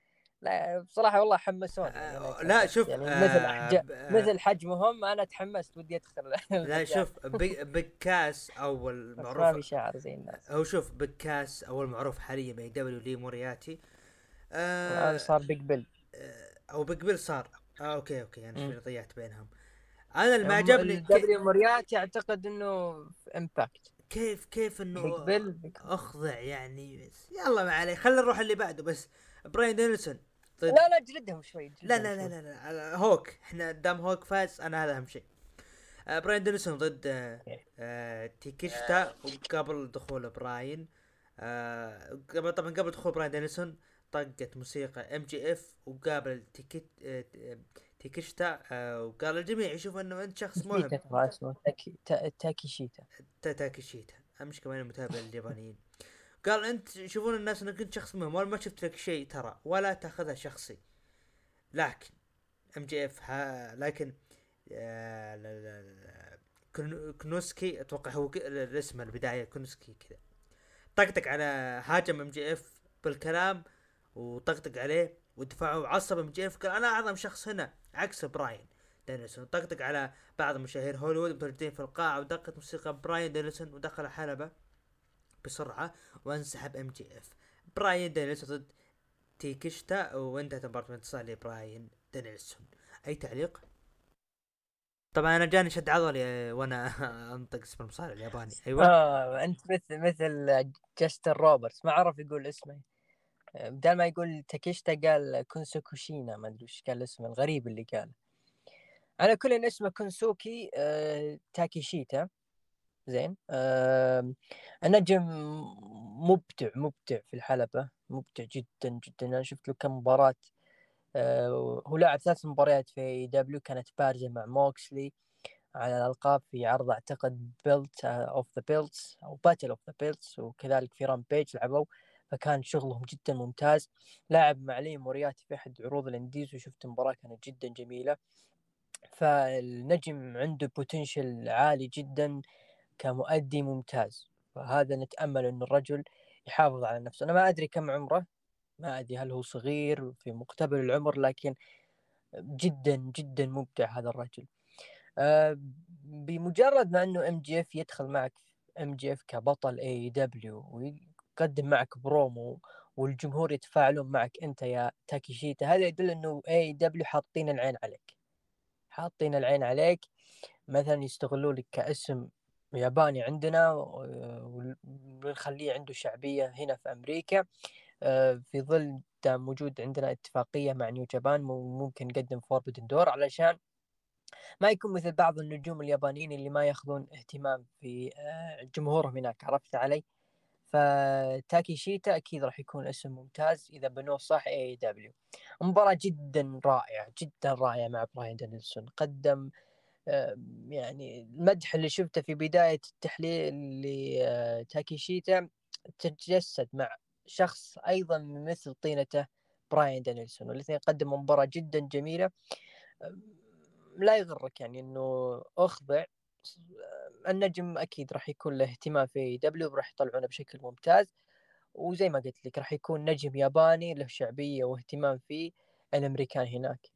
لا بصراحه والله حمسوني يعني آه أنا لا كشخص شوف يعني مثل آه حج... ب- آه مثل حجمهم انا تحمست ودي ادخل لا المجال. شوف بيج بيج كاس اول بس معروف. ما في شعر زي الناس. هو شوف بيج كاس اول معروف حاليا بين دبليو لي مورياتي. الان آه صار بيج بيل. آه او بيج بيل صار. آه اوكي اوكي انا مم. شوي ضيعت بينهم. انا اللي ما عجبني كي الدبليو مورياتي اعتقد انه في امباكت. كيف كيف بيج انه بيل بيج... اخضع يعني. بس يلا ما عليه، خلينا نروح اللي بعده. بس براين دينيسون ضد. لا لا جلدهم شوي لا جلدهم لا لا شوي. لا, لا. لا. هوك احنا قدام هوك فاز، انا هذا اهم شيء. آه براين دينيسون ضد آه آه تيكيشتا. وقبل دخول براين آه قبل طبعا قبل دخول براين دينيسون طقت موسيقى ام جي اف وقابل تيكيت آه تيكيشتا. آه وقال الجميع يشوف انه انت شخص شيتا مهم. ترى اسمه تاكي تا... تاكي شيتا. تاكيشيتا مش كمان متابع اليابانيين. قال انت يشوفون الناس انك انت شخص مهم وانا ما شفت لك شيء ترى، ولا تاخذها شخصي. لكن ام جي اف ها لكن آه لا لا لا كن- كنوسكي اتوقع هو ك- الاسم البدايه كنوسكي كذا. طقطق على هاجم ام جي اف بالكلام وطقطق عليه ودفعه وعصب ام جي اف. قال انا اعظم شخص هنا عكس براين دينيسون. طقطق على بعض مشاهير هوليوود متواجدين في القاعه ودقت موسيقى براين دينيسون ودخل حلبة بسرعة وانسحب ام جي اف. براين دينيسون ضد تيكيشتا وانتهت مباراة بانتصار لبراين دينيسون. اي تعليق؟ طبعا انا جاني شد عضلي وانا انطق اسم المصارع الياباني. ايوه اه انت مثل مثل جاستن روبرتس ما عرف يقول اسمه. بدل ما يقول تاكيشتا قال كونسوكوشينا، ما ادري وش قال اسمه الغريب اللي قال. على كل إن اسمه كونسوكي آه تاكيشيتا. زين آه النجم مبدع مبدع في الحلبة، مبدع جدا جدا. أنا شفت له كم مباراة. آه هو لعب ثلاث مباريات في دبليو كانت بارزة مع موكسلي على الألقاب في عرض أعتقد بيلت أوف ذا بيلتس أو باتل أوف ذا بيلتس، وكذلك في رامبيج لعبوا، فكان شغلهم جدا ممتاز. لاعب مع لي مورياتي في أحد عروض الانديز وشفت مباراة كانت جدا جميلة. فالنجم عنده بوتنشل عالي جدا كمؤدي ممتاز، فهذا نتأمل أن الرجل يحافظ على نفسه. أنا ما أدري كم عمره، ما أدري هل هو صغير في مقتبل العمر، لكن جدا جدا مبدع هذا الرجل. أه بمجرد ما أنه ام جي اف يدخل معك ام جي اف كبطل اي دبليو ويقدم معك برومو والجمهور يتفاعلون معك انت يا تاكيشيتا، هذا يدل انه اي دبليو حاطين العين عليك، حاطين العين عليك. مثلا يستغلوا لك كاسم ياباني عندنا ونخليه عنده شعبية هنا في أمريكا. في ظل موجود عندنا اتفاقية مع نيو جابان ممكن نقدم فوربدن دور علشان ما يكون مثل بعض النجوم اليابانيين اللي ما ياخذون اهتمام في جمهورهم هناك. عرفت علي؟ فتاكي شيتا أكيد راح يكون اسم ممتاز إذا بنوه صح. اي دبليو مباراة جدا رائعة جدا رائعة مع براين دانيلسون. قدم يعني المدح اللي شفته في بداية التحليل لتاكيشيتا تجسد مع شخص أيضا مثل طينته براين دانيلسون، والاثنين قدموا مباراة جدا جميلة. لا يغرك يعني أنه أخضع. النجم أكيد راح يكون له اهتمام في دبليو، راح يطلعونه بشكل ممتاز، وزي ما قلت لك راح يكون نجم ياباني له شعبية واهتمام في الأمريكان هناك.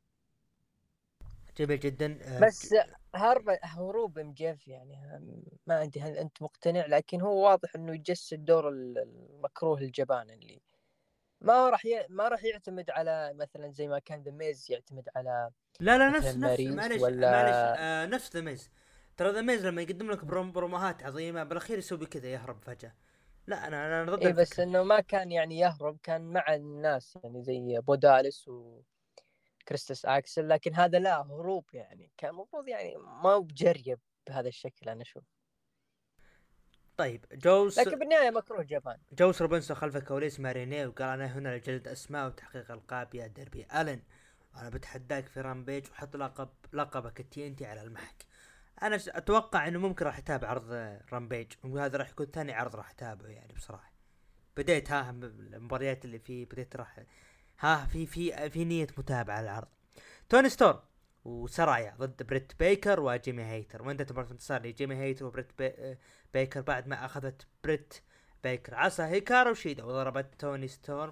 جميل جدا. آه بس هرب هروب ام جيف يعني ما عندي، هل انت مقتنع؟ لكن هو واضح انه يجسد دور المكروه الجبان اللي ما راح ي... ما راح يعتمد على مثلا زي ما كان ذا ميز يعتمد على لا لا مثلا نفس نفس ماريس معلش معلش ولا. آه نفس ذا ميز. ترى ذا ميز لما يقدم لك بروم بروموهات عظيمه بالاخير يسوي كذا يهرب فجاه. لا انا انا ضد اي بس الفكره. انه ما كان يعني يهرب، كان مع الناس يعني زي بوداليس وكريستس اكسل، لكن هذا لا هروب يعني كان المفروض يعني ما بجري بهذا الشكل انا اشوف. طيب جوس لكن بالنهايه مكروه جبان. جوس روبنسون خلف الكواليس مع رينيه وقال انا هنا لجلد اسماء وتحقيق القاب يا ديربي الن. انا بتحداك في رامبيج وحط لقب لقبك التي انتي على المحك. انا اتوقع انه ممكن راح يتابع عرض رامبيج وهذا راح يكون ثاني عرض راح اتابعه يعني بصراحه. بديت ها المباريات اللي فيه بديت راح ها في في في نيه متابعه العرض. توني ستورم وسرايا ضد بريت بيكر وجيمي هيتر، وانتهت مباراة انتصار لجيمي هيتر وبريت بي... بيكر بعد ما اخذت بريت بيكر عصا هيكارا وشيدا وضربت توني ستورم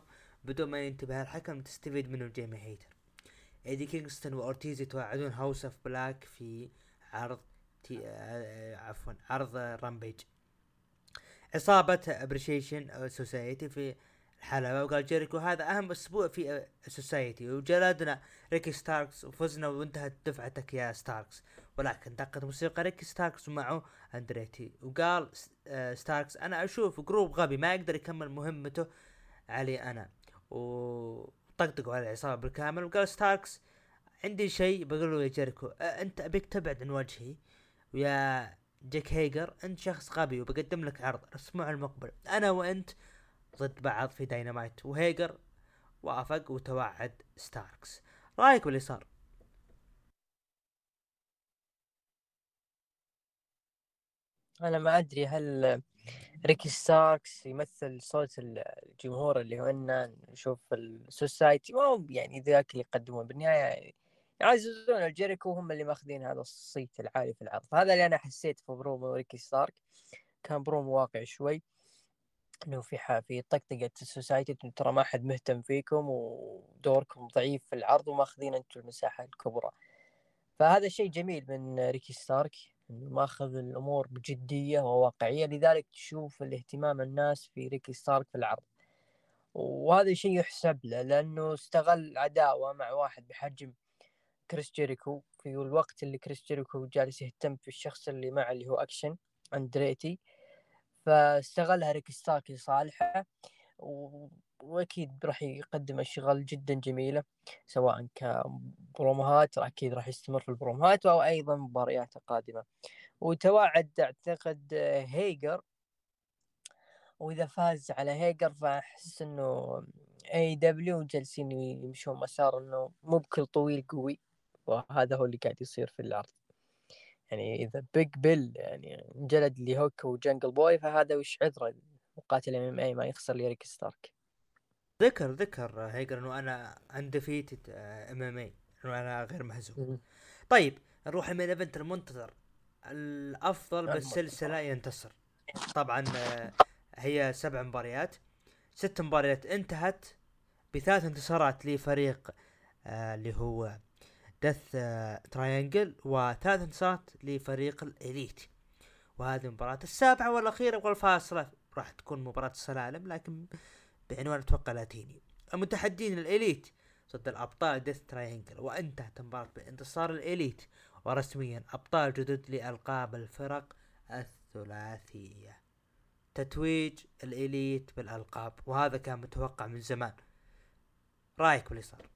بدون ما ينتبه الحكم تستفيد منه جيمي هيتر. ايدي كينغستون واورتيز يتوعدون هاوس اوف بلاك في عرض تي... آه، عفوا عرض رامبيج. عصابة ابريشيشن سوسايتي في الحلبة، وقال جيريكو هذا اهم اسبوع في سوسايتي، وجلدنا ريكي ستاركس وفزنا وانتهت دفعتك يا ستاركس. ولكن دقت موسيقى ريكي ستاركس ومعه اندريتي، وقال ستاركس انا اشوف جروب غبي ما يقدر يكمل مهمته علي انا، وطقطقوا على العصابة بالكامل. وقال ستاركس عندي شيء بقوله يا جيريكو، انت ابيك تبعد عن وجهي، ويا جيك هيجر انت شخص غبي، وبقدم لك عرض الاسبوع المقبل انا وانت ضد بعض في داينامايت. وهيجر وافق وتوعد ستاركس. رايك باللي صار؟ انا ما ادري هل ريكي ستاركس يمثل صوت الجمهور اللي هو إنه نشوف السوسايتي، ما هو يعني ذاك اللي يقدمون بالنهاية يعني يعززون الجيريكو، هم اللي ماخذين هذا الصيت العالي في العرض. هذا اللي أنا حسيت في برومو ريكي ستارك، كان برومو واقعي شوي، إنه في ح... في طقطقة السوسايتي ترى ما حد مهتم فيكم ودوركم ضعيف في العرض وماخذين أنتم المساحة الكبرى. فهذا شيء جميل من ريكي ستارك، إنه ماخذ الأمور بجدية وواقعية، لذلك تشوف الاهتمام الناس في ريكي ستارك في العرض، وهذا شيء يحسب له لأنه استغل عداوة مع واحد بحجم كريس جيريكو في الوقت اللي كريس جيريكو جالس يهتم في الشخص اللي معه اللي هو أكشن أندريتي، فاستغلها ريكي ستارك لصالحه، و... واكيد راح يقدم اشغال جدا جميله سواء كبروموهات، اكيد راح يستمر في البروموهات او ايضا مباريات قادمه. وتواعد اعتقد هيجر، واذا فاز على هيجر فاحس انه اي دبليو جالسين يمشون مسار انه مو بكل طويل قوي، وهذا هو اللي قاعد يصير في العرض. يعني اذا بيج بيل يعني انجلد لهوك وجنجل بوي، فهذا وش عذره مقاتل ام ام اي ما يخسر ليريك ستارك. ذكر ذكر هيجر انه انا اندفيتد ام ام اي، انه انا غير مهزوم. طيب نروح من الايفنت المنتظر، الافضل بالسلسلة ينتصر. طبعا هي سبع مباريات، ست مباريات انتهت بثلاث انتصارات لفريق آه اللي هو دث آه تراينجل، وثلاث انتصارات لفريق الإليت. وهذه المباراة السابعة والأخيرة والفاصلة راح تكون مباراة السلالم، لكن بعنوان أتوقع لاتيني. المتحدين الإليت ضد الأبطال دث تراينجل، وانتهت المباراة بانتصار الإليت، ورسميا أبطال جدد لألقاب الفرق الثلاثية. تتويج الإليت بالألقاب، وهذا كان متوقع من زمان. رايك باللي صار؟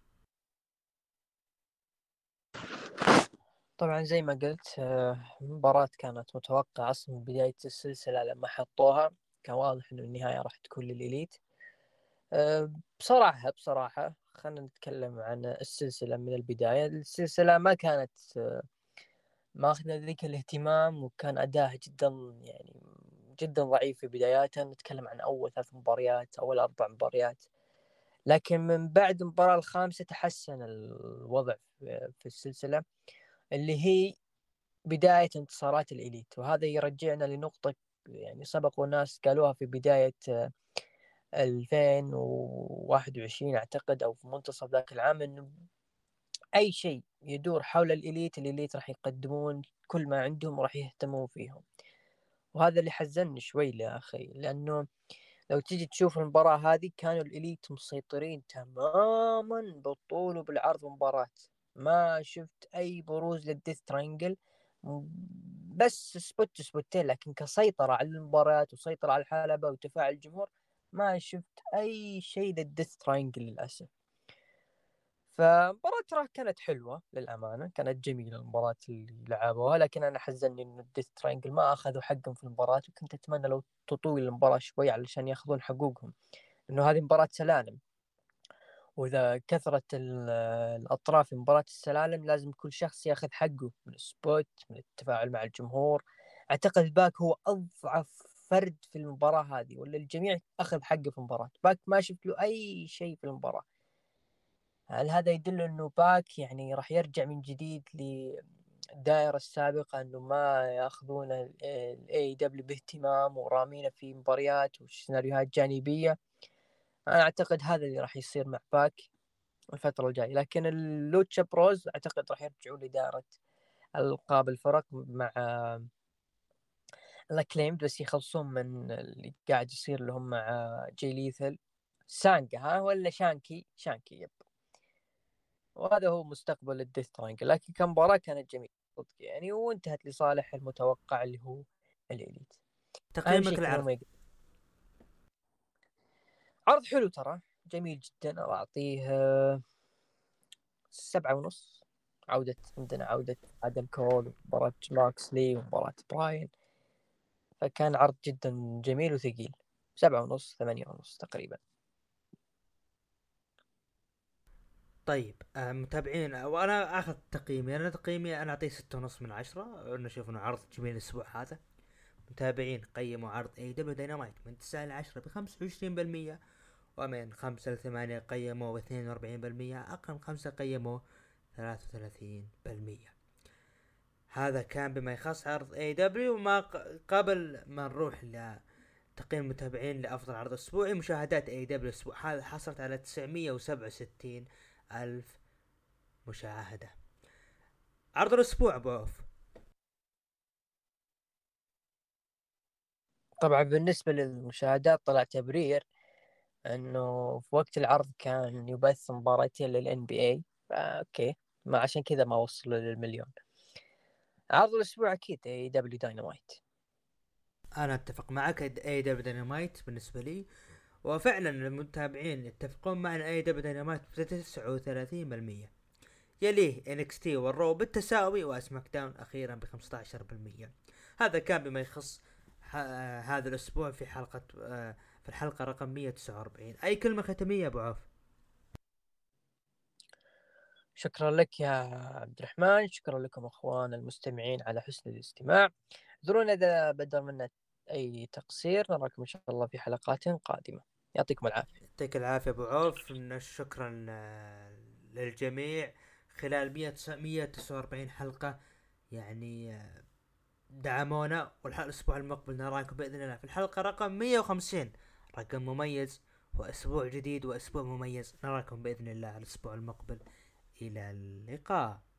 طبعا زي ما قلت مباراة كانت متوقعة أصلا من بداية السلسلة، لما حطوها كان واضح إنه النهاية راح تكون للإليت. بصراحة بصراحة خلينا نتكلم عن السلسلة من البداية. السلسلة ما كانت ما أخذنا ذيك الاهتمام، وكان أداها جدا يعني جدا ضعيف في بداياتها. نتكلم عن أول ثلاث مباريات، أول أربع مباريات، لكن من بعد المباراة الخامسة تحسن الوضع في السلسلة، اللي هي بداية انتصارات الإليت. وهذا يرجعنا لنقطة يعني سبق ناس قالوها في بداية ألفين وواحد وعشرين أعتقد، أو في منتصف ذاك العام، إنه أي شيء يدور حول الإليت الإليت راح يقدمون كل ما عندهم وراح يهتمون فيهم. وهذا اللي حزنني شوي يا أخي، لأنه لو تيجي تشوف المباراة هذه كانوا الإليت مسيطرين تماما بالطول وبالعرض المباراة، ما شفت أي بروز للديث ترينجل، بس سبوت سبوتين، لكن كسيطرة على المباريات وسيطرة على الحلبة وتفاعل الجمهور ما شفت أي شيء للديث ترينجل للأسف. فمباراة ترى كانت حلوة للأمانة، كانت جميلة المباراة اللي لعبوها، لكن أنا حزنني إنه الديث ترينجل ما أخذوا حقهم في المباراة، وكنت أتمنى لو تطول المباراة شوي علشان يأخذون حقوقهم، إنه هذه مباراة سلالم، وإذا كثرت الأطراف في مباراة السلالم لازم كل شخص يأخذ حقه من السبوت، من التفاعل مع الجمهور. أعتقد باك هو أضعف فرد في المباراة هذه، ولا الجميع أخذ حقه في المباراة. باك ما شفت له أي شيء في المباراة. هل هذا يدل انه باك يعني راح يرجع من جديد للدائرة السابقة، انه ما ياخذون الاي دبليو باهتمام ورامينه في مباريات وسيناريوهات جانبية؟ انا اعتقد هذا اللي راح يصير مع باك الفترة الجاية. لكن اللوتشا بروز اعتقد راح يرجعوا لإدارة القاب الفرق مع الاكليمد، بس يخلصون من اللي قاعد يصير لهم مع جي ليثل سانجا، ها ولا شانكي شانكي يب. وهذا هو مستقبل الديث ترانجل. لكن كمباراة كانت جميلة صدق يعني، وانتهت لصالح المتوقع اللي هو الإليت. أهم تقييمك شيء كان العرض؟ أوميجا عرض حلو ترى، جميل جدا. أعطيه سبعة ونص. عودة عندنا عودة آدم كول، ومباراة ماكسلي، ومباراة براين، فكان عرض جدا جميل وثقيل. سبعة ونص ثمانية ونص تقريبا. طيب آه متابعين، وانا اخذ تقييمي، انا تقييمي انا اعطيه ستة ونص من عشرة. انا اشوف انه عرض جميل الاسبوع هذا. متابعين قيموا عرض اي دبليو داينامايت من تسعة إلى عشرة ب خمسة وعشرين بالمية، ومن خمسة إلى ثمانية قيموه ب اثنين وأربعين بالمية، اقل خمسة قيموه ثلاثة وثلاثين بالمية. هذا كان بما يخص عرض اي دبليو. وما قبل ما نروح لتقييم المتابعين لافضل عرض اسبوعي، مشاهدات اي دبليو الاسبوع هذا حصلت على تسعمية وسبعة وستين الف مشاهدة. عرض الاسبوع ابو عوف. طبعا بالنسبة للمشاهدات طلع تبرير انه في وقت العرض كان يبث مباراتين للان بي اي، فاوكي ما عشان كذا ما وصلوا للمليون. عرض الاسبوع اكيد اي دبليو داينامايت. انا اتفق معك، اي دبليو داينامايت بالنسبة لي. وفعلا المتابعين يتفقون مع ان اي دبليو داينامايت ب تسعة وثلاثين بالمية. يليه انكس تي والرو بالتساوي، واسماك داون اخيرا ب خمسة عشر بالمية. هذا كان بما يخص هذا الاسبوع في حلقة آه في الحلقة رقم مية وتسعة وأربعين. اي كلمة ختمية ابو عوف؟ شكرا لك يا عبد الرحمن، شكرا لكم اخوان المستمعين على حسن الاستماع. اعذرونا اذا بدر منا اي تقصير، نراكم ان شاء الله في حلقات قادمة. يعطيكم العافية. يعطيك العافية ابو عوف. شكرا للجميع خلال مية وتسعة وأربعين حلقة، يعني دعمونا. والاسبوع المقبل نراكم باذن الله في الحلقة رقم مية وخمسين، رقم مميز واسبوع جديد واسبوع مميز. نراكم باذن الله الاسبوع المقبل. الى اللقاء.